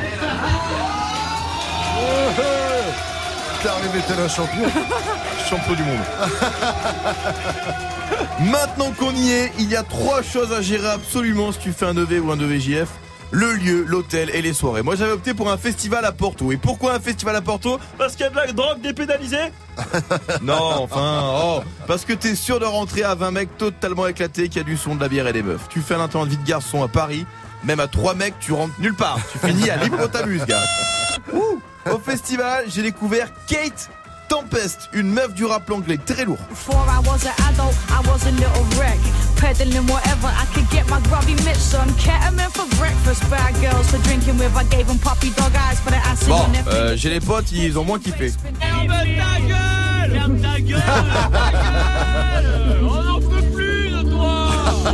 T'es arrivé tel un champion. Champion du monde. Maintenant qu'on y est, il y a 3 choses à gérer absolument si tu fais un EV ou un EVJF. Le lieu, l'hôtel et les soirées. Moi j'avais opté pour un festival à Porto. Et pourquoi un festival à Porto? Parce qu'il y a de la drogue dépénalisée. Non, enfin, parce que t'es sûr de rentrer à 20 mecs totalement éclatés, qu'il y a du son, de la bière et des meufs. Tu fais un enterrement de vie de garçon à Paris, même à 3 mecs tu rentres nulle part. Tu finis à l'Hippotamus, gars. Au festival, j'ai découvert Kate Tempest, une meuf du rap anglais très lourd. Bon, j'ai les potes, ils ont moins kiffé. Ferme ta gueule! Ferme ta gueule! On n'en peut plus de toi!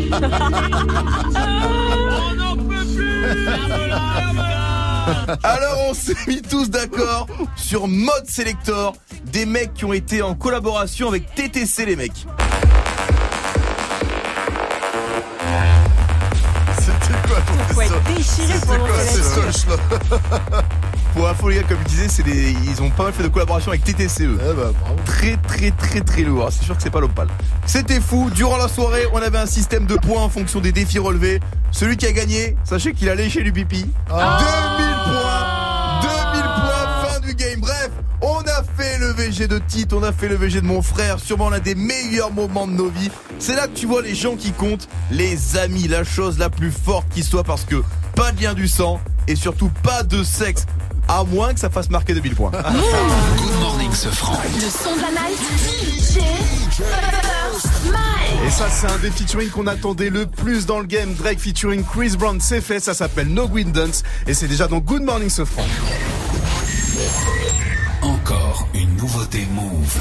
On n'en peut plus! Ferme-la! Alors on s'est mis tous d'accord sur Mode Selector, des mecs qui ont été en collaboration avec TTC les mecs. C'était quoi ton faut être déchiré pour c'est stoche là. Pour info les gars, comme je disais, ils ont pas mal fait de collaboration avec TTCE. Très lourd, c'est sûr que c'est pas l'opale. C'était fou, durant la soirée on avait un système de points en fonction des défis relevés. Celui qui a gagné, sachez qu'il a léché du pipi. 2000 points, fin du game. Bref, on a fait le VG de Tite, on a fait le VG de mon frère, sûrement l'un des meilleurs moments de nos vies. C'est là que tu vois les gens qui comptent, les amis, la chose la plus forte qui soit, parce que pas de lien du sang et surtout pas de sexe. À moins que ça fasse marquer 2000 points. Good morning, Sofran. Le son de la night, DJ Et ça, c'est un des featuring qu'on attendait le plus dans le game. Drake featuring Chris Brown, c'est fait. Ça s'appelle No Guidance. Et c'est déjà dans Good Morning Sofran. Encore une nouveauté Move.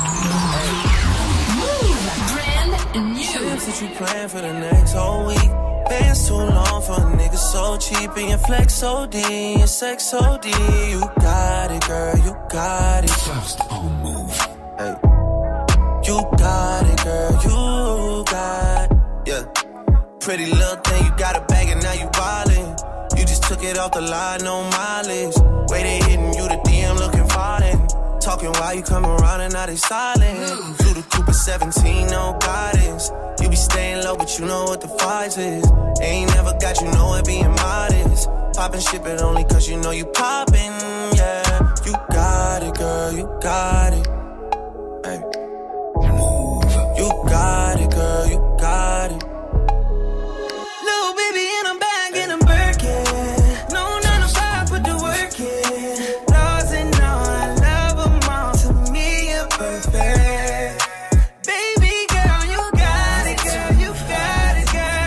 brand new. That you plan for the next whole week. Bands too long for a nigga so cheap. And your flex OD, your sex OD. You got it, girl, you got it. First on Move. Hey. You got it, girl, you got it. Yeah. Pretty little thing, you got a bag and now you wildin'. You just took it off the line, no mileage. Way they hitting you, the DM looking foreign. Talking while you come around and now they silent. Through the Cooper 17, no guidance. You be staying low, but you know what the price is. Ain't never got you know it being modest. Poppin' shit, but only cause you know you poppin', yeah. You got it, girl, you got it. Hey. Move. You got it, girl, you got it. Little baby in a bag and I'm Birkin. No 9 to 5, put the work in. Laws and all, I love them all. To me, you're perfect. Baby girl, you got it, girl, you got it, girl.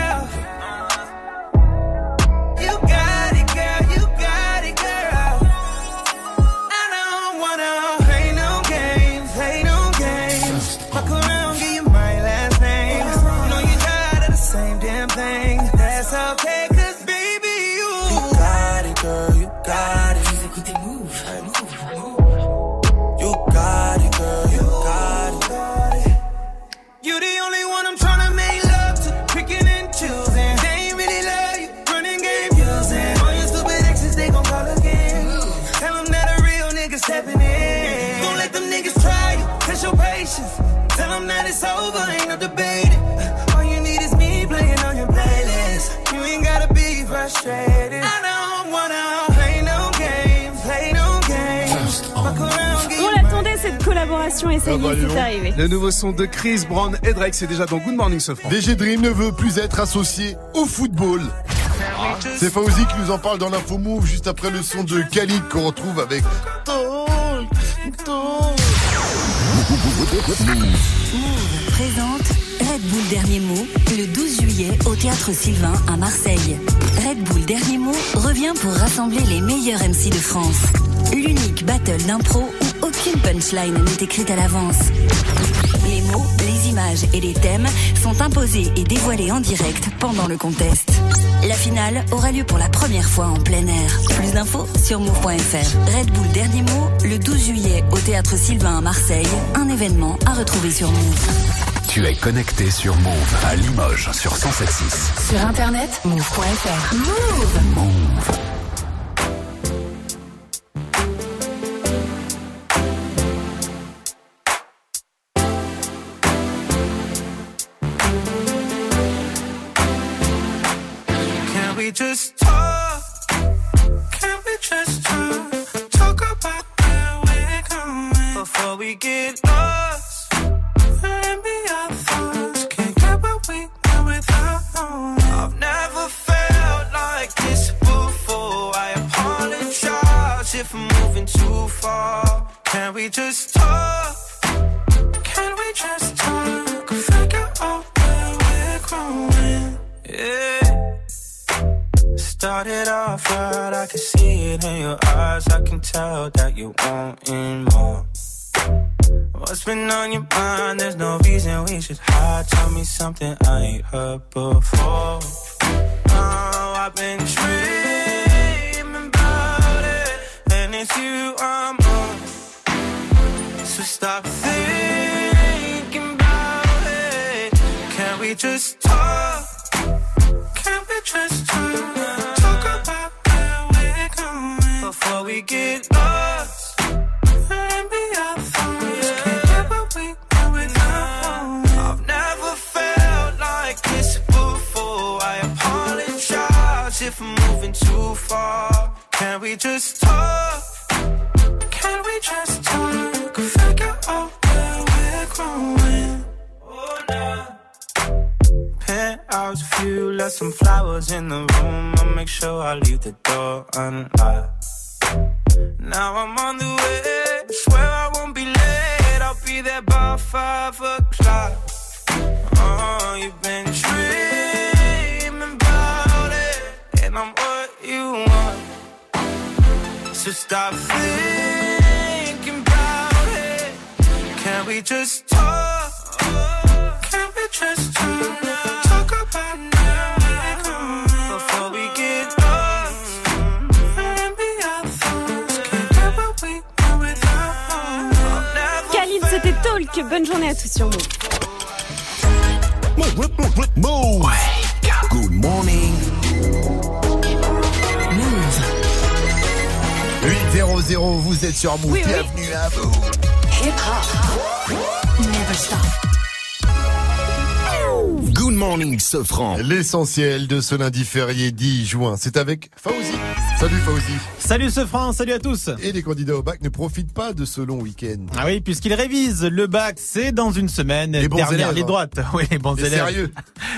it's over, ain't no debating. All you need is me playing on your playlist. You ain't gotta be frustrated. I don't wanna play no games, play no games. Fuck around, get On l'attendait cette collaboration et ça y est, c'est arrivé. Le nouveau son de Chris Brown et Drake, c'est déjà dans Good Morning Sofran. DG Dream ne veut plus être associé au football. C'est Fauzi qui nous en parle dans l'Info Move juste après le son de Khalid qu'on retrouve avec Move présente Red Bull Dernier Mot le 12 juillet au Théâtre Sylvain à Marseille. Red Bull Dernier Mot revient pour rassembler les meilleurs MC de France. L'unique battle d'impro où aucune punchline n'est écrite à l'avance. Les mots, les images et les thèmes sont imposés et dévoilés en direct pendant le contest. La finale aura lieu pour la première fois en plein air. Plus d'infos sur move.fr. Red Bull Dernier Mot le 12 juillet au Théâtre Sylvain à Marseille. Un événement à retrouver sur Move. Tu es connecté sur Move à Limoges sur 107.6. Sur internet, move.fr. Move. Move. Just talk, can we just talk about where we're going before we get lost? Let me our thoughts, can't get what we want without knowing. I've never felt like this before. I apologize if I'm moving too far. Can we just talk? Can we just talk? Figure out where we're growing. Yeah. Started off right, I can see it in your eyes. I can tell that you wanting more. What's been on your mind? There's no reason we should hide. Tell me something I ain't heard before. Oh, I've been dreaming about it, and it's you I'm on. So stop thinking about it. Can we just talk? Can we just talk? Before we get lost, and be our thoughts. Can't get what we want without. I've never felt like this before. I apologize if I'm moving too far. Can we just talk? Can we just talk? Figure out where we're growing. Oh, nah. Penthouse view, left some flowers in the room. I'll make sure I leave the door unlocked. Now I'm on the way, swear I won't be late. I'll be there by 5 o'clock. Oh, you've been dreaming about it, and I'm what you want. So stop thinking about it. Can we just talk? Can we just talk? Talk about now before we get lost. Khalid, c'était Talk. Bonne journée à tous sur Move. Move. Good morning. Move. 800, vous êtes sur Move. Oui, oui. Bienvenue à vous. Hip hop. Never stop. Good morning, Sofran. L'essentiel de ce lundi férié 10 juin, c'est avec Fauzi. Salut Fauzi. Salut Sofran, salut à tous. Et les candidats au bac ne profitent pas de ce long week-end. Ah oui, puisqu'ils révisent. Le bac, c'est dans une semaine. Les bons Dernière élèves, ligne droite. Oui, les bons élèves. Sérieux.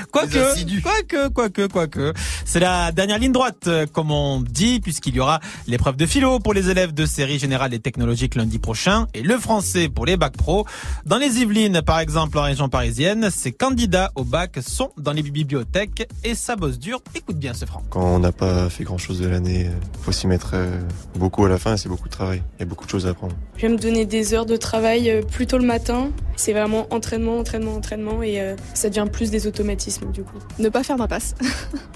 Quoique. C'est la dernière ligne droite, comme on dit, puisqu'il y aura l'épreuve de philo pour les élèves de série générale et technologique lundi prochain et le français pour les bacs pro. Dans les Yvelines, par exemple, en région parisienne, ces candidats au bac sont dans les bibliothèques et ça bosse dur. Écoute bien ce franc. Quand on n'a pas fait grand chose de l'année, faut s'y mettre beaucoup à la fin et c'est beaucoup de travail. Il y a beaucoup de choses à apprendre. Je vais me donner des heures de travail plus tôt le matin. C'est vraiment entraînement et ça devient plus des automatismes du coup. Ne pas faire d'impasse. Je pense que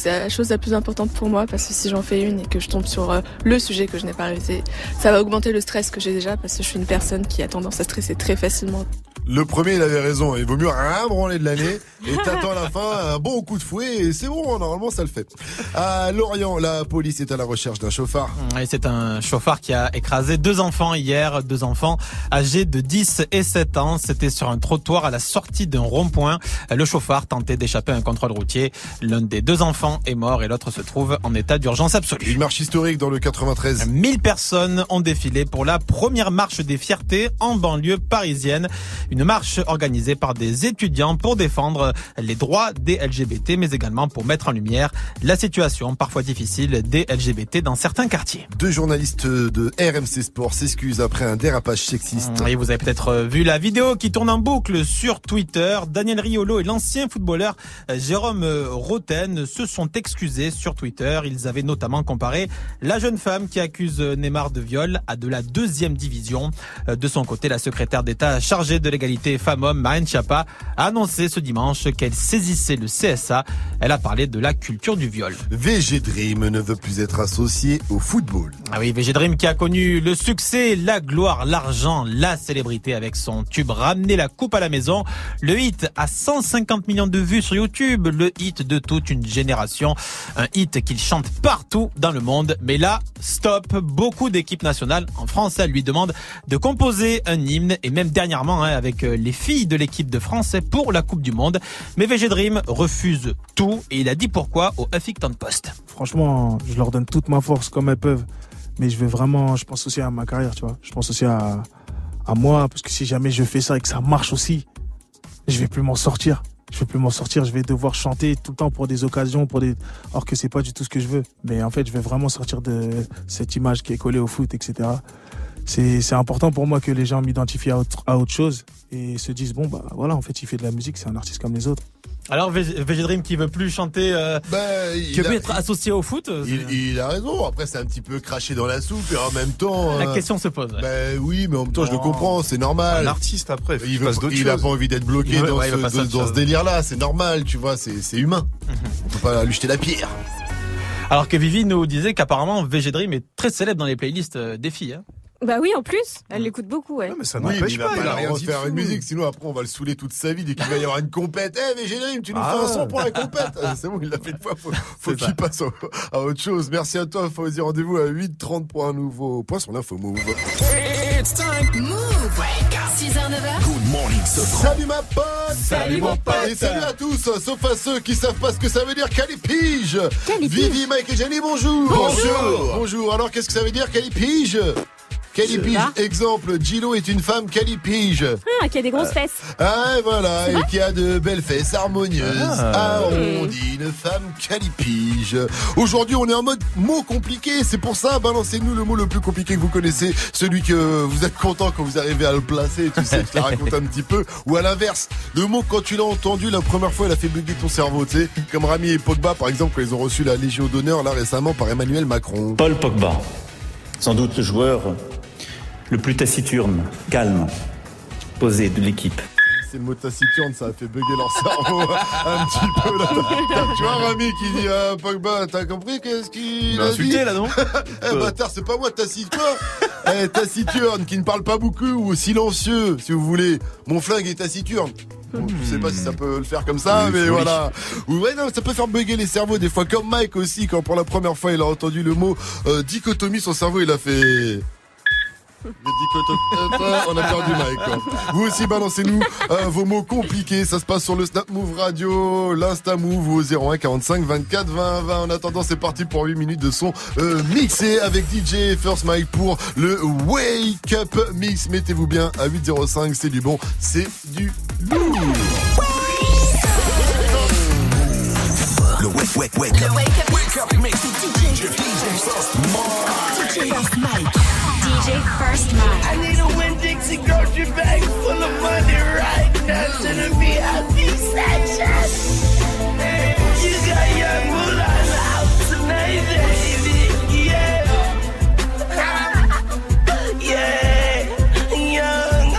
c'est la chose la plus importante pour moi parce que si j'en fais une et que je tombe sur le sujet que je n'ai pas révisé, ça va augmenter le stress que j'ai déjà parce que je suis une personne qui a tendance à stresser très facilement. Le premier, il avait raison. Il vaut mieux rien branler de l'année et t'attends à la fin un bon coup de fouet et c'est bon, normalement ça le fait. À Lorient, la police est à la recherche d'un chauffard. Et c'est un chauffard qui a écrasé 2 enfants hier, 2 enfants âgés de 10 et 7 ans. C'était sur un trottoir à la sortie d'un rond-point. Le chauffard tentait d'échapper à un contrôle routier. L'un des 2 enfants est mort et l'autre se trouve en état d'urgence absolue. Une marche historique dans le 93. 1000 personnes ont défilé pour la première marche des fiertés en banlieue parisienne. Une marche organisée par des étudiants pour défendre les droits des LGBT, mais également pour mettre en lumière la situation parfois difficile des LGBT dans certains quartiers. 2 journalistes de RMC Sport s'excusent après un dérapage sexiste. Et vous avez peut-être vu la vidéo qui tourne en boucle sur Twitter. Daniel Riolo et l'ancien footballeur Jérôme Roten se sont excusés sur Twitter. Ils avaient notamment comparé la jeune femme qui accuse Neymar de viol à de la 2e division. De son côté, la secrétaire d'État chargée de l'égalité femmes-hommes, Marine Schiappa, a annoncé ce dimanche qu'elle saisissait le CSA. Elle a parlé de la culture du viol. VG Dream ne veut plus être associé au football. Ah oui, VG Dream qui a connu le succès, la gloire, l'argent, la célébrité avec son tube Ramener la coupe à la maison. Le hit a 150 millions de vues sur YouTube, le hit de toute une génération. Un hit qu'il chante partout dans le monde. Mais là, stop, beaucoup d'équipes nationales en France lui demandent de composer un hymne et même dernièrement avec les filles de l'équipe de France pour la Coupe du Monde. Mais VG Dream refuse tout et il a dit pourquoi au Huffington Post. Franchement, je leur donne toute ma force comme elles peuvent. Mais je pense aussi à ma carrière, tu vois. Je pense aussi à moi, parce que si jamais je fais ça et que ça marche aussi, je vais plus m'en sortir. Je vais devoir chanter tout le temps pour des occasions, alors que c'est pas du tout ce que je veux. Mais en fait, je vais vraiment sortir de cette image qui est collée au foot, etc. C'est important pour moi que les gens m'identifient à autre chose et se disent bon bah voilà, en fait il fait de la musique, c'est un artiste comme les autres. Alors VG Dream qui veut plus chanter, qui veut être associé au foot. Il a raison. Après c'est un petit peu craché dans la soupe et en même temps. La question se pose. Oui, mais en même temps je le comprends, c'est normal. Un artiste après, il a pas envie d'être bloqué dans ce délire-là. C'est normal, tu vois, c'est humain. On peut pas lui jeter la pierre. Alors que Vivi nous disait qu'apparemment VG Dream est très célèbre dans les playlists des filles. Bah oui, en plus, elle l'écoute beaucoup, ouais. Non, mais ça n'empêche pas, il va rien faire une musique, sinon après on va le saouler toute sa vie dès qu'il va y avoir une compète. VG Dream, tu nous fais un son pour la compète. C'est bon, il l'a fait une fois, faut qu'il passe à autre chose. Merci à toi, Fawzi, rendez-vous à 8h30 pour un nouveau point sur l'info Move. It's time. Move. 6h, 9h. Good morning, salut ma pote. Salut mon pote. Et salut à tous, sauf à ceux qui savent pas ce que ça veut dire Calipige. Vivi, Mike et Jenny, bonjour. Bonjour. Alors qu'est-ce que ça veut dire Calipige? Calipige, exemple, Gilo est une femme calipige. Qui a des grosses fesses. Voilà, et qui a de belles fesses harmonieuses. On dit une femme calipige. Aujourd'hui, on est en mode mots compliqués. C'est pour ça, balancez-nous le mot le plus compliqué que vous connaissez. Celui que vous êtes content quand vous arrivez à le placer. Tu sais, je te la raconte un petit peu. Ou à l'inverse, le mot quand tu l'as entendu la première fois, il a fait bugger ton cerveau, tu sais. Comme Rami et Pogba, par exemple, quand ils ont reçu la Légion d'honneur, là, récemment, par Emmanuel Macron. Paul Pogba. Sans doute le joueur le plus taciturne, calme, posé de l'équipe. C'est le mot taciturne, ça a fait bugger leur cerveau un petit peu là. Tu vois Rami qui dit Pogba, t'as compris qu'est-ce qu'il a dit là non bâtard, c'est pas moi taciturne. Taciturne, qui ne parle pas beaucoup ou silencieux, si vous voulez. Mon flingue est taciturne. Bon, je sais pas si ça peut le faire comme ça, mais voilà. Ouais, non, ça peut faire bugger les cerveaux des fois. Comme Mike aussi, quand pour la première fois il a entendu le mot dichotomie, son cerveau il a fait... On a perdu Mike. Vous aussi balancez-nous vos mots compliqués. Ça se passe sur le Snap Move Radio, l'Insta Move au 01 45 24 20 20. En attendant, c'est parti pour 8 minutes de son mixé avec DJ First Mike pour le Wake Up Mix. Mettez-vous bien à 8:05. C'est du bon, c'est du lourd. Le Wake Up Mix. DJ First Mike. DJ First Mike. I need a Winn-Dixie grocery bag full of money right now to the VIP section. You got young Mulan out tonight, baby. Yeah. Yeah. Young.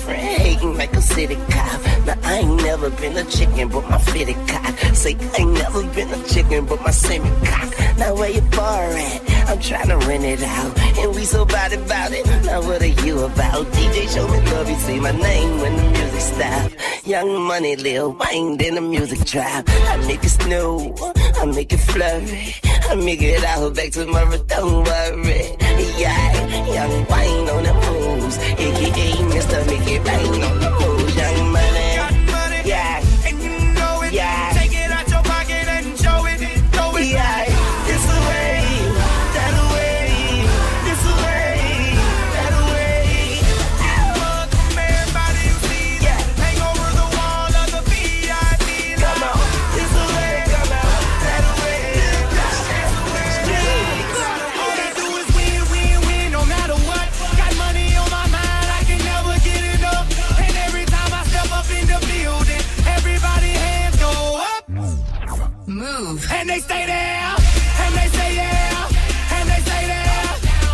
friend hating like a city cop. Now I ain't never been a chicken, but my fitted cock. Say I ain't never been a chicken, but my semi-cock. Now where your bar at? I'm trying to rent it out. And we so bad about it. Now what are you about? DJ show me love, you say my name when the music stop. Young Money, Lil Wayne, then the music drop. I make it snow, I make it flurry. I make it out back tomorrow, don't worry. Yeah, Young Wayne on the moves. AKA Mr. Make It Rain on the moves. Young Money, yeah, and you know it. Yeah. Take it out your pocket and show it. Throw it. Yeah. It's the way, that way. It's the way, that way. Fuck from everybody you see. Yeah. Hang over the wall of the VIP. Come on, it's the way, come on, that way. All I do is win, win, win, no matter what. Got money on my mind, I can never get it up. And every time I step up in the building, everybody hands go up. Move. And they stay there, and they say yeah, and they say there.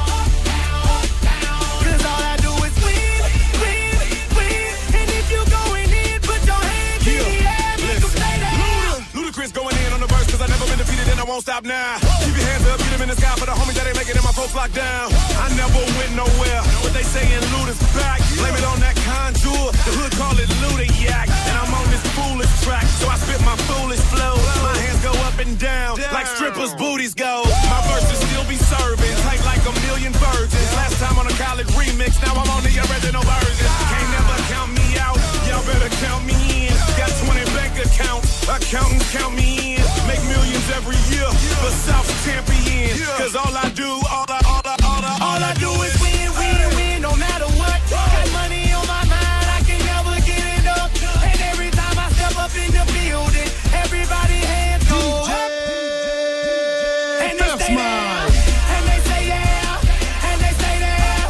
Cause all I do is win, win, win. And if you going in, put your hands in the air, make them stay there. Ludacris going in on the verse, cause I never been defeated and I won't stop now. Keep your hands up, beat them in the sky for the homies that ain't making it, my folks locked down. I never went nowhere, but they saying Luda's back. Blame it on that contour, the hood call it Ludayak. And I'm on this foolish track, so I spit my foolish flow. My hands go up and down, like strippers' booties go. My verses still be serving, tight like a million virgins. Last time on a college remix, now I'm on the original version. Can't never count me out, y'all better count me in. Got 20 bank accounts, accountants count me in. Make millions every year, but South's champion. Cause all I do, all I do is win, win, win, no matter what. Got money on my mind, I can never get it up. And every time I step up in the building, everybody hands go up. And they stay there, and they say yeah, and they stay there.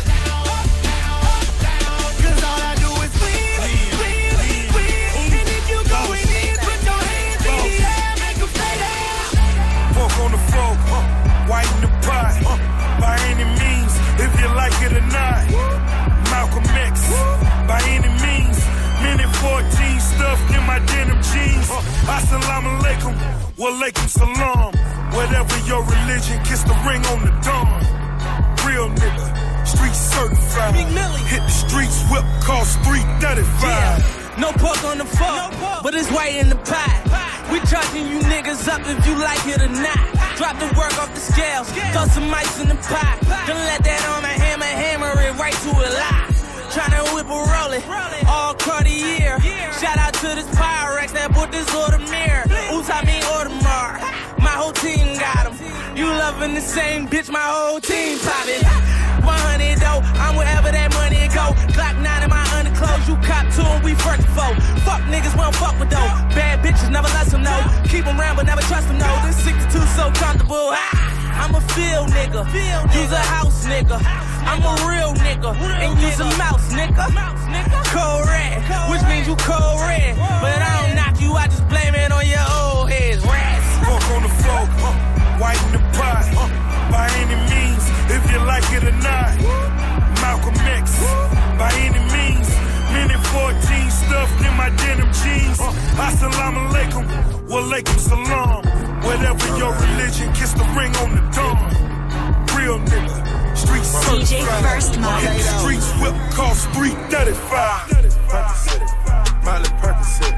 Cause all I do is win, win, win. And if you going in, put your hands in the air, make them stay there. Fork on the fork, white in the pot. By any means, if you like it or not. Malcolm X, by any means. Minute 14 stuffed in my denim jeans. Assalamu alaikum, wa alaikum salam. Whatever your religion, kiss the ring on the dawn. Real nigga, street certified. Hit the streets, whip cost 335. Yeah. No pork on the fork, but it's white in the pot. We charging you niggas up if you like it or not. Drop the work off the scales, throw some ice in the pot. Don't let that on my hammer it right to a lot. Tryna whip a rollin', all Cartier. Shout out to this Pyrex that put this Audemars. Oops, I mean Audemars. My whole team got 'em. You loving the same bitch, my whole team poppin'. 100 though, I'm wherever that money go. Glock 9 in my underclothes, you cop 2 and we first foe. Fuck niggas, we don't fuck with though. Bad bitches, never let them know. Keep them round, but never trust them, no. This 62 so comfortable. I'm a field nigga, use a house nigga. I'm a real nigga, and use a mouse nigga. Cold red, which means you cold red. But I don't knock you, I just blame it on your old heads. Rats. Fork on the fork, white in the pot. By any means, if you like it or not. Malcolm X, by any means. Minute 14 stuffed in my denim jeans. Assalamu alaikum, wa alaikum salam. Whatever your religion, kiss the ring on the dawn. Real nigga, street certified. DJ First Mike. Hit the streets, whip cost 335. Miley Percocet,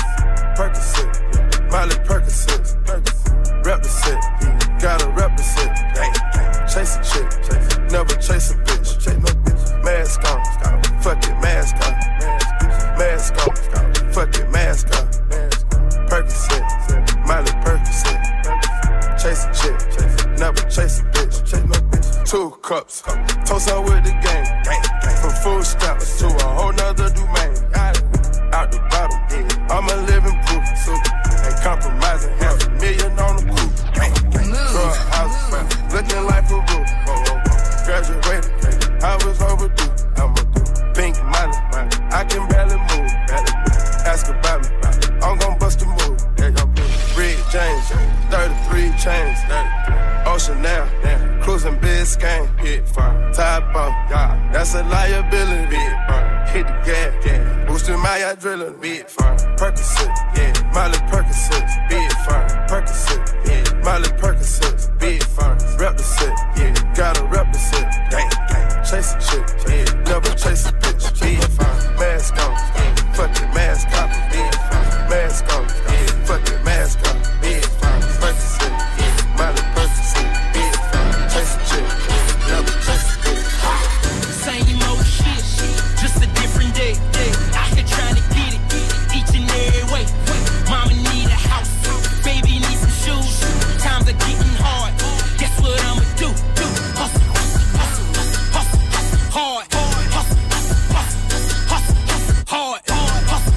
Miley Percocet, rep the set, gotta represent. Chase a chick, never chase a bitch. Mask on, fuck it, mask on. Mask on, fuck it, mask on. Percocet, Miley Percocet. Chase a chick, never chase a bitch. 2 cups, toast out with the game. From food stamps to a whole nother domain. Out the bottom, I'm a living proof. Ain't compromising, $500,000 on the coupe. Drug house, looking like a roof. Graduated, I was overdue. I'm a pink money, I can barely move. Ask about me, I'm gon' bust a move. Red James, 33 chains. Ocean now, cruising Biscayne. Hit fire, top off, that's a liability. Hit the gas, yeah. Boosting my adrenaline, big fine. Percocet, yeah. Miley Percocet, big fine. Percocet, yeah. Miley Percocet, big fine. Rep the set, yeah. Gotta rep the set, gang, gang. Chase a chick, yeah. Never chase a bitch, big fine. Mask on, yeah. Fuck it, mask off, big fine. Mask on, yeah. Fuck it, mask off, big fine. Percocet, yeah. Miley Percocet, big fine. Chase a chick, yeah. Never chase a bitch. Same old shit, just a different day. Out here trying to get it, each and every way. Mama need a house, baby need some shoes. Times are getting hard. Guess what I'ma do? Hustle, hustle, hustle, hard. Hustle, hustle, hustle, hard. Hustle,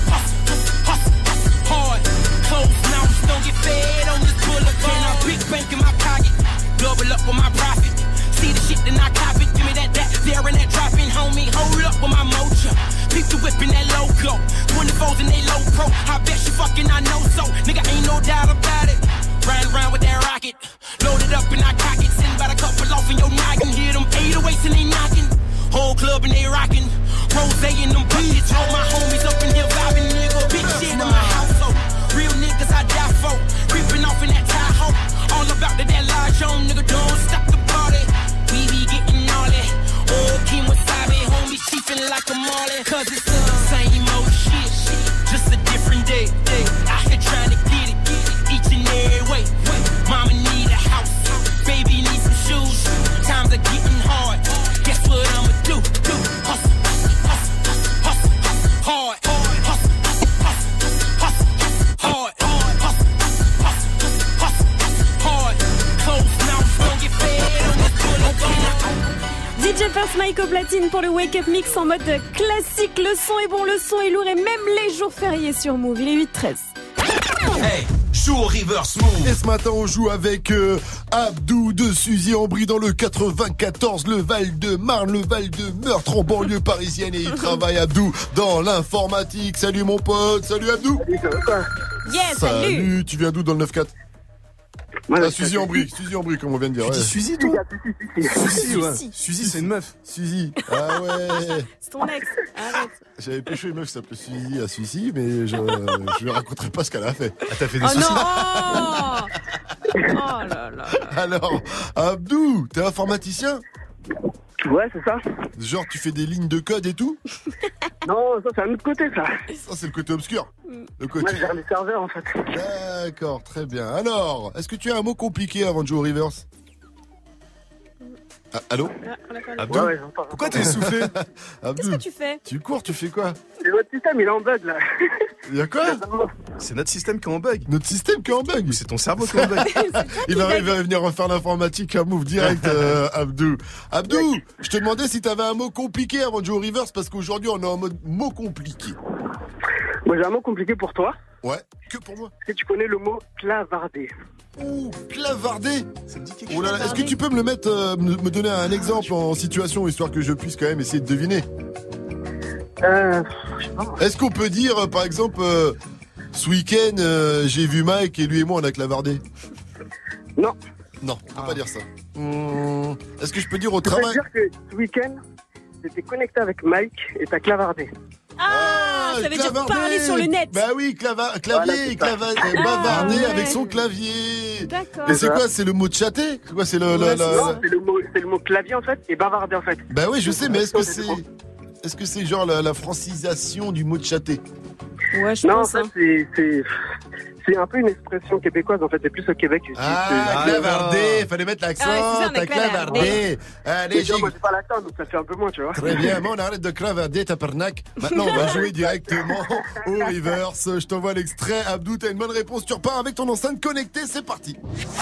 hustle, hard. Closed mouths don't get fed on this boulevard. And I'm big bank in my pocket, double up with my profit. See the shit, then I cop it. Give me that, there and that dropping, homie. Hold up with my mojo. Peep the whip in that logo. 24s and they low pro. I bet you fucking I know so. Nigga, ain't no doubt about it. Riding around with that rocket. Loaded up and I cock it. Send about a couple off in your noggin. Hit them 808s and they knocking. Whole club and they rocking. Rose in them buckets. All my homies up in here vibing, nigga. Big shit in my household. Real niggas I die for. Creeping off in that Tahoe. All about that large on, nigga. Don't stop the party. We be getting all that. Old Kim Wasabi, homies chiefin' like a Marley. Cause it's the same old shit, just a different day. Out here trying to get it, each and every way. Mama need a house, baby need some shoes. Times are getting hard, guess what I'ma do? Hustle, hustle, hustle, hard. Hustle, hustle, hustle, hard. Hustle, hustle, hustle, hard. Closed mouths don't get fed on this boulevard. DJ First Mike au platine pour le Wake Up Mix en mode classique. Le son est bon, le son est lourd et même les jours fériés sur Move. Il est 8-13. Hey, joue au reverse move. Et ce matin, on joue avec Abdou de Suzy-en-Brie dans le 94, le Val-de-Marne, le Val-de-Meurtre en banlieue parisienne. Et il travaille, Abdou, dans l'informatique. Salut mon pote, salut Abdou. Salut, ça va quoi? Yes, salut. Tu viens d'où dans le 9-4? Suzy-en-Brie, comme on vient de dire. Tu dis Suzy, toi? Suzy, ouais. Suzy, c'est une meuf. Suzy. Ah ouais. C'est ton ex. Arrête. J'avais pécho une meuf qui s'appelait Suzy à Suzy, mais je lui raconterai pas ce qu'elle a fait. Ah, t'as fait des soucis. Non. Oh là là. Alors, Abdou, t'es informaticien? Ouais, c'est ça. Genre, tu fais des lignes de code et tout? Non, ça, c'est un autre côté, ça. Ça, c'est le côté obscur. Le côté... Moi, je gère les serveurs, en fait. D'accord, très bien. Alors, est-ce que tu as un mot compliqué avant de jouer au reverse? Ah, allô? Abdou, ouais, j'entends. Pourquoi t'es essoufflé? Qu'est-ce que tu fais? Tu cours, tu fais quoi? C'est votre système, il est en bug, là. Il y a quoi? C'est notre système qui est en bug. Notre système qui est en bug? C'est ton cerveau qui est en bug. Il va venir refaire l'informatique à Move direct, Abdou. Abdou, je te demandais si t'avais un mot compliqué avant de jouer au reverse, parce qu'aujourd'hui, on est en mode mot compliqué. Moi, j'ai un mot compliqué pour toi. Ouais, que pour moi. Est-ce que tu connais le mot clavarder? Ouh, clavarder. Ça me dit quelque Oh là chose. là, est-ce que tu peux me le mettre, me donner un exemple en situation, histoire que je puisse quand même essayer de deviner? Je sais pas. Est-ce qu'on peut dire, par exemple, ce week-end, j'ai vu Mike et lui et moi on a clavardé? Non. Non, on peut pas dire ça. Est-ce que je peux dire au Je peux travail? dire que ce week-end, j'étais connecté avec Mike et t'as clavardé. Ah, ça veut dire clavarder. parler sur le net. Bah oui, clavier, bavarder ouais. avec son clavier. D'accord. Et c'est quoi? C'est le mot de chatter? C'est quoi? C'est Non, c'est le mot clavier en fait et bavarder en fait. Bah oui, je sais, mais est-ce que c'est genre la francisation du mot de chatter? Ouais, je Non, en pense. fait, c'est un peu une expression québécoise en fait, c'est plus au Québec. Clavarder, fallait mettre l'accent, c'est ça, on a t'as clavardé. Allez, Moi j'ai pas l'accent donc ça fait un peu moins, tu vois. Très bien, bon, on arrête de clavarder, tabarnak. Maintenant, on va jouer directement au reverse. Je t'envoie l'extrait. Abdou, t'as une bonne réponse. Tu repars avec ton enceinte connectée. C'est parti.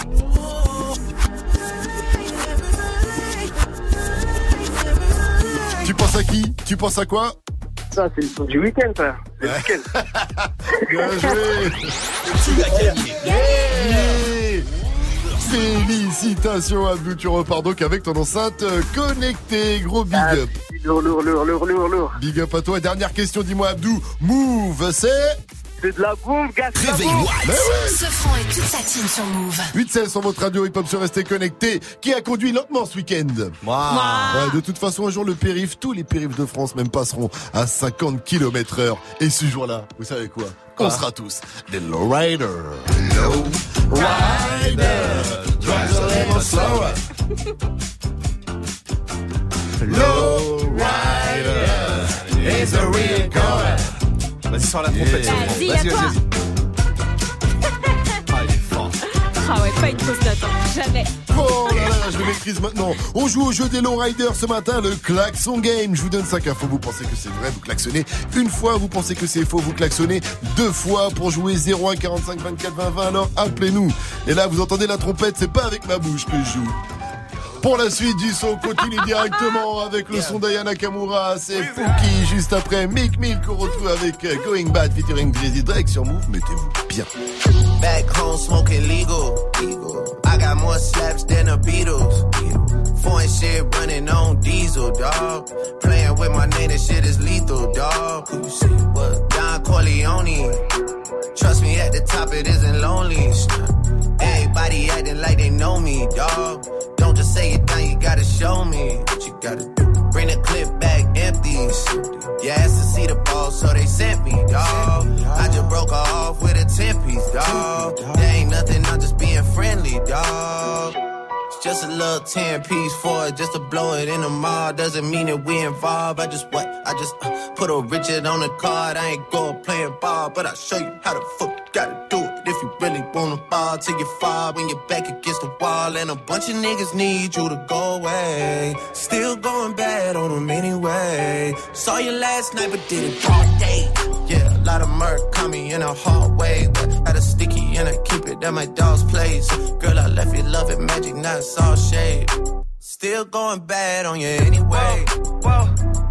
Tu penses à qui? Tu penses à quoi? Ça, c'est le son du week-end, ça. C'est le week-end. Bien joué. Tu as gagné. Yeah. Félicitations Abdou, tu repars donc avec ton enceinte connectée. Gros big up. Lourd. Big up à toi. Dernière question, dis-moi Abdou. Move, c'est C'est de la boum, gars. Réveille-moi. Sofran et toute sa team sur Move. 8-16 sur votre radio hip-hop sur Restez Connectés. Qui a conduit lentement ce week-end? Moi. Ouais, de toute façon, un jour, le périph', tous les périphes de France même passeront à 50 km/h. Et ce jour-là, vous savez quoi? On sera tous des lowriders. Lowrider, drive a little slower. Lowrider is a real car. Vas-y, sors la trompette. Vas-y, Vas-y. Ah, il est fort. Ah ouais, pas une fausse note, hein. Jamais. Oh là là, je le maîtrise maintenant. On joue au jeu des lowriders ce matin, le klaxon game. Je vous donne 5 infos, vous pensez que c'est vrai, vous klaxonnez une fois, vous pensez que c'est faux, vous klaxonnez 2 fois. Pour jouer 01 45 24 20 20, alors appelez-nous. Et là, vous entendez la trompette, c'est pas avec ma bouche que je joue. Pour la suite du son, continue directement avec le son d'Aya Nakamura. C'est Pookie, juste après Meek Mill qu'on retrouve avec Going Bad featuring Drizzy Drake sur Move. Mettez-vous bien. Back home smoking legal. I got more slaps than the Beatles. Foreign shit running on diesel, dog. Playing with my name, that shit is lethal, dog. Who you see? What? Don Corleone. Trust me, at the top it isn't lonely. Everybody acting like they know me, dog. Don't just say it down, you gotta show me what you gotta do. Bring the clip back empty. You asked to see the ball, so they sent me, dog. I just broke her off with a 10-piece, dog. There ain't nothing, I'm just being friendly, dog. It's just a little 10-piece for it, just to blow it in the mall. Doesn't mean that we involved. I just put a Richard on the card. I ain't going playing ball, but I'll show you how the fuck you gotta do it. If you really wanna ball till you fall when you're back against the wall. And a bunch of niggas need you to go away. Still going bad on them anyway. Saw you last night but did it all day. Yeah, a lot of murk caught me in a hard way. Had a sticky and I keep it at my dog's place. Girl, I left you love it magic, not all shade. Still going bad on you anyway. Whoa.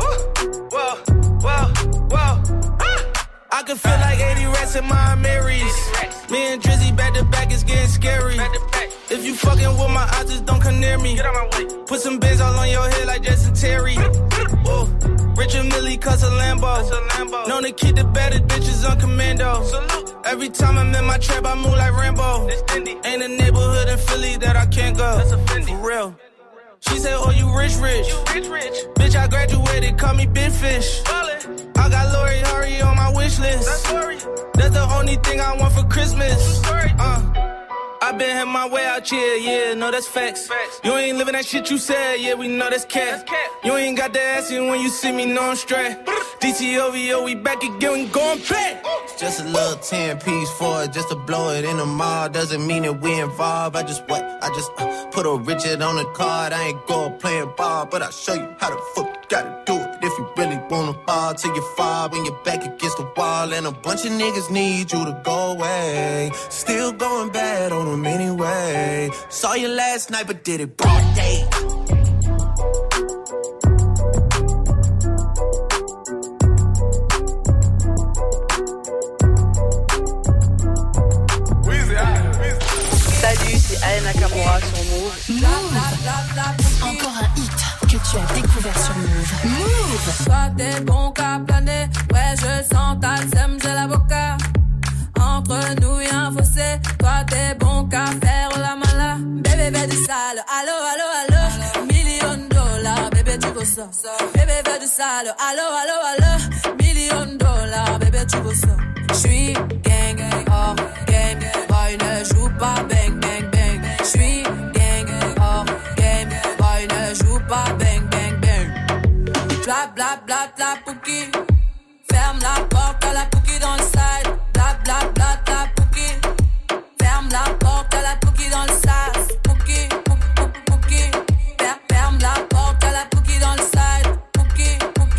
I can feel like 80 rats in my Marys. Me and Drizzy back to back, it's getting scary. If you fucking with my eyes, just don't come near me. Put some bins all on your head like Justin Terry. Whoa. Richard Millie cuss a Lambo. Known to keep the better bitches on commando. Every time I'm in my trap, I move like Rambo. Ain't a neighborhood in Philly that I can't go. For real. She said, oh, you rich. Bitch, I graduated, call me Big Fish. I got Lori Hurry on my wish list. That's the only thing I want for Christmas. I been had my way out here, yeah, no, that's facts. You ain't living that shit you said, yeah, we know that's cat. You ain't got the ass in when you see me, no, I'm straight. DTOVO, we back again, we going back. It's just a little 10-piece for it, just to blow it in the mall. Doesn't mean that we involved. I just put a Richard on the card. I ain't going playing ball, but I'll show you how the fuck you gotta do it. If you really wanna ball till you fall when you're back against the wall. And a bunch of niggas need you to go away. Still going bad on them anyway. Saw you last night but did it broad day. Salut, c'est Aya Nakamura sur Move. Encore un hit que tu as découvert sur Move. Move. Toi t'es bon qu'à planer, ouais je sens ta sème, j'ai l'avocat. Entre nous y'a un fossé, toi t'es bon qu'à faire la mala. Bébé fais du sale, allo, $1 million, bébé tu veux ça. Bébé fais du sale, allo, $1 million, bébé tu veux ça. J'suis gang, hors game, boy ne joue pas bang, bang, bang. J'suis gang, hors game, boy ne joue pas bang, bang, bang. Bla bla bla bla Pookie, ferme la porte à la Pookie dans le side. Bla bla bla bla Pookie, ferme la porte à la Pookie dans le side. Pookie, Pookie, ferme la porte à la Pookie dans le side. Pookie,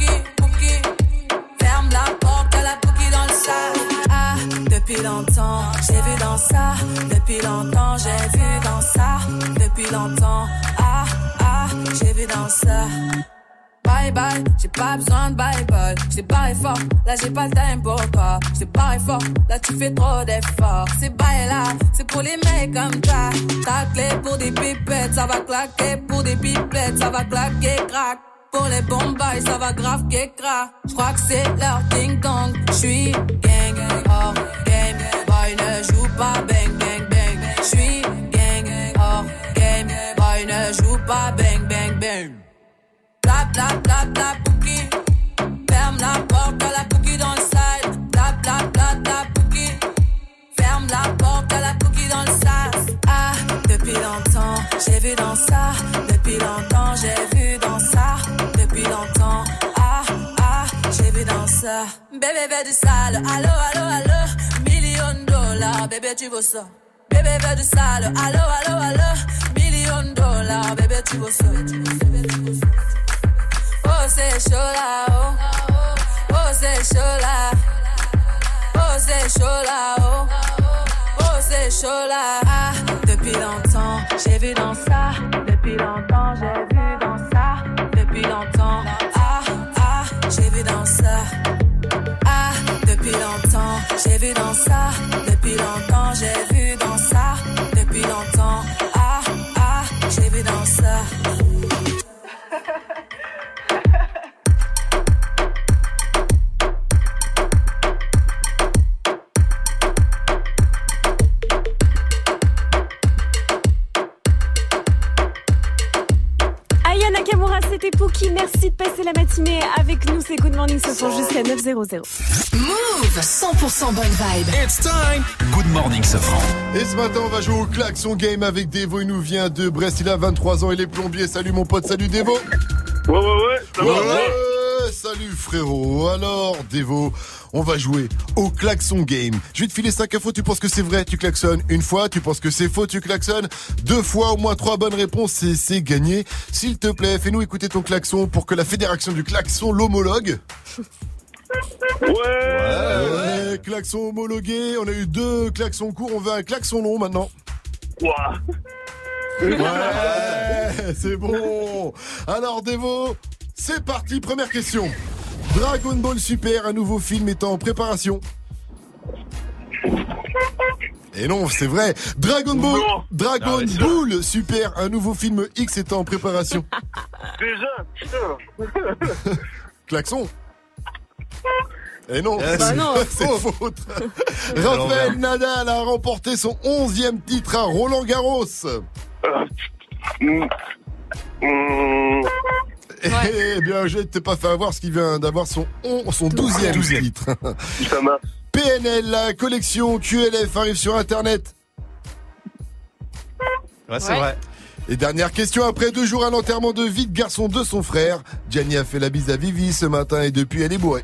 ferme la porte à la Pookie dans le side. Ah, depuis longtemps, j'ai vu dans ça. Depuis longtemps, j'ai vu dans ça. Depuis longtemps, j'ai vu dans ça. Bye bye, j'ai pas besoin de bye bye. J'ai barré fort, là j'ai pas le time pour toi. J'ai barré fort, là tu fais trop d'efforts. C'est bye là, c'est pour les mecs comme toi. Ta clé pour des pipettes, ça va claquer. Pour des pipettes, ça va claquer, crack. Pour les bombes, ça va grave crack. J'crois que c'est leur ding dong. J'suis gang, hors de la bouquille. Ferme la porte à la cookie dans le side. Bla bla bla de la bouquille. Ferme la porte à la cookie dans le sas. Ah, depuis longtemps, j'ai vu dans ça. Depuis longtemps, j'ai vu dans ça. Depuis longtemps, ah, ah, j'ai vu dans ça. Bébé veut du sale, allo, allo, allo. $1,000,000, bébé tu veux ça. Bébé veut du sale, allo, allo, allo. $1,000,000, bébé tu veux ça. Oh c'est chaud là, oh. Oh c'est chaud là. Oh c'est chaud là, oh. Oh c'est chaud là. Ah, depuis longtemps, j'ai vu dans ça. Depuis longtemps, j'ai vu dans ça. Depuis longtemps, ah, ah, j'ai vu dans ça. Ah, depuis longtemps, j'ai vu dans ça. Depuis longtemps, j'ai vu dans ça. Depuis longtemps, ah, ah, j'ai vu dans ça. Nakamura, c'était Pookie. Merci de passer la matinée avec nous. C'est Good Morning ce soir jusqu'à 9h00. Move 100% bonne vibe. It's time. Good Morning Sofran. Et ce matin, on va jouer au klaxon game avec Devo. Il nous vient de Brest. Il a 23 ans. Il est plombier. Salut mon pote. Salut Devo. Ouais. Salut frérot. Alors Devo, on va jouer au klaxon game. Je vais te filer 5 infos, tu penses que c'est vrai, tu klaxonnes une fois, tu penses que c'est faux, tu klaxonnes 2 fois, au moins 3 bonnes réponses, c'est gagné. S'il te plaît, fais-nous écouter ton klaxon pour que la fédération du klaxon l'homologue. Ouais, klaxon homologué, on a eu 2 klaxons courts, on veut un klaxon long maintenant. Ouais, c'est bon. Alors Devo, c'est parti, première question. Dragon Ball Super, un nouveau film est en préparation. Et non, c'est vrai. Dragon Ball Super, un nouveau film X est en préparation. Déjà, putain. Klaxon. Et non, c'est faute. Rafael Nadal a remporté son 11e titre à Roland Garros. Eh bien, je ne t'ai pas fait avoir ce qu'il vient d'avoir son 12e titre. Ça marche. PNL, la collection QLF arrive sur Internet. Ouais, c'est vrai. Et dernière question, après 2 jours à l'enterrement de vie de garçon de son frère, Gianni a fait la bise à Vivi ce matin et depuis elle est bourrée.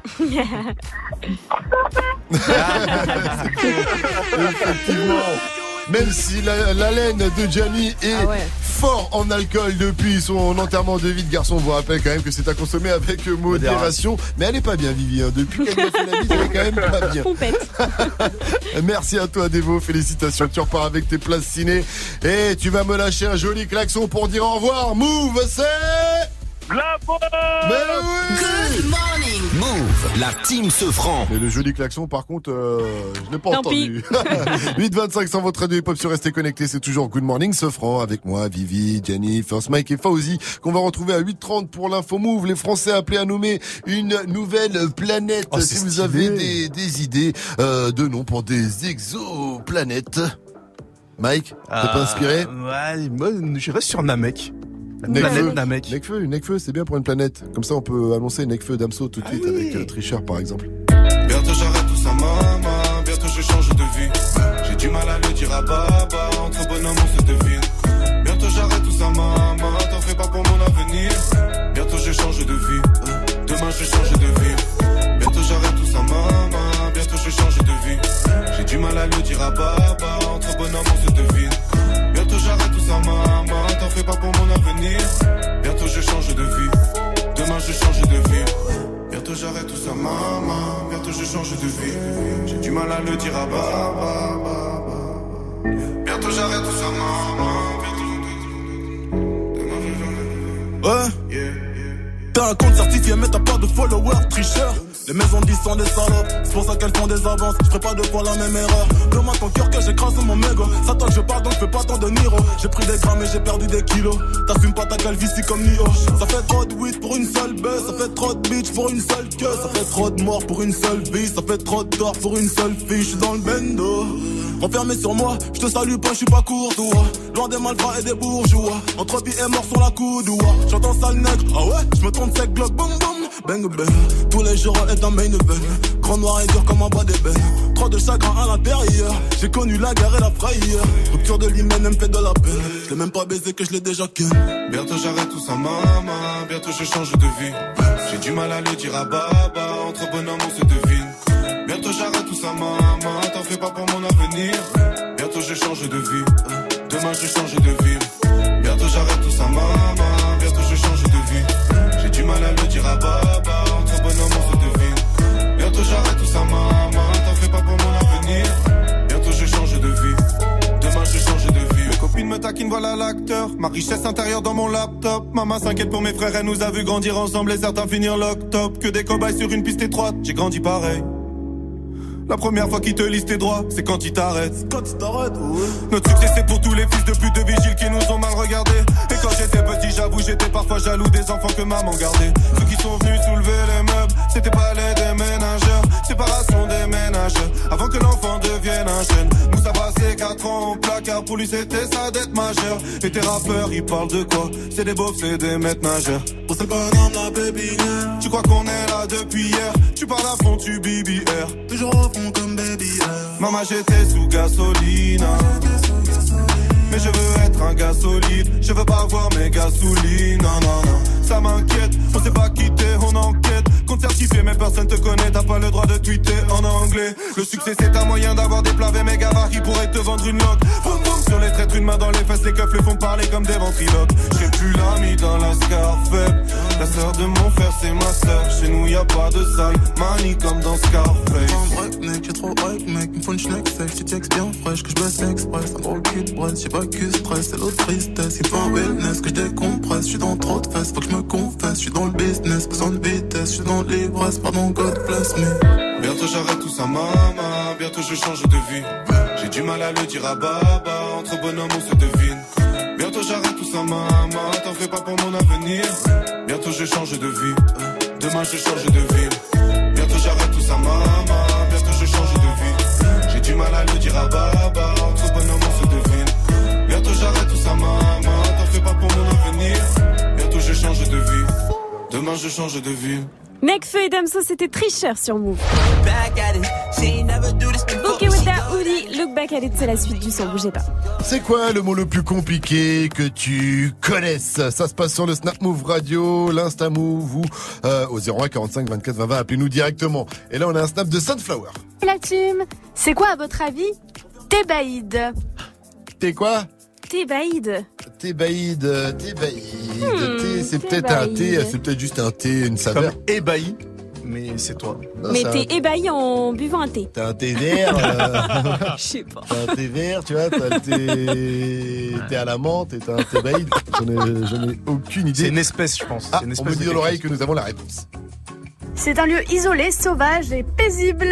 Effectivement. Même si la laine de Gianni est fort en alcool depuis son enterrement de vie de garçon, on vous rappelle quand même que c'est à consommer avec modération. Mais elle est pas bien, Vivi. Depuis qu'elle a fait la bise, elle est quand même pas bien. Merci à toi, Devo. Félicitations. Tu repars avec tes places ciné. Et tu vas me lâcher un joli klaxon pour dire au revoir. Move, c'est... Mais oui. Good morning. Move, la team Sofran. Mais le joli klaxon, par contre, je l'ai pas entendu. 8h25 sans votre radio hip-hop sur Restez Connectés, c'est toujours Good Morning Sofran avec moi, Vivi, Gianni, First Mike et Fauzi, qu'on va retrouver à 8h30 pour l'info Move. Les Français appelés à nommer une nouvelle planète. Si vous avez des idées de noms pour des exoplanètes. Mike, t'es pas inspiré? Ouais, moi, je reste sur Namek. Nekfeu, c'est bien pour une planète. Comme ça, on peut annoncer Nekfeu Damso tout de suite avec Tricheur, par exemple. Bientôt j'arrête tout ça, maman. Bientôt je change de vie. J'ai du mal à le dire à papa. Entre bonhommes, on se devine. Bientôt j'arrête tout ça, maman. T'en fais pas pour mon avenir. Bientôt je change de vie. Demain je change de vie. Bientôt j'arrête tout ça, maman. Bientôt je change de vie. J'ai du mal à le dire à papa. Entre bonhommes, on se devine. Bientôt j'arrête tout ça, maman. T'en fais pas pour mon avenir. Bientôt je change de vie. Demain je change de vie. Bientôt j'arrête tout ça, maman. Bientôt je change de vie. J'ai du mal à le dire à baba. Bientôt j'arrête tout ça, maman. Ouais. T'as un compte certifié mais t'as pas de followers, tricheur. Les maisons de 10 sont des salopes, c'est pour ça qu'elles font des avances. Je ferai pas deux fois la même erreur. Demande ton cœur que j'écrase mon mégot. Ça toi que je parle donc je fais pas tant de Niro. J'ai pris des grammes et j'ai perdu des kilos. T'assumes pas ta calvitie comme Nio. Ça fait trop de weed pour une seule baisse. Ça fait trop de bitch pour une seule queue. Ça fait trop de morts pour une seule vie. Ça fait trop de tort pour une seule fille. Je suis dans le bendo. Renfermé sur moi, je te salue pas, je suis pas courtois. Loin des malfrats et des bourgeois. Entre vie et mort sur la coudoua. J'entends sale nègre, ah ouais, je me tourne sec glock, boum boum. Bang bang, tous les jours est un main event. Grand noir et dur comme un bas d'ébène. Trop de chagrin à l'intérieur. J'ai connu la guerre et la frayeur. Rupture de l'hymen, elle me fait de la peine. Je l'ai même pas baisé que je l'ai déjà ken. Bientôt j'arrête tout ça maman. Bientôt je change de vie. J'ai du mal à le dire à baba. Entre bonhommes on se devine. Bientôt j'arrête tout ça maman. T'en fais pas pour mon avenir. Bientôt je change de vie. Demain je change de vie. Bientôt j'arrête tout ça maman. Bientôt je change de vie. J'ai du mal à le dire à baba. Entre bonhommes on se devine. Bientôt j'arrête tout ça maman. T'en fais pas pour mon avenir. Bientôt je change de vie. Demain je change de vie. Mes copines me taquinent, voilà l'acteur. Ma richesse intérieure dans mon laptop. Maman s'inquiète pour mes frères, elle nous a vu grandir ensemble et certains finir lock-top. Que des cobayes sur une piste étroite, j'ai grandi pareil. La première fois qu'ils te lisent tes droits, c'est quand ils t'arrêtent. Quand ils t'arrêtent, ouais. Notre succès c'est pour tous les fils de pute de vigiles qui nous ont mal regardés. Et quand j'étais petit, j'avoue, j'étais parfois jaloux des enfants que maman gardait. Ceux qui sont venus soulever les meubles, c'était pas les déménageurs. Séparation des ménageurs, avant que l'enfant devienne un jeune. Nous ça passé 4 ans au placard, pour lui c'était sa dette majeure. Et tes rappeurs, ils parlent de quoi? C'est des beaufs, c'est des maîtres nageurs. On c'est le bonhomme, la bébinière. Tu crois qu'on est là depuis hier? Tu parles à fond, tu BBR. Toujours au fond comme baby air. Maman j'étais sous gasoline. Mais je veux être un gars solide. Je veux pas avoir mes gasolines. Non, non, non, ça m'inquiète. On s'est pas quitté, on enquête. Compte certifié mais personne te connaît. T'as pas le droit de tweeter en anglais. Le succès c'est un moyen d'avoir des plats mes gavards qui pourraient te vendre une loque. Boum boum sur les traîtres, une main dans les fesses. Les keufs les font parler comme des ventriloques. J'ai plus l'ami dans la Scarface. La sœur de mon frère c'est ma sœur. Chez nous y a pas de sale manie comme dans Scarface. J'ai trop hype mec, il me faut une schneck sec. Si tu bien fraîche que je baisse express. Un gros cul de braise, j'ai pas que stress. C'est l'autre tristesse, il me faut un wellness que je décompresse. Je suis dans trop de fesses, faut que je me confesse. Je suis dans le business, besoin de vitesse. Je suis dans l'ivresse, pardon God bless me. Bientôt j'arrête tout ça maman. Bientôt je change de vie. J'ai du mal à le dire à baba. Entre bonhommes on se devine. Bientôt j'arrête tout ça maman. T'en fais pas pour mon avenir. Bientôt je change de vie. Demain je change de ville. Bientôt j'arrête tout ça maman. Bientôt je change de vie. J'ai du mal à le dire à baba. Entre bonhommes on se devine. Bientôt j'arrête tout ça maman. T'en fais pas pour mon avenir. Bientôt je change de vie. Demain je change de vie. Nekfeu et Damso, c'était tricheur sur Move. Ok with that hoodie, look back at it, c'est la suite du son, bougez pas. C'est quoi le mot le plus compliqué que tu connaisses? Ça se passe sur le Snap Move Radio, l'Insta Move ou au 01 45 24 20 20, appelez-nous directement. Et là on a un snap de Sunflower. La team, c'est quoi à votre avis Thébaïde. T'es quoi? Thébaïde. Thébaïde. C'est peut-être un thé, c'est peut-être juste un thé, une saveur. Comme ébahi, mais c'est toi. Non, mais t'es ébahi en buvant un thé. T'as un thé vert. Je sais pas. T'as un thé vert, tu vois, t'as le thé à la menthe et t'as un thébaïde. J'en ai aucune idée. C'est une espèce, je pense. On me dit dans l'oreille que nous avons la réponse. C'est un lieu isolé, sauvage et paisible.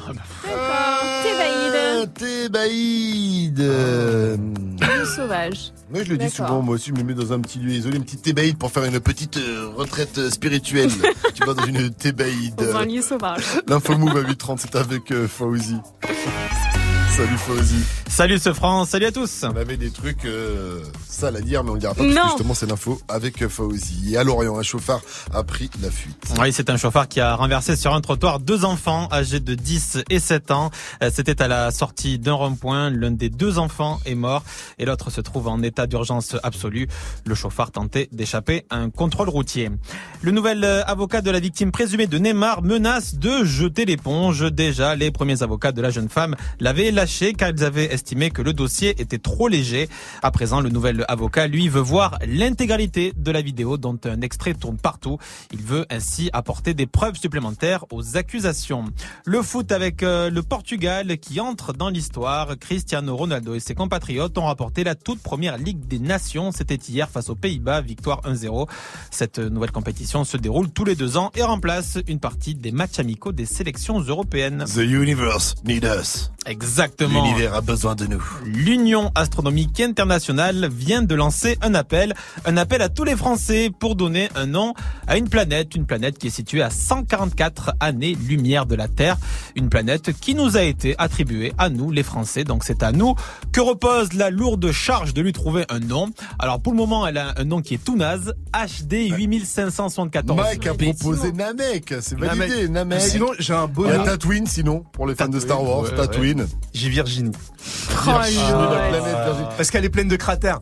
Thébaïde. Sauvage. Moi je le dis souvent, moi aussi je me mets dans un petit lieu isolé, une petite thébaïde pour faire une petite retraite spirituelle. Tu vas dans une thébaïde. Dans un lieu sauvage. L'info Move à 8h30, c'est avec Fauzi. Salut Fauzi. Salut ce France, salut à tous. On avait des trucs sales à dire, mais on le dira pas parce que justement c'est l'info avec Fauzi. Et à Lorient, un chauffard a pris la fuite. Oui, c'est un chauffard qui a renversé sur un trottoir 2 enfants âgés de 10 et 7 ans. C'était à la sortie d'un rond-point. L'un des 2 enfants est mort et l'autre se trouve en état d'urgence absolue. Le chauffard tentait d'échapper à un contrôle routier. Le nouvel avocat de la victime présumée de Neymar menace de jeter l'éponge. Déjà, les premiers avocats de la jeune femme l'avaient lâché car ils avaient estimait que le dossier était trop léger. À présent, le nouvel avocat, lui, veut voir l'intégralité de la vidéo dont un extrait tourne partout. Il veut ainsi apporter des preuves supplémentaires aux accusations. Le foot avec le Portugal qui entre dans l'histoire. Cristiano Ronaldo et ses compatriotes ont remporté la toute première Ligue des Nations. C'était hier face aux Pays-Bas, victoire 1-0. Cette nouvelle compétition se déroule tous les 2 ans et remplace une partie des matchs amicaux des sélections européennes. The universe need us. Exactement. L'univers a besoin de nous. L'Union astronomique internationale vient de lancer un appel à tous les Français pour donner un nom à une planète qui est située à 144 années-lumière de la Terre, une planète qui nous a été attribuée à nous les Français, donc c'est à nous que repose la lourde charge de lui trouver un nom. Alors pour le moment, elle a un nom qui est tout naze, HD 8574. Mike a proposé Namek, c'est validé, Namek. Sinon, j'ai un beau nom. Tatooine, sinon, pour les fans de Star Wars, ouais, Tatooine. Ouais. J'ai Virginie. Virginie, la planète Virginie. Parce qu'elle est pleine de cratères.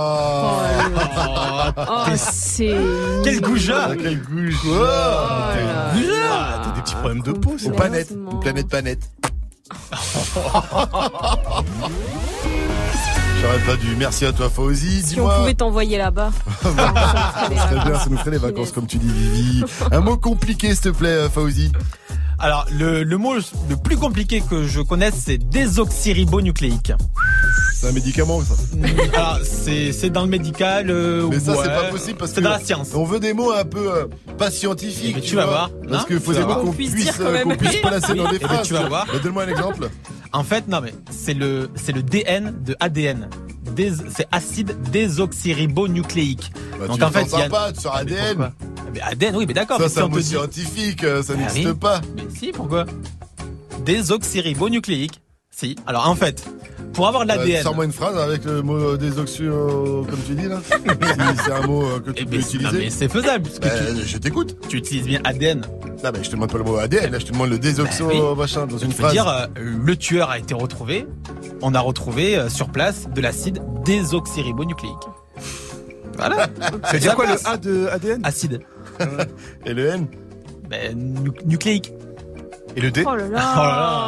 C'est... Quel goujat. Quel goujat. T'as des petits problèmes de peau. Ou planète, une planète panette. J'aurais pas dû. Merci à toi, Fauzi. Si Dis-moi. on pouvait t'envoyer là-bas. Ça serait bien, ça nous ferait les vacances, comme tu dis, Vivi. Un mot compliqué, s'il te plaît, Fauzi. Alors, le mot le plus compliqué que je connaisse, c'est désoxyribonucléique. C'est un médicament, ça. Alors, c'est dans le médical. Mais ça, ouais, c'est pas possible parce que c'est dans la science. On veut des mots un peu pas scientifiques. Mais tu vas voir. Parce qu'il faut des mots qu'on puisse placer dans des phrases. Tu vas voir. Donne-moi un exemple. En fait, non, mais c'est le DN de ADN. C'est acide désoxyribonucléique. Bah, donc tu en fait, pas sur ADN. Mais ADN, oui, mais d'accord. Ça, mais c'est un mot scientifique, ça n'existe pas. Mais si, pourquoi? Désoxyribonucléique. Si. Alors en fait, pour avoir de l'ADN. Sors-moi une phrase avec le mot désoxyribonucléique, comme tu dis là. Si c'est un mot que tu peux utiliser. Non, mais c'est faisable. Je t'écoute. Tu utilises bien ADN. Non, mais je te demande pas le mot ADN, là je te demande le machin dans une phrase. dire, le tueur a été retrouvé. On a retrouvé sur place de l'acide désoxyribonucléique. Voilà. C'est dire quoi le A de ADN? Acide. Et le N? Nucléique. Et le D? Oh là là.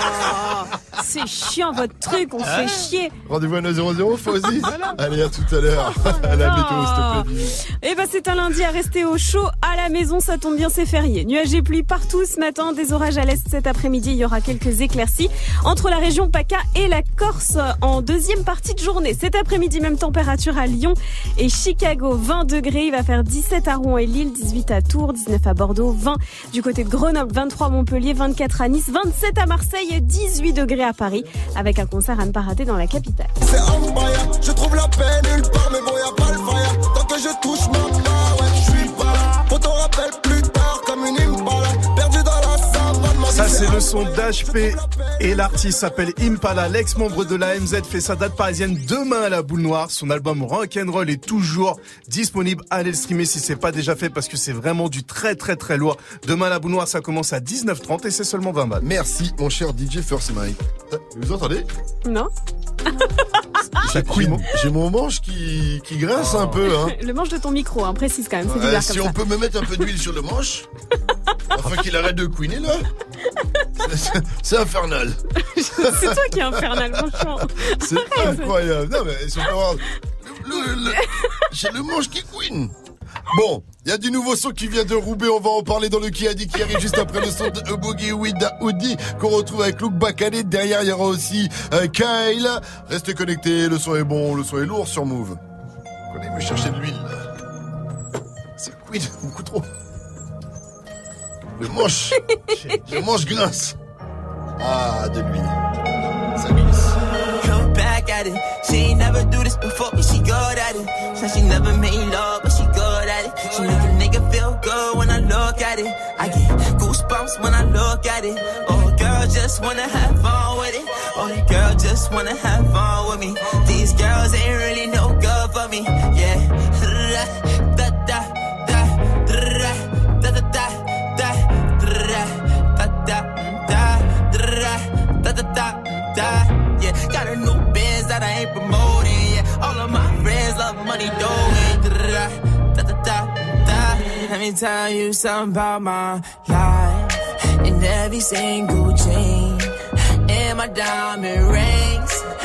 C'est chiant votre truc, on se fait chier. Rendez-vous à 900, Fauzi. Allez, à tout à l'heure. À la météo, s'il te plaît. Et bah c'est un lundi à rester au chaud à la maison, ça tombe bien, c'est férié. Nuages et pluie partout ce matin, des orages à l'est cet après-midi, il y aura quelques éclaircies entre la région PACA et la Corse en deuxième partie de journée. Cet après-midi, même température à Lyon et Chicago, 20 degrés, il va faire 17 à Rouen et Lille, 18 à Tours, 19 à Bordeaux, 20 du côté de Grenoble, 23 à Montpellier, 24 à Nice, 27 à Marseille, 18 degrés à Paris, avec un concert à ne pas rater dans la capitale. C'est Ambaya, je trouve la paix nulle part, mais bon y'a pas le fire. Tant que je touche ma part, ouais, je suis pas là. Faut t'en rappelle plus tard, comme une Impala, perdu dans la savane. Ça c'est le son d'HP et l'artiste s'appelle Impala. L'ex-membre de la MZ fait sa date parisienne demain à la Boule Noire. Son album Rock'n'Roll est toujours disponible. Allez le streamer si c'est pas déjà fait parce que c'est vraiment du très très très lourd. Demain à la Boule Noire, ça commence à 19h30 et c'est seulement 20 balles. Merci mon cher DJ First Mike. Vous entendez? Non. J'ai mon manche qui grince un peu. Hein. Le manche de ton micro, hein, précise quand même. C'est bizarre si comme on peut me mettre un peu d'huile sur le manche, afin qu'il arrête de couiner là. C'est infernal. C'est toi qui es infernal, franchement. C'est incroyable. Non mais si on peut avoir j'ai le manche qui couine. Bon, il y a du nouveau son qui vient de Roubaix, on va en parler dans le qui a dit qui arrive juste après le son de A Boogie with the Hoodie qu'on retrouve avec Luke Bakane. Derrière, il y aura aussi Kyle. Restez connectés, le son est bon, le son est lourd sur Move. On allait me chercher de l'huile. Ça couine beaucoup trop. Le manche grince. Ah, de l'huile. Ça glisse. Come back at it. She ain't never do this before, but she good at it. Said she never made love, but she good at it. She make a nigga feel good when I look at it. I get goosebumps when I look at it. Oh, girl, just wanna have fun with it. Oh, the girl just wanna have fun with me. These girls ain't really no good for me. Yeah. Da da da da da da da da da da da da da. Yeah, got a new biz that I ain't promoting. Yeah, all of my friends love money doing. Let me tell you something about my life. In every single chain, and my diamond rings,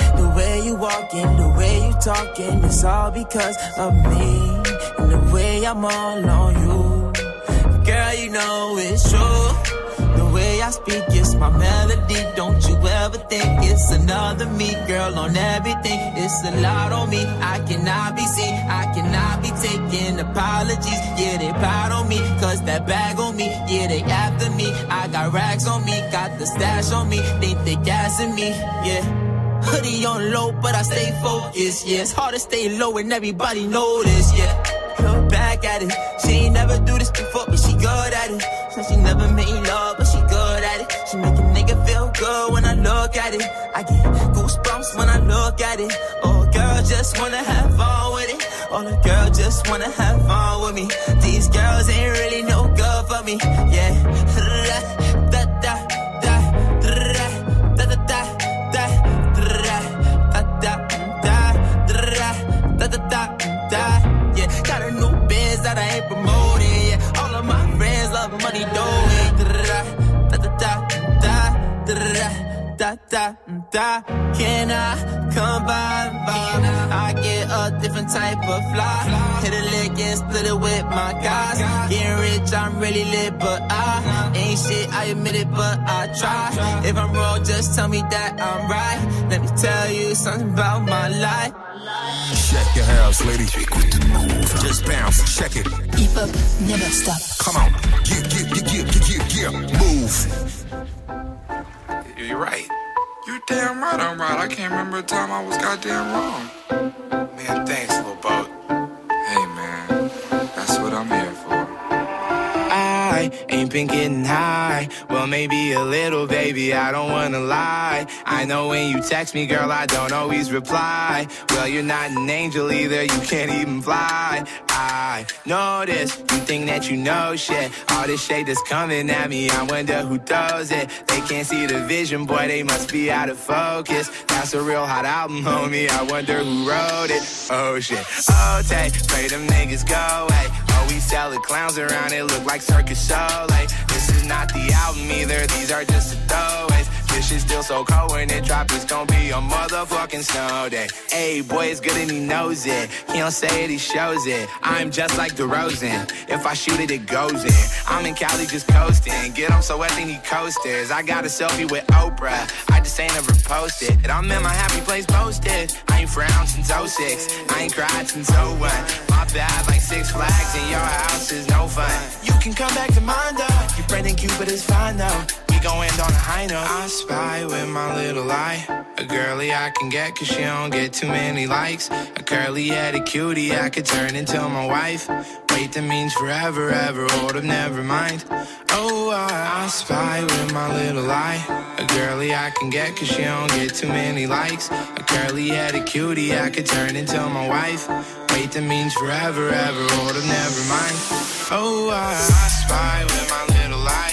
walking, the way you talking, it's all because of me. And the way I'm all on you. Girl, you know it's true. The way I speak, it's my melody. Don't you ever think it's another me, girl, on everything. It's a lot on me. I cannot be seen. I cannot be taking apologies. Yeah, they proud on me, cause that bag on me. Yeah, they after me. I got rags on me, got the stash on me. Think they gassing me, yeah. Hoodie on low, but I stay focused, yeah. It's hard to stay low and everybody know this, yeah. Look back at it. She ain't never do this before, but she good at it. So she never made love, but she good at it. She make a nigga feel good when I look at it. I get goosebumps when I look at it. Oh, girl, just wanna have fun with it. Oh, the girl just wanna have fun with me. These girls ain't really no good for me, yeah. Da da da da da da da da da da da da. Yeah, got a new biz that I ain't promoting. Yeah, all of my friends love money doing. Da da da da da da da. Can I come by? I get a different type of fly. Hit a lick and split it with my guys. Getting rich, I'm really lit, but I ain't shit. I admit it, but I try. If I'm wrong, just tell me that I'm right. Let me tell you something about my life. Check your house, lady. Just bounce, check it. Hip hop never stop. Come on, get, move. You're right. You're damn right I'm right. I can't remember a time I was goddamn wrong. Man, thanks, little boat. Hey, man, that's what I'm here for. I ain't been getting high. Well, maybe a little, baby, I don't wanna lie. I know when you text me, girl, I don't always reply. Well, you're not an angel either, you can't even fly. I know this, you think that you know shit. All this shade that's coming at me, I wonder who does it. They can't see the vision, boy, they must be out of focus. That's a real hot album, homie, I wonder who wrote it. Oh shit, oh take, pray them niggas go away. Oh, we sell the clowns around, it look like Circus Soleil. This is not the album either, these are just the throwaways. This shit's still so cold when it drop, it's gon' be a motherfucking snow day. Hey, boy, it's good and he knows it. He don't say it, he shows it. I'm just like DeRozan. If I shoot it, it goes in. I'm in Cali just coasting. Get him so wet, they need coasters. I got a selfie with Oprah. I just ain't ever posted. And I'm in my happy place posted. I ain't frowned since 06. I ain't cried since 01. My bad like Six Flags and your house is no fun. You can come back to mine though. Your friend and Cupid is fine though. Gon' end on a high note. I spy with my little eye. A girly I can get cause she don't get too many likes. A curly-headed cutie I could turn into my wife. Wait, that means forever, ever, hold up, never mind. Oh, I spy with my little eye. A girly I can get cause she don't get too many likes. A curly-headed cutie I could turn into my wife. Wait, that means forever, ever, hold up, never mind. Oh, I spy with my little eye.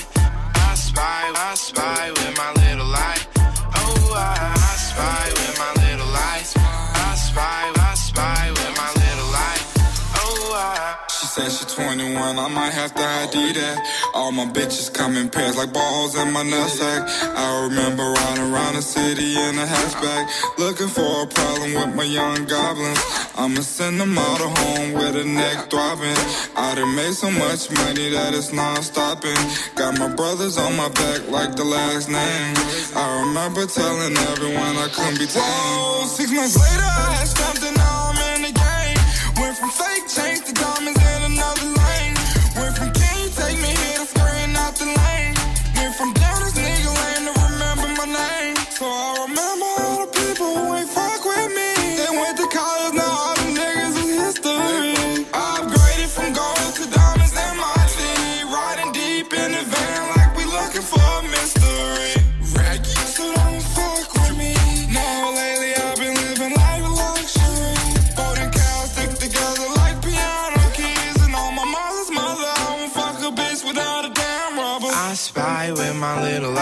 I spy with my little eye. Oh, I spy with my little eyes. I spy with my little eye. Oh, She said she 21, I might have to ID that. All my bitches come in pairs like balls in my nutsack. I remember riding around the city in a hatchback, looking for a problem with my young goblins. I'ma send them all to home with a neck throbbing. I done made so much money that it's non-stopping. Got my brothers on my back like the last name. I remember telling everyone I couldn't be tamed. Whoa, 6 months later I had stopped and now I'm in the game. Went from fake chains to diamonds in another lane. Went from king, take me here to spraying out the lane. Went from down this nigga lane to remember my name. So I remember all the people who ain't fuck with me. They went to college, now all the niggas is history. I upgraded from gold to diamonds in my city. Riding deep in the van like we looking for a mystery. Raggy, so don't fuck with me. Now lately I've been living life with luxury. Golden cows stick together like piano keys. And on my mother's mother, I won't fuck a bitch without a damn rubber. I spy with my little eye.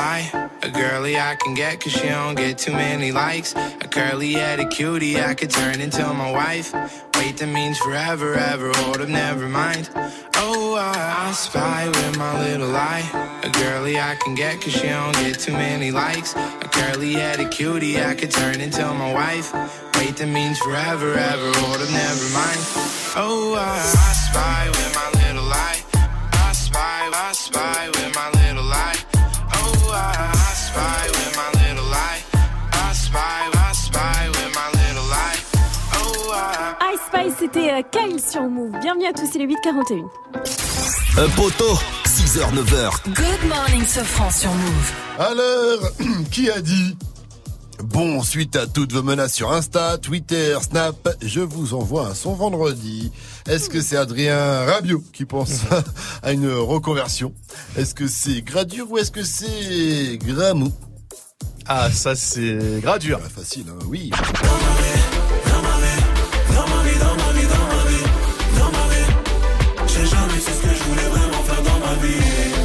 lie. A girly I can get cause she don't get too many likes. A curly-headed cutie I could turn into my wife. Wait, that means forever, ever, hold up, never mind. Oh, I spy with my little eye. A girly I can get cause she don't get too many likes. A curly-headed cutie I could turn into my wife. Wait, that means forever, ever, hold up, never mind. Oh, I spy with my little eye. I spy with my little eye. Oh, I spy with my little eye. I spy with my little eye. Oh, I Spy, c'était Kyle sur Move. Bienvenue à tous, il est 8h41. Un poteau, 6h, 9h. Good morning, Sofran sur Move. Alors, qui a dit? Bon, suite à toutes vos menaces sur Insta, Twitter, Snap, je vous envoie un son vendredi. Est-ce que c'est Adrien Rabiot qui pense à une reconversion? Est-ce que c'est Gradure ou est-ce que c'est Gramou? Ah, ça c'est Gradure. Ah, facile, hein, oui. J'ai jamais su ce que je voulais vraiment faire dans ma vie.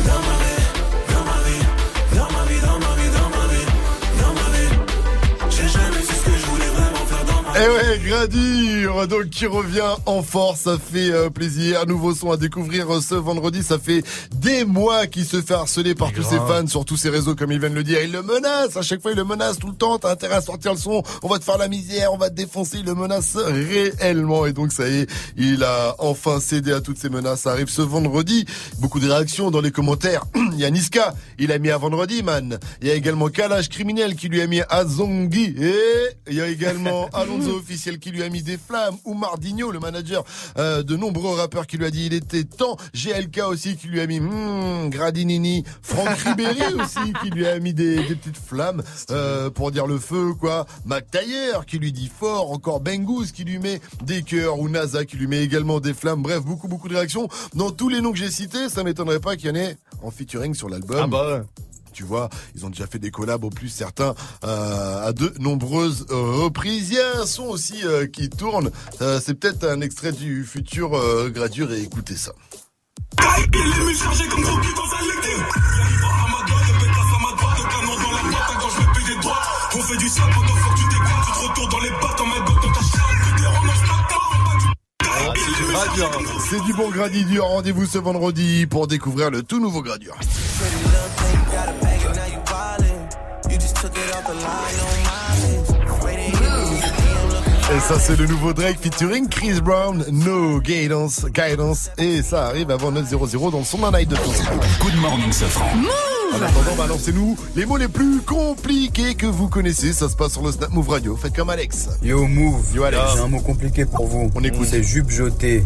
Eh ouais, Gradure, donc qui revient en force, ça fait plaisir. Nouveau son à découvrir ce vendredi, ça fait des mois qu'il se fait harceler par tous ses fans sur tous ses réseaux, comme ils viennent le dire. Il le menace, à chaque fois il le menace tout le temps, t'as intérêt à sortir le son, on va te faire la misère, on va te défoncer, il le menace réellement. Et donc ça y est, il a enfin cédé à toutes ces menaces, ça arrive ce vendredi. Beaucoup de réactions dans les commentaires. Il y a Niska, il a mis à vendredi, man. Il y a également Kalash Criminel qui lui a mis à Zongi. Et il y a également Alonso officiel qui lui a mis des flammes, Oumar Digno, le manager de nombreux rappeurs qui lui a dit il était temps, GLK aussi qui lui a mis Gradinini, Franck Ribéry aussi qui lui a mis des petites flammes pour dire le feu quoi, Mac Taylor qui lui dit fort, encore Bengouz qui lui met des cœurs ou NASA qui lui met également des flammes, bref beaucoup de réactions dans tous les noms que j'ai cités, ça m'étonnerait pas qu'il y en ait en featuring sur l'album. Ah bah ouais. Tu vois, ils ont déjà fait des collabs au plus certains à de nombreuses reprises. Il y a un son aussi qui tourne. C'est peut-être un extrait du futur Gradure et écoutez ça. On fait du sale pendant que tu t'éclates, tu te retournes dans les pattes en mode dans ta chair, que des romances C'est du bon Gradure. Rendez-vous ce vendredi pour découvrir le tout nouveau Gradure. Et ça c'est le nouveau Drake featuring Chris Brown, No Guidance. Et ça arrive avant 9h00 dans le son d'un night de tous. Good morning, Sofran. En attendant, balancez-nous les mots les plus compliqués que vous connaissez. Ça se passe sur le Snap Move Radio. Faites comme Alex. Yo Move, Yo Alex. J'ai un mot compliqué pour vous. On écoute. C'est jubjoter.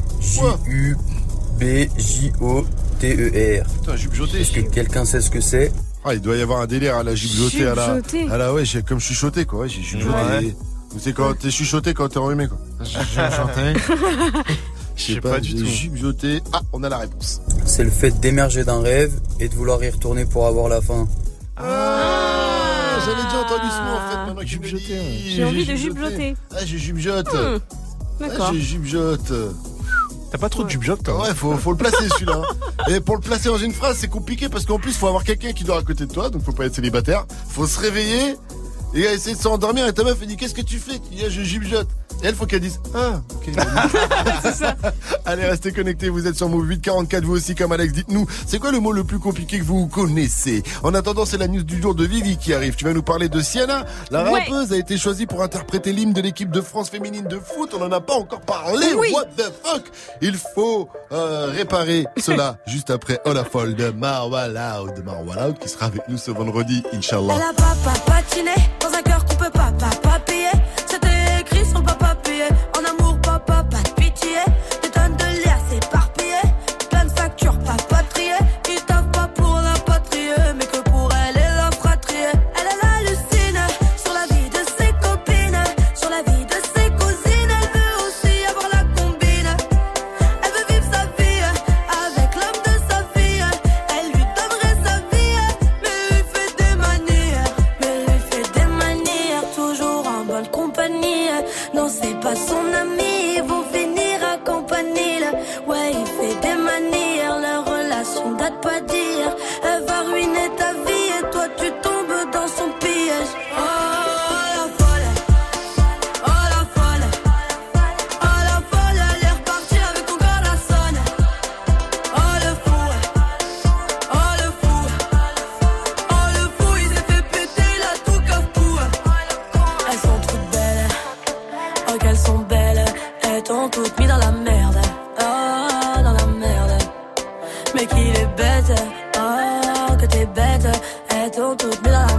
J-U-B-J-O-T-E-R. Putain, jubjoter. Est-ce que quelqu'un sait ce que c'est? Ah, il doit y avoir un délire à la jubjoter, à la ouais, j'ai comme chuchoté quoi. Ouais, j'ai chuchoté. Ouais. C'est quand t'es chuchoté quand t'es enrhumé quoi. Chuchoté. Je sais pas du tout. Jubjoté. Ah, on a la réponse. C'est le fait d'émerger d'un rêve et de vouloir y retourner pour avoir la fin. Ah, j'avais déjà entendu ce mot en fait, maintenant que jubjoté. J'ai envie de jubjoter. Ah, j'ai jubjote. D'accord. J'ai jubjote. T'as pas trop de jubjote toi? Ouais, faut le placer celui-là. Et pour le placer dans une phrase, c'est compliqué parce qu'en plus, faut avoir quelqu'un qui dort à côté de toi, donc faut pas être célibataire. Faut se réveiller et essayer de s'endormir et ta meuf elle dit qu'est-ce que tu fais? Tu dis je jubjote. Et elle faut qu'elle dise ah ok. C'est ça. Allez, restez connectés, vous êtes sur Move 844, vous aussi comme Alex, dites-nous c'est quoi le mot le plus compliqué que vous connaissez. En attendant, c'est la news du jour de Vivi qui arrive. Tu vas nous parler de Sienna. La rappeuse a été choisie pour interpréter l'hymne de l'équipe de France féminine de foot. On en a pas encore parlé. Oui. What the fuck. Il faut réparer cela juste après Oh la folle de Marwa Loud qui sera avec nous ce vendredi, Inch'Allah. Elle a pas patiné dans un cœur qu'on peut pas payer. C'était écrit sur le papa payé. En amour, papa, pas de pitié. Des tonnes de liens s'éparpiller. Plein de factures pas patriées. Qui taffent pas pour la patrie, mais que pour elle et la fratrie. Elle hallucine sur la vie de ses copines, sur la vie de ses cousines. Elle veut aussi avoir la combine. Elle veut vivre sa vie avec l'homme de sa vie. Elle lui donnerait sa vie, mais lui fait des manières. Toujours en bonne compagnie.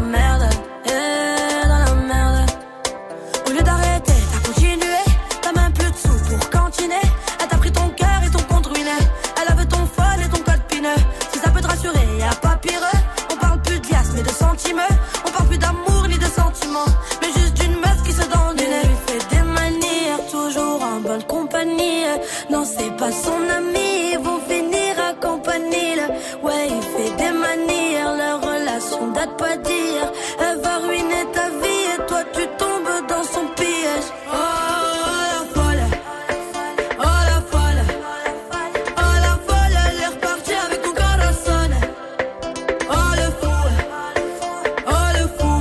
merde, dans la merde. Au lieu d'arrêter, t'as continué. T'as même plus de sous pour cantiner. Elle t'a pris ton cœur et ton compte ruiné. Elle avait ton phone et ton code PIN. Si ça peut te rassurer, y'a pas pire. On parle plus de liasses mais de sentiments. On parle plus d'amour ni de sentiments, mais juste d'une meuf qui se donne. Elle lui fait des manières, toujours en bonne compagnie. Non, c'est pas son ami, ils vont finir à compagnie. Ouais, il fait des manières, leur relation date pas d'hier. Elle va ruiner ta vie et toi tu tombes dans son piège. Oh la folle, oh la folle, oh la folle, elle est repartie avec ton corazon. Oh le fou, oh le fou,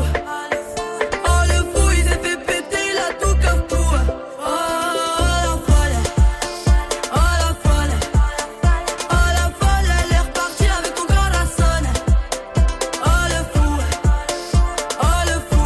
oh le fou, il s'est fait péter, il a tout cafou. Oh la folle, oh la folle, oh la folle, elle est repartie avec ton corazon. Oh le fou, oh le fou,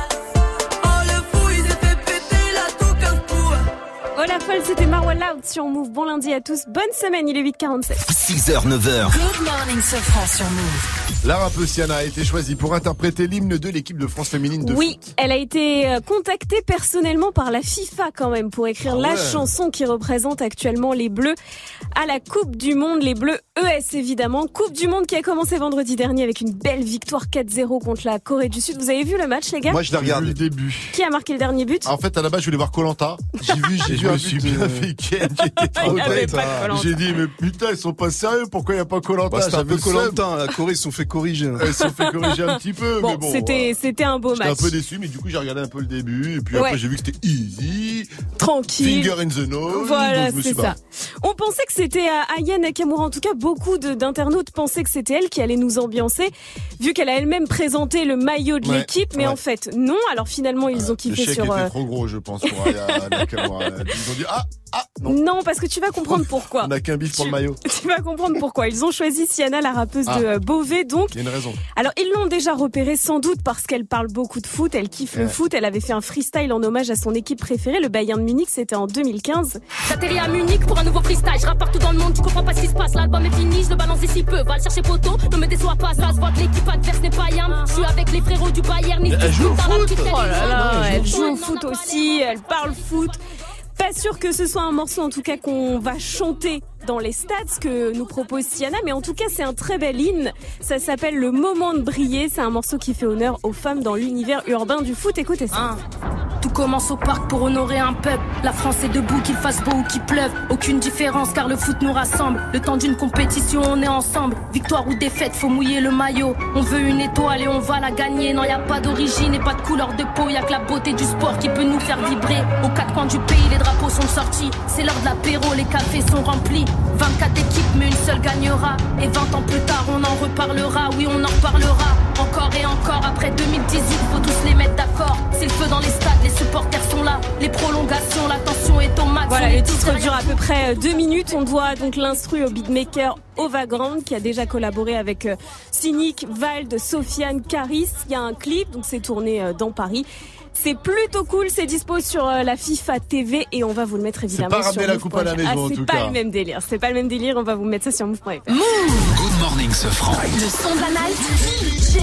oh le fou, il s'est fait péter, il a tout cafou. Oh la folle, c'était Marwa Loud sur Move. Bon lundi à tous, bonne semaine, il est 8h47. 6h, 9h. Good morning, Sofran sur Move. La rappeuse Siana a été choisie pour interpréter l'hymne de l'équipe de France féminine de Oui, foot. elle a été contactée personnellement par la FIFA quand même pour écrire la chanson qui représente actuellement les Bleus à la Coupe du Monde, les Bleus ES évidemment. Coupe du Monde qui a commencé vendredi dernier avec une belle victoire 4-0 contre la Corée du Sud. Vous avez vu le match les gars? Moi je l'ai regardé le début. Qui a marqué le dernier but? En fait à la base je voulais voir Koh-Lanta. J'ai vu un but bien fait Ken, j'étais trop bête. J'ai dit mais putain ils sont pas sérieux, pourquoi il y a pas Koh-Lanta? C'était un peu Koh-Lanta, la Corée ils se sont fait corriger. Ils se sont fait corriger un petit peu, bon, mais bon. C'était un beau match. J'étais un peu déçu, mais du coup j'ai regardé un peu le début et puis après j'ai vu que c'était easy, tranquille, finger in the nose. Voilà, c'est ça. On pensait que c'était Aya Nakamura. En tout cas, beaucoup d'internautes pensaient que c'était elle qui allait nous ambiancer, vu qu'elle a elle-même présenté le maillot de l'équipe, mais en fait non. Alors finalement, ils ont kiffé le sur. Le chèque était trop gros, je pense, pour Aya Nakamura. Ils ont dit non, parce que tu vas comprendre pourquoi. On n'a qu'un bif pour le maillot. Tu vas comprendre pourquoi. Ils ont choisi Siana, la rappeuse de Beauvais, donc. Il y a une raison. Alors, ils l'ont déjà repérée sans doute parce qu'elle parle beaucoup de foot, elle kiffe le foot. Elle avait fait un freestyle en hommage à son équipe préférée, le Bayern de Munich, c'était en 2015. J'atterris à Munich pour un nouveau freestyle. Je rappe partout dans le monde, tu comprends pas ce qui se passe. L'album est fini, je le balance d'ici peu. Va le chercher poteau, ne me déçois pas. Ça se voit que l'équipe adverse n'est pas yam. Je suis avec les frérots du Bayern. Elle joue au foot. Oh là là, elle joue au foot aussi, elle parle foot. Pas sûr que ce soit un morceau en tout cas qu'on va chanter dans les stades, ce que nous propose Siana, mais en tout cas c'est un très bel hymne. Ça s'appelle Le Moment de briller. C'est un morceau qui fait honneur aux femmes dans l'univers urbain du foot. Écoutez ça. Tout commence au parc pour honorer un peuple. La France est debout, qu'il fasse beau ou qu'il pleuve. Aucune différence car le foot nous rassemble. Le temps d'une compétition, on est ensemble. Victoire ou défaite, faut mouiller le maillot. On veut une étoile et on va la gagner. Non, y a pas d'origine et pas de couleur de peau. Y a que la beauté du sport qui peut nous faire vibrer. Aux quatre coins du pays, les drapeaux sont sortis. C'est l'heure de l'apéro, les cafés sont remplis. 24 équipes, mais une seule gagnera. Et 20 ans plus tard, on en reparlera. Oui, on en reparlera. Encore et encore, après 2018, faut tous les mettre d'accord. C'est le feu dans les stades, les supporters sont là. Les prolongations, la tension est au max. Voilà, le titre dure à peu près 2 minutes. On doit donc l'instru au beatmaker Overground qui a déjà collaboré avec Cynic, Vald, Sofiane, Caris. Il y a un clip, donc c'est tourné dans Paris. C'est plutôt cool, c'est dispo sur la FIFA TV et on va vous le mettre évidemment sur Move. C'est pas ramener la coupe à la maison en tout cas. C'est pas le même délire, c'est pas le même délire, on va vous mettre ça sur Move.fr. Move. Good morning Sofran. Le son de la night, DJ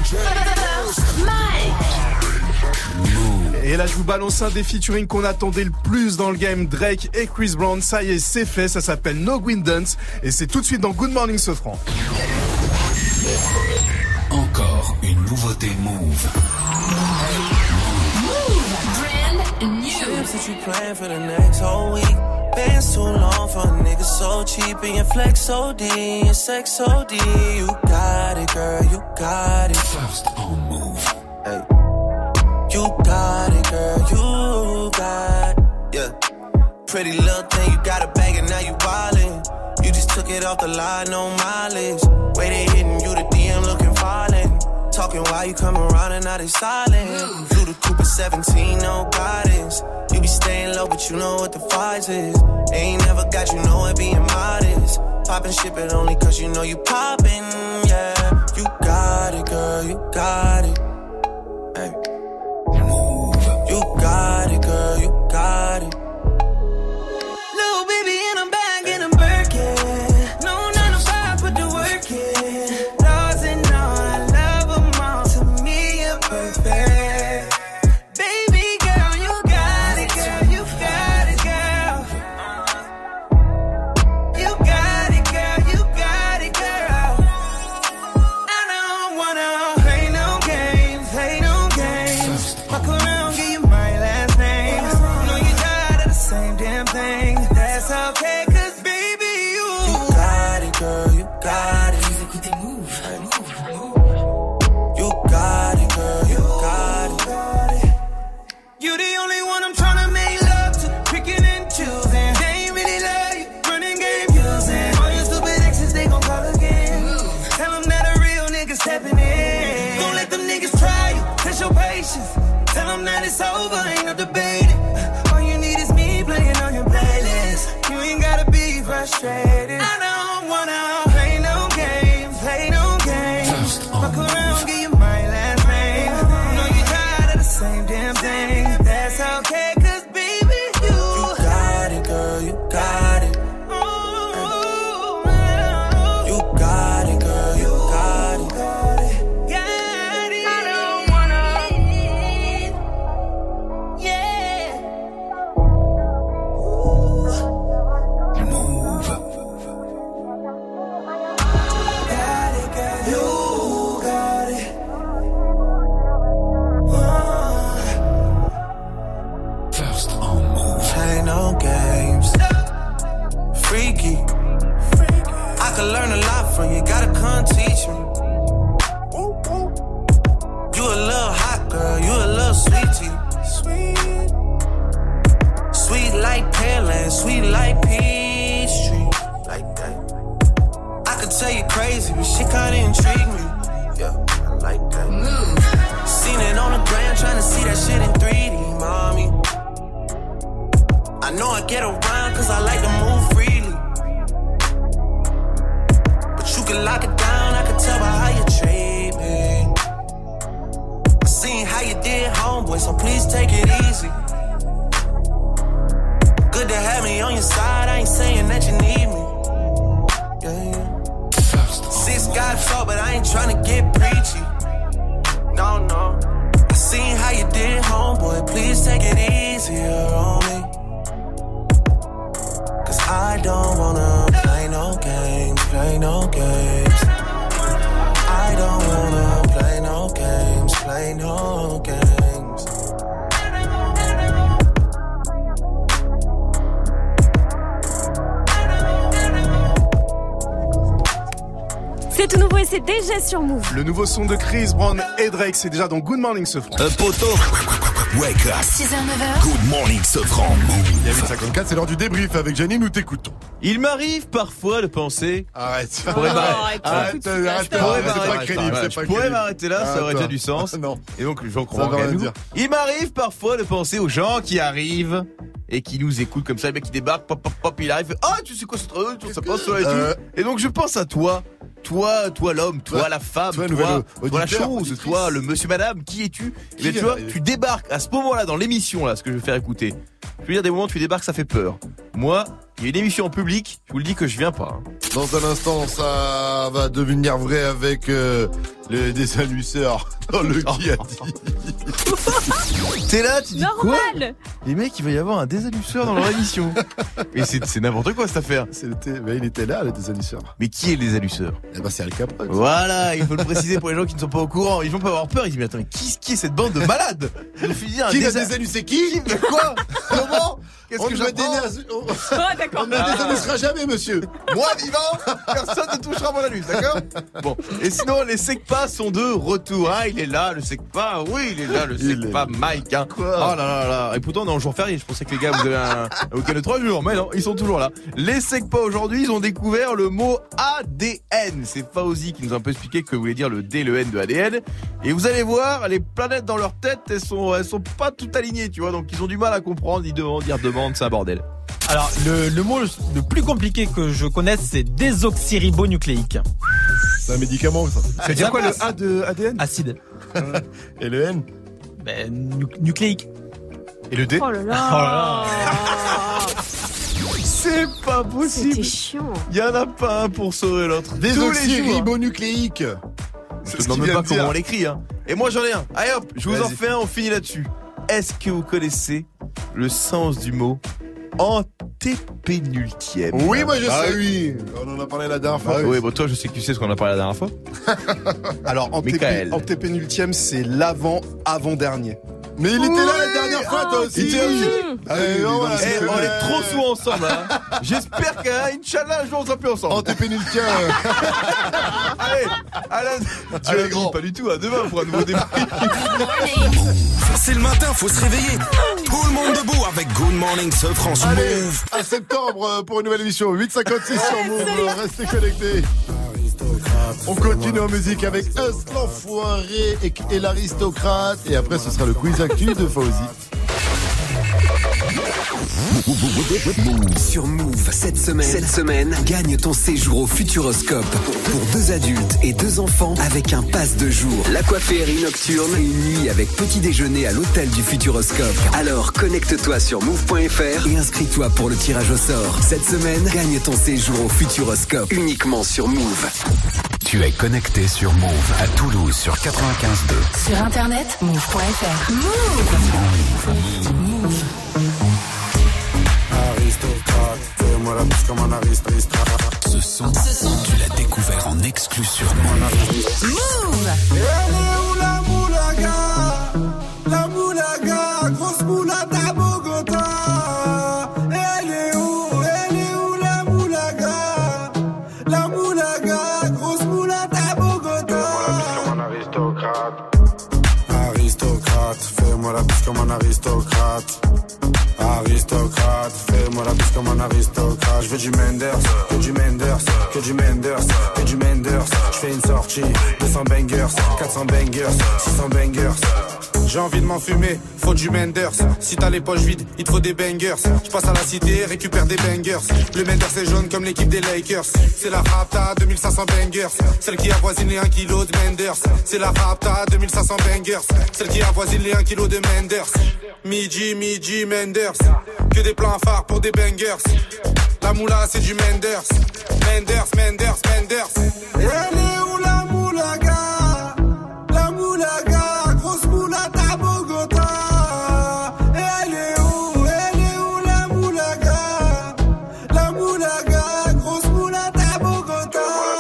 Mike. Et là je vous balance un des featuring qu'on attendait le plus dans le game, Drake et Chris Brown. Ça y est, c'est fait, ça s'appelle No Green Dance et c'est tout de suite dans Good Morning Sofran. Encore une nouveauté Move. Since you plan for the next whole week. Been too long for a nigga so cheap and your flex OD and sex OD. You got it, girl, you got it. First on Move. Hey. You got it, girl, you got it. Yeah. Pretty little thing, you got a bag and now you wildin'. You just took it off the line, no mileage. Way they hitting you, the DM looking violent. Talking while you come around and now they silent. Flew the Cooper 17, no guidance. You be staying low, but you know what the price is. Ain't never got you know it being modest. Poppin' shit, but only cause you know you poppin', yeah. You got it, girl, you got it. Hey. Move. You got it, girl, you got it. Little baby in a bag in a Birkin. No 9 to 5, put the work in. Laws and all, I love them all. To me, patience. Tell them that it's over, ain't no debating. All you need is me playing on your playlist. You ain't gotta be frustrated. I don't wanna play no games, play no games. Fuck around, give you my last name. I know you're tired of the same damn thing. That's okay, cause baby, you got it, girl, you got it. You got it, girl, you got it. Freaky. I could learn a lot from you, gotta come teach me. You a little hot girl, you a little sweetie. Sweet like Pearland, sweet like Peachtree. Like that. I could tell you crazy, but shit kinda intrigue me. Yeah, I like that. Seen it on the gram, trying to see that shit in 3D, mommy. I know I get around cause I like to move freely. But you can lock it down, I can tell by how you treat me. I seen how you did, homeboy, so please take it easy. Good to have me on your side, I ain't saying that you need me. Yeah. 6 got tall, but I ain't tryna get preachy. No, no. I seen how you did, homeboy, please take it easier on me. I don't wanna play no games, play no games. I don't wanna play no games, play no games. C'est tout nouveau et c'est déjà sur Move. Le nouveau son de Chris Brown et Drake, c'est déjà dans Good Morning Sofran. Poto. Wake up. 6h, 9h. Good morning, Sofran. Il y a 8h54, c'est l'heure du débrief avec Gianni, nous t'écoutons. Il m'arrive parfois de penser. Arrête. Je pourrais m'arrêter là, ça aurait déjà du sens. Non. Et donc, j'en crois en nous. Il m'arrive parfois de penser aux gens qui arrivent et qui nous écoutent comme ça, le mec qui débarque, pop, pop, pop, il arrive, ah, tu sais quoi, c'est trop, ça passe, et tout. Et donc, je pense à toi. Toi l'homme, toi la femme, toi la chose, toi le monsieur madame, qui es-tu? Et tu vois, tu débarques à ce moment-là dans l'émission là, ce que je vais faire écouter. Je veux dire, des moments où tu débarques, ça fait peur. Moi, il y a une émission en public, je vous le dis que je viens pas. Dans un instant, ça va devenir vrai avec le désaluceur. Le qui a dit. T'es là, tu dis normal. Quoi? Les mecs, il va y avoir un désaluceur dans leur émission. Mais c'est n'importe quoi cette affaire. Mais il était là, le désaluceur. Mais qui est le désaluceur? Eh ben, c'est Al Capone. Voilà, il faut le préciser pour les gens qui ne sont pas au courant. Ils vont pas avoir peur. Ils disent, mais attends, mais qui est cette bande de malades? Qui va désalucer qui? Quoi? Comment? Qu'est-ce que on ne désalucera jamais, monsieur. Moi vivant, personne ne touchera mon anus, d'accord? Bon, et sinon, les Secpas sont de retour. Ah, il est là, le Secpa. Oui, il est là, le Secpa Mike. Hein. Quoi? Oh là là là. Et pourtant, on est en jour férié. Je pensais que les gars, vous avez un week-end de 3 jours. Mais non, ils sont toujours là. Les Secpas aujourd'hui, ils ont découvert le mot ADN. C'est Fauzi qui nous a un peu expliqué que voulait dire le D, le N de ADN. Et vous allez voir, les planètes dans leur tête, elles sont pas toutes alignées, tu vois. Donc, ils ont du mal à comprendre, ils demandent, c'est un bordel. Alors, le mot le plus compliqué que je connaisse, c'est désoxyribonucléique. C'est un médicament, ça. C'est dire quoi, le A de ADN? Acide. Et le N? Nucléique. Et le D? Oh là là. C'est pas possible. C'était chiant. Il y en a pas un pour sauver l'autre. Désoxyribonucléique. Je te demande même pas comment on l'écrit, hein. Et moi j'en ai un. Allez hop, je vous en fais un, on finit là-dessus. Est-ce que vous connaissez le sens du mot antépénultième? Oui, moi je sais. Ah oui. On en a parlé la dernière fois. Oui, bon, toi je sais que tu sais ce qu'on a parlé la dernière fois. Alors, antépénultième, c'est avant-dernier. Mais il était là la dernière fois, toi aussi. Il était là. On est trop souvent ensemble, hein. J'espère qu'Inch'Allah, un jour on sera plus ensemble. Antépénultième. Allez, Dieu est grand. Pas du tout, à demain pour un nouveau débat. C'est le matin, faut se réveiller. Tout le monde debout avec Good Morning Sofran sur Move. À septembre pour une nouvelle émission 8h56 sur Move. Restez connectés. On continue en musique avec Us, l'enfoiré et l'aristocrate. Et après, ce sera le quiz actu de Fauzi. Sur Move, cette semaine, gagne ton séjour au Futuroscope pour 2 adultes et 2 enfants avec un pass de jour, l'aquaférie nocturne et une nuit avec petit déjeuner à l'hôtel du Futuroscope. Alors connecte-toi sur move.fr et inscris-toi pour le tirage au sort. Cette semaine, gagne ton séjour au Futuroscope uniquement sur Move. Tu es connecté sur Move à Toulouse sur 95.2. Sur internet, move.fr. Move. Aristocrate, fais-moi la bise comme un aristocrate. Ce son, tu l'as découvert en exclu sur Move. Move. Elle est où la moulaga? La moulaga, grosse moulade à Bogota. Elle est où la moulaga? La moulaga, grosse moulade à Bogota. Fais-moi la bise comme un aristocrate. Aristocrate, fais-moi la bise comme un aristocrate. Je veux du Menders, que du Menders, que du Menders, que du Menders. Je fais une sortie, 200 bangers, 400 bangers, 600 bangers. J'ai envie de m'enfumer, faut du Menders. Si t'as les poches vides, il te faut des bangers. Je passe à la cité, récupère des bangers. Le Menders est jaune comme l'équipe des Lakers. C'est la Rapta, 2500 bangers. Celle qui avoisine les 1 kg de Menders. C'est la Rapta, 2500 bangers. Celle qui avoisine les 1 kg de Menders. Midi, Menders. Que des plans phares pour des bangers. La moula, c'est du Menders. Menders. Elle est où la moulaga? La moulaga, grosse moulade à Bogota. Elle est où la moulaga? La moulaga, grosse moulade à Bogota.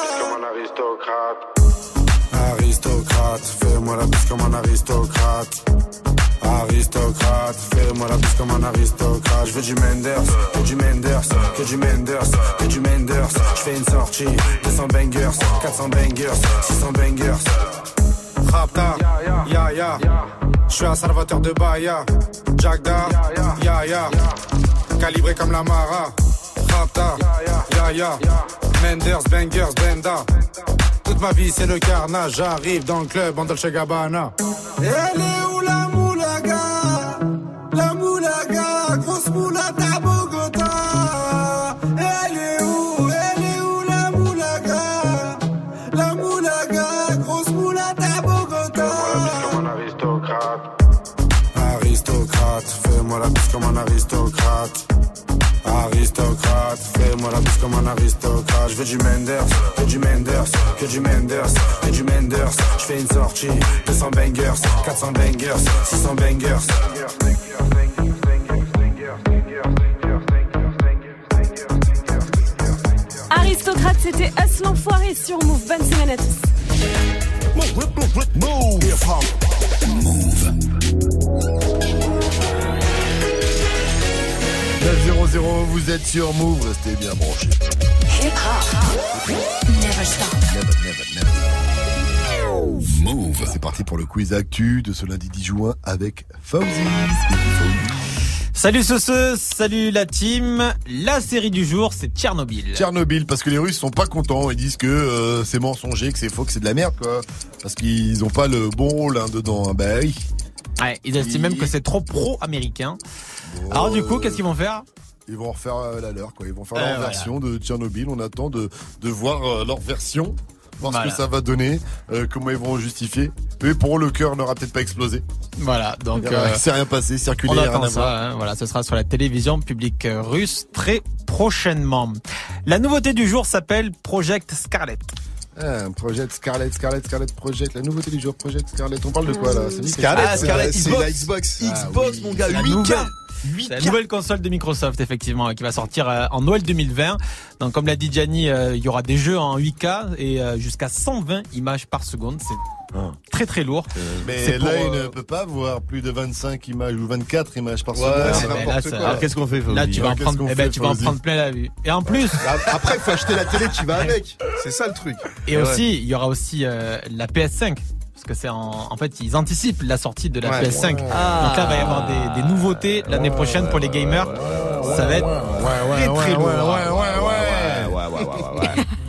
Aristocrate, fais-moi la bise comme un aristocrate. Aristocrate, fais-moi la bise comme un aristocrate. Je veux du Menders, que du Menders, que du Menders, que du Menders. Je fais une sortie, 200 bangers, 400 bangers, 600 bangers. Rapta, ya. Je suis un salvateur de Bahia. Jagda, ya. Calibré comme la Mara. Rapta, ya. Menders, bangers, benda. Toute ma vie c'est le carnage. J'arrive dans le club en Dolce Gabbana. Elle est où la moulaga? La moulaga, grosse moulade à Bogota. Elle est où la moulaga? La moulaga, grosse moulade à Bogota. Aristocrate, fais-moi la bise comme un aristocrate. Aristocrate, fais-moi la bise comme un aristocrate. Je veux du Menders, que du Menders, que du Menders, que du Menders. Je fais une sortie, 200 bangers, 400 bangers, 600 bangers. Aristocrate, c'était Us l'enfoiré sur Move. Bonne semaine à tous. Move. 9-0-0, vous êtes sur Move, restez bien branchés. Never stop. Never. Move. C'est parti pour le quiz actu de ce lundi 10 juin avec Fauzi. Salut Soce, salut la team. La série du jour, c'est Tchernobyl. Tchernobyl, parce que les Russes sont pas contents. Ils disent que c'est mensonger, que c'est faux, que c'est de la merde, quoi. Parce qu'ils ont pas le bon rôle dedans. Bah oui. Ouais, ils estiment même que c'est trop pro-américain. Bon, alors du coup, qu'est-ce qu'ils vont faire ? Ils vont refaire la leur, quoi. Ils vont faire leur version de Tchernobyl. On attend de voir leur version, voir ce que ça va donner, comment ils vont justifier. Mais pour eux, le cœur n'aura peut-être pas explosé. Voilà, donc c'est rien passé, circulé, on rien attend à ça. voir. Voilà, ce sera sur la télévision publique russe très prochainement. La nouveauté du jour s'appelle Project Scarlet. Project Scarlet Project, la nouveauté du jour, Project Scarlet. On parle de quoi là? Scarlet, c'est la Xbox. Xbox, mon gars, 8K. 8K. C'est la nouvelle console de Microsoft, effectivement, qui va sortir en Noël 2020. Donc, comme l'a dit Gianni, il y aura des jeux en 8K et jusqu'à 120 images par seconde. C'est très très lourd. Mais là, il ne peut pas voir plus de 25 images ou 24 images par seconde. C'est n'importe quoi. Alors, qu'est-ce qu'on fait, Là, tu vas en prendre plein la vue. Et en plus, après, il faut acheter la télé qui va avec. C'est ça le truc. Et aussi, il y aura aussi la PS5. Parce que c'est en fait, ils anticipent la sortie de la PS5. Donc là, il va y avoir des nouveautés l'année prochaine pour les gamers. Ça va être très très lourd.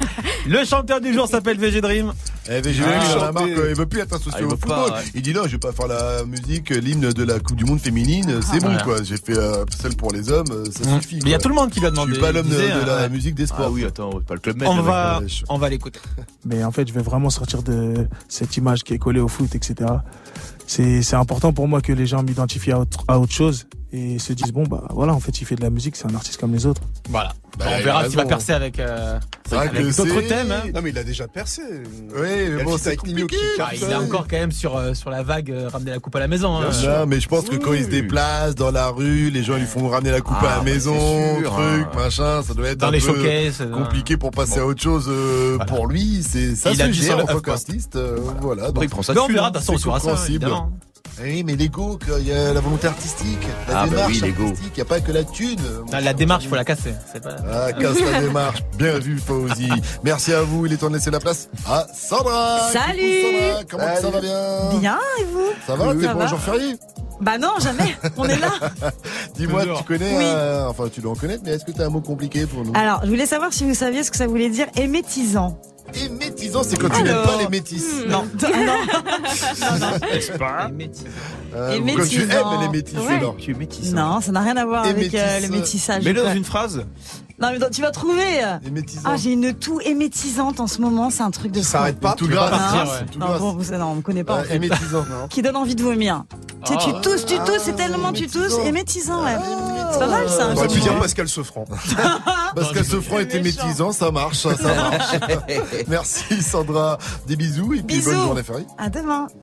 Le chanteur du jour s'appelle VG Dream. VG Dream, il en a marre, il veut plus être associé au football. Il dit non, je vais pas faire la musique, l'hymne de la Coupe du Monde féminine, c'est bon quoi. J'ai fait celle pour les hommes, ça suffit. Mais il y a tout le monde qui lui a demandé. Je suis pas l'homme de la musique des sports. Ah oui, attends, pas le club med. On va l'écouter. Mais en fait, je vais vraiment sortir de cette image qui est collée au foot, etc. C'est important pour moi que les gens m'identifient à autre chose et se disent bon bah voilà, en fait il fait de la musique, c'est un artiste comme les autres. Voilà. On verra s'il va percer avec d'autres thèmes. Hein. Non mais il a déjà percé. Oui, mais bon, c'est compliqué. Il est encore quand même sur la vague ramener la coupe à la maison. Hein. Non, mais je pense que quand il se déplace dans la rue, les gens lui font ramener la coupe à la maison, machin, ça doit être dans un les peu showcases, compliqué pour passer à autre chose pour lui. C'est ça se gère en tant qu'artiste. Voilà. Après, il prend ça. Mais on verra de toute façon sur ça, évidemment. Oui, mais l'ego, il y a la volonté artistique, la démarche artistique, il n'y a pas que la thune. La démarche, il faut la casser. C'est pas... casse la démarche. Bien vu, Fauzi. Merci à vous. Il est temps de laisser la place à Sandra. Salut. Sandra, comment ça va bien? Bien, et vous? Ça va, t'es pour un jour férié? Bah non, jamais. On est là. Dis-moi, tu connais, enfin tu dois en connaître, mais est-ce que tu as un mot compliqué pour nous? Alors, je voulais savoir si vous saviez ce que ça voulait dire émétisant. Émétisant, c'est quand tu n'aimes pas les métis. Non. N'est-ce pas? Émétisant. Quand tu aimes les métis, alors. Tu es métissant. Non, ça n'a rien à voir avec le métissage. Mets-le dans une phrase. Non, mais tu vas trouver. Ah, j'ai une toux émétisante en ce moment, c'est un truc de fou. Ça arrête pas, tout grave. Non, on me connaît pas en fait. Émétisant, qui donne envie de vomir. Tu sais, tu tousses, c'est tellement tu tousses, émétisant, ouais. C'est pas mal ça. On aurait pu dire Pascal Sefranc. Pascal Sefranc était métisant, ça marche, ça marche. Merci Sandra, des bisous et puis bonne journée fériée. À demain.